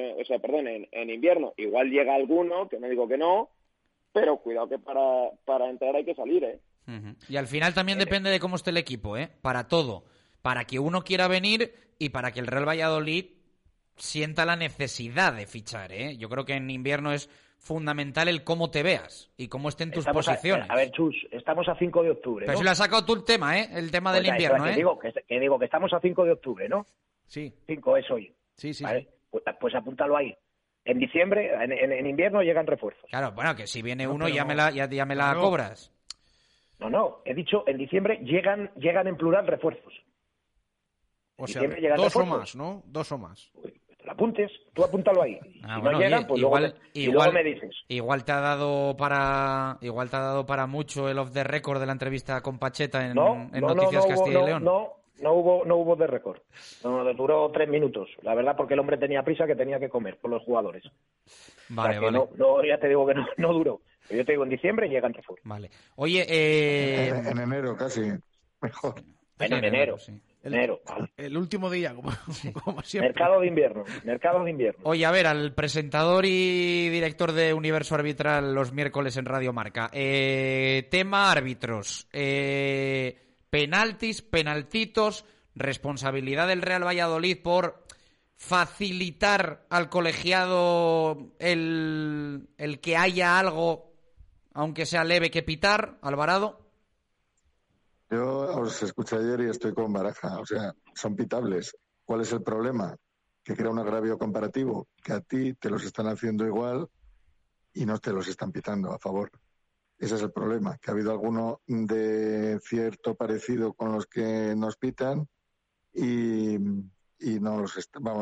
en invierno, igual llega alguno, que no digo que no, pero cuidado que para entrar hay que salir, Y al final también depende de cómo esté el equipo, Para todo. Para que uno quiera venir y para que el Real Valladolid sienta la necesidad de fichar, Yo creo que en invierno es fundamental el cómo te veas y cómo estén tus posiciones. A ver, Chus, estamos a 5 de octubre, Pero ¿no? si lo has sacado tú el tema, El tema del invierno, Que digo que estamos a 5 de octubre, ¿no? Sí. 5 es hoy. Sí. ¿Vale? Pues apúntalo ahí. En diciembre, en invierno llegan refuerzos. Claro, bueno, que si viene uno ya me la cobras. No, he dicho en diciembre llegan en plural refuerzos. O sea, 2 o más, ¿no? 2 o más. Lo apuntes, tú apúntalo ahí. Si no llegan, pues luego me dices. Igual te ha dado para mucho el off the record de la entrevista con Pacheta en Noticias Castilla y León. No hubo de récord. No, duró 3 minutos. La verdad, porque el hombre tenía prisa, que tenía que comer por los jugadores. Vale, o sea, vale. No, ya te digo que no duró. Pero yo te digo, en diciembre llegan refuerzos. Vale. Oye, en enero casi, mejor. En enero. Sí. Enero. El último día, como siempre. Mercado de invierno. Oye, a ver, al presentador y director de Universo Arbitral los miércoles en Radio Marca. Tema árbitros. Penaltis, penaltitos, responsabilidad del Real Valladolid por facilitar al colegiado el que haya algo, aunque sea leve, que pitar, Alvarado. Yo os escuché ayer y estoy con Baraja, o sea, son pitables. ¿Cuál es el problema? Que crea un agravio comparativo, que a ti te los están haciendo igual y no te los están pitando a favor. Ese es el problema, que ha habido alguno de cierto parecido con los que nos pitan y los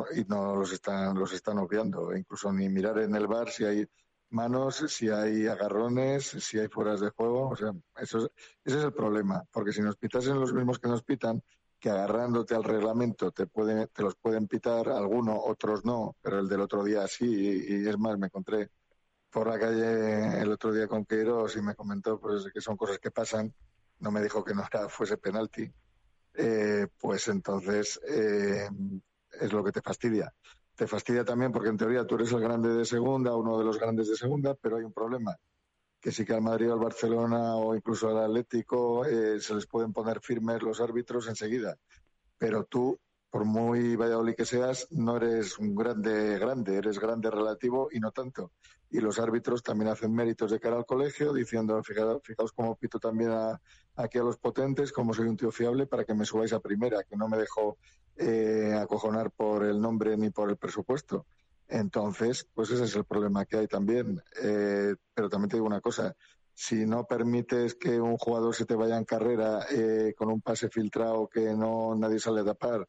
están obviando, incluso ni mirar en el VAR si hay manos, si hay agarrones, si hay fueras de juego, o sea, ese es el problema, porque si nos pitasen los mismos que nos pitan, que agarrándote al reglamento te los pueden pitar, algunos, otros no, pero el del otro día sí, y es más, me encontré por la calle el otro día con Queiroz y me comentó pues que son cosas que pasan, no me dijo que no fuese penalti, pues entonces es lo que te fastidia. Te fastidia también porque en teoría tú eres el grande de segunda, uno de los grandes de segunda, pero hay un problema, que sí que al Madrid o al Barcelona o incluso al Atlético se les pueden poner firmes los árbitros enseguida, pero tú, por muy Valladolid que seas, no eres un grande, eres grande relativo y no tanto. Y los árbitros también hacen méritos de cara al colegio, diciendo, fijaos cómo pito también aquí a los potentes, como soy un tío fiable, para que me subáis a primera, que no me dejo acojonar por el nombre ni por el presupuesto. Entonces, pues ese es el problema que hay también. Pero también te digo una cosa, si no permites que un jugador se te vaya en carrera con un pase filtrado que nadie sale a tapar,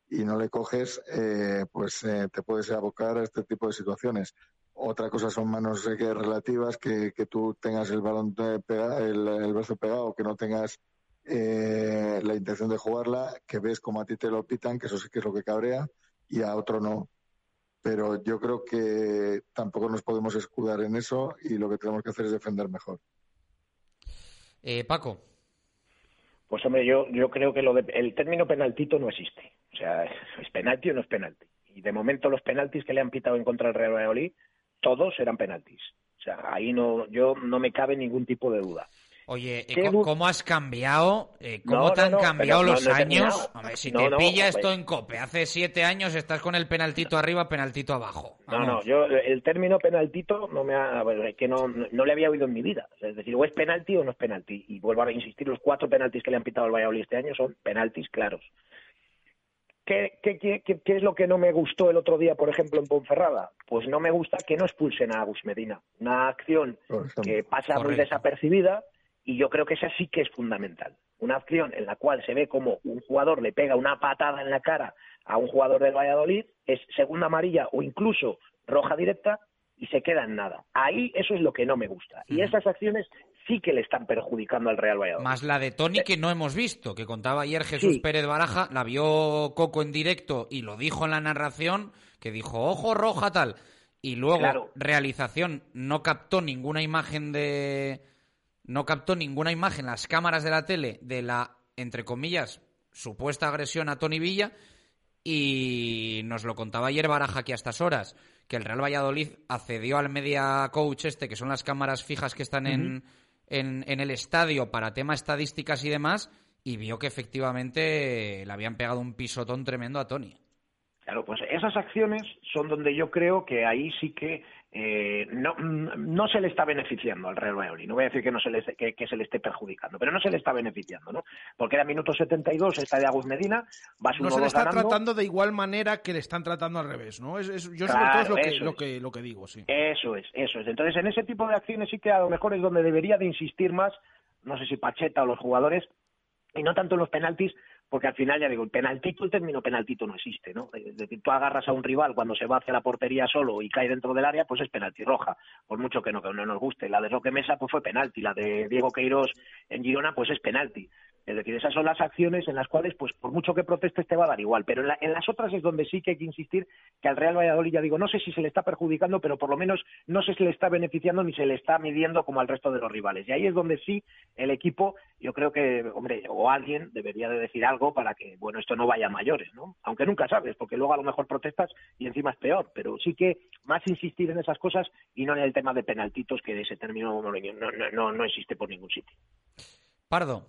y no le coges, pues te puedes abocar a este tipo de situaciones. Otra cosa son manos relativas, que tú tengas el balón el brazo pegado, que no tengas la intención de jugarla, que ves como a ti te lo pitan, que eso sí que es lo que cabrea, y a otro no. Pero yo creo que tampoco nos podemos escudar en eso y lo que tenemos que hacer es defender mejor. Paco. Pues hombre, yo creo que el término penaltito no existe. O sea, ¿es penalti o no es penalti? Y de momento los penaltis que le han pitado en contra del Real Valladolid, todos eran penaltis. O sea, ahí no me cabe ningún tipo de duda. Oye, ¿cómo has cambiado? ¿Cómo te han cambiado los años? Hombre, si te pilla esto en COPE, hace 7 años estás con el penaltito arriba, penaltito abajo. Vamos. Yo el término penaltito no le había oído en mi vida. Es decir, o es penalti o no es penalti. Y vuelvo a insistir, los 4 penaltis que le han pitado al Valladolid este año son penaltis claros. ¿Qué es lo que no me gustó el otro día, por ejemplo, en Ponferrada? Pues no me gusta que no expulsen a Agus Medina. Una acción que pasa muy desapercibida. Y yo creo que esa sí que es fundamental. Una acción en la cual se ve como un jugador le pega una patada en la cara a un jugador del Valladolid, es segunda amarilla o incluso roja directa y se queda en nada. Ahí eso es lo que no me gusta. Y esas acciones sí que le están perjudicando al Real Valladolid. Más la de Toni que no hemos visto, que contaba ayer Jesús Pérez Baraja, la vio Coco en directo y lo dijo en la narración, que dijo, ojo, roja, tal. Y luego, realización, no captó ninguna imagen las cámaras de la tele de la, entre comillas, supuesta agresión a Toni Villa, y nos lo contaba ayer Baraja aquí a estas horas, que el Real Valladolid accedió al media coach que son las cámaras fijas que están en el estadio para tema estadísticas y demás, y vio que efectivamente le habían pegado un pisotón tremendo a Toni. Claro, pues esas acciones son donde yo creo que ahí sí que no se le está beneficiando al Real Valladolid. No voy a decir que se le esté perjudicando, pero no se le está beneficiando, ¿no? Porque era minuto 72, está de Agus Medina, vas 1-2 no se le está ganando. tratando de igual manera que le están tratando al revés, ¿no? Yo sobre todo es lo que digo, sí. Eso es. Entonces, en ese tipo de acciones sí que a lo mejor es donde debería de insistir más, no sé si Pacheta o los jugadores, y no tanto en los penaltis, porque al final, ya digo, el término penaltito no existe, ¿no? Es decir, tú agarras a un rival cuando se va hacia la portería solo y cae dentro del área, pues es penalti roja, por mucho que no nos guste. La de Roque Mesa, pues fue penalti, la de Diego Queiroz en Girona, pues es penalti. Es decir, esas son las acciones en las cuales, pues por mucho que protestes te va a dar igual, pero en las otras es donde sí que hay que insistir que al Real Valladolid, ya digo, no sé si se le está perjudicando, pero por lo menos no sé si le está beneficiando ni se le está midiendo como al resto de los rivales. Y ahí es donde sí el equipo, yo creo que, hombre, o alguien debería de decir algo para que, bueno, esto no vaya a mayores, ¿no? Aunque nunca sabes, porque luego a lo mejor protestas y encima es peor, pero sí que más insistir en esas cosas y no en el tema de penaltitos, que ese término no existe por ningún sitio. Pardo.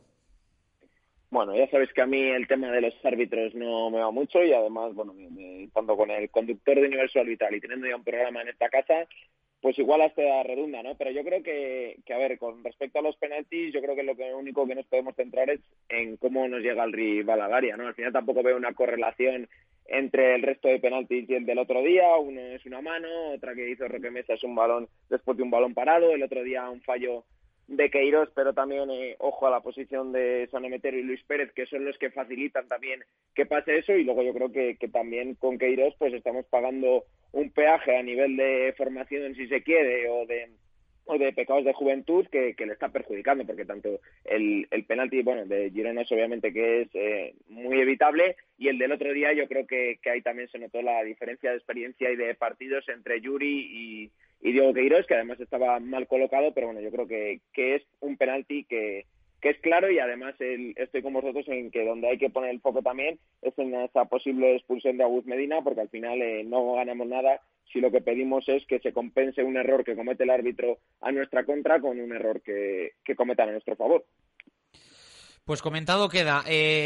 Bueno, ya sabéis que a mí el tema de los árbitros no me va mucho y además, bueno, tanto con el conductor de Universo Arbitral y teniendo ya un programa en esta casa, pues igual hasta redunda, ¿no? Pero yo creo que a ver, con respecto a los penaltis, yo creo que lo único que nos podemos centrar es en cómo nos llega el rival al área, ¿no? Al final tampoco veo una correlación entre el resto de penaltis y el del otro día. Uno es una mano, otra que hizo Roque Mesa es un balón después de un balón parado, el otro día un fallo de Queiroz, pero también ojo a la posición de San Emeterio y Luis Pérez, que son los que facilitan también que pase eso, y luego yo creo que también con Queiroz pues estamos pagando un peaje a nivel de formación, si se quiere, o de pecados de juventud que le está perjudicando, porque tanto el penalti, bueno, de Girona es obviamente que es muy evitable, y el del otro día yo creo que ahí también se notó la diferencia de experiencia y de partidos entre Yuri y Diego Queiroz, que además estaba mal colocado, pero bueno, yo creo que es un penalti que es claro, y además estoy con vosotros en que donde hay que poner el foco también es en esa posible expulsión de Agus Medina, porque al final no ganamos nada si lo que pedimos es que se compense un error que comete el árbitro a nuestra contra con un error que cometa a nuestro favor. Pues comentado queda.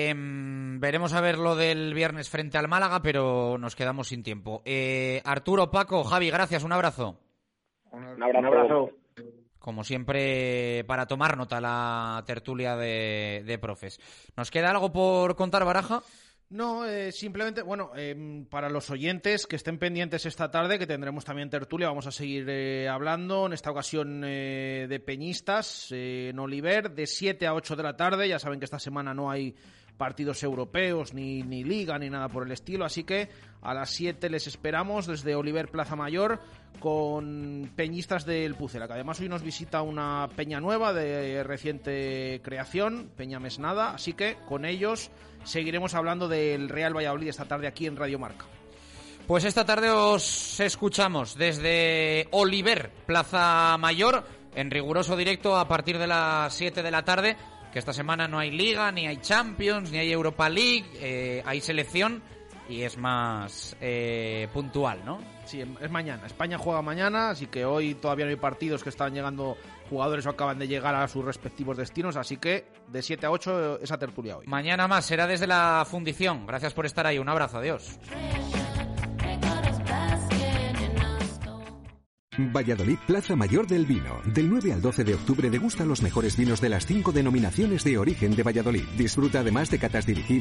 Veremos a ver lo del viernes frente al Málaga, pero nos quedamos sin tiempo. Arturo, Paco, Javi, gracias, un abrazo. Un abrazo. Como siempre, para tomar nota la tertulia de profes. ¿Nos queda algo por contar, Baraja? No, simplemente, bueno, para los oyentes que estén pendientes esta tarde, que tendremos también tertulia, vamos a seguir hablando, en esta ocasión de peñistas, en Oliver, de 7 a 8 de la tarde. Ya saben que esta semana no hay partidos europeos, ni liga, ni nada por el estilo, así que a las 7 les esperamos desde Oliver Plaza Mayor con peñistas del Pucela, que además hoy nos visita una peña nueva de reciente creación, Peña Mesnada, así que con ellos seguiremos hablando del Real Valladolid esta tarde aquí en Radio Marca. Pues esta tarde os escuchamos desde Oliver Plaza Mayor en riguroso directo a partir de las 7 de la tarde, que esta semana no hay Liga, ni hay Champions, ni hay Europa League, hay selección y es más puntual, ¿no? Sí, es mañana. España juega mañana, así que hoy todavía no hay partidos, que están llegando jugadores o acaban de llegar a sus respectivos destinos, así que de 7 a 8 esa tertulia hoy. Mañana más, será desde la fundición. Gracias por estar ahí, un abrazo, adiós. Valladolid, Plaza Mayor del Vino. Del 9 al 12 de octubre degusta los mejores vinos de las 5 denominaciones de origen de Valladolid. Disfruta además de catas dirigidas,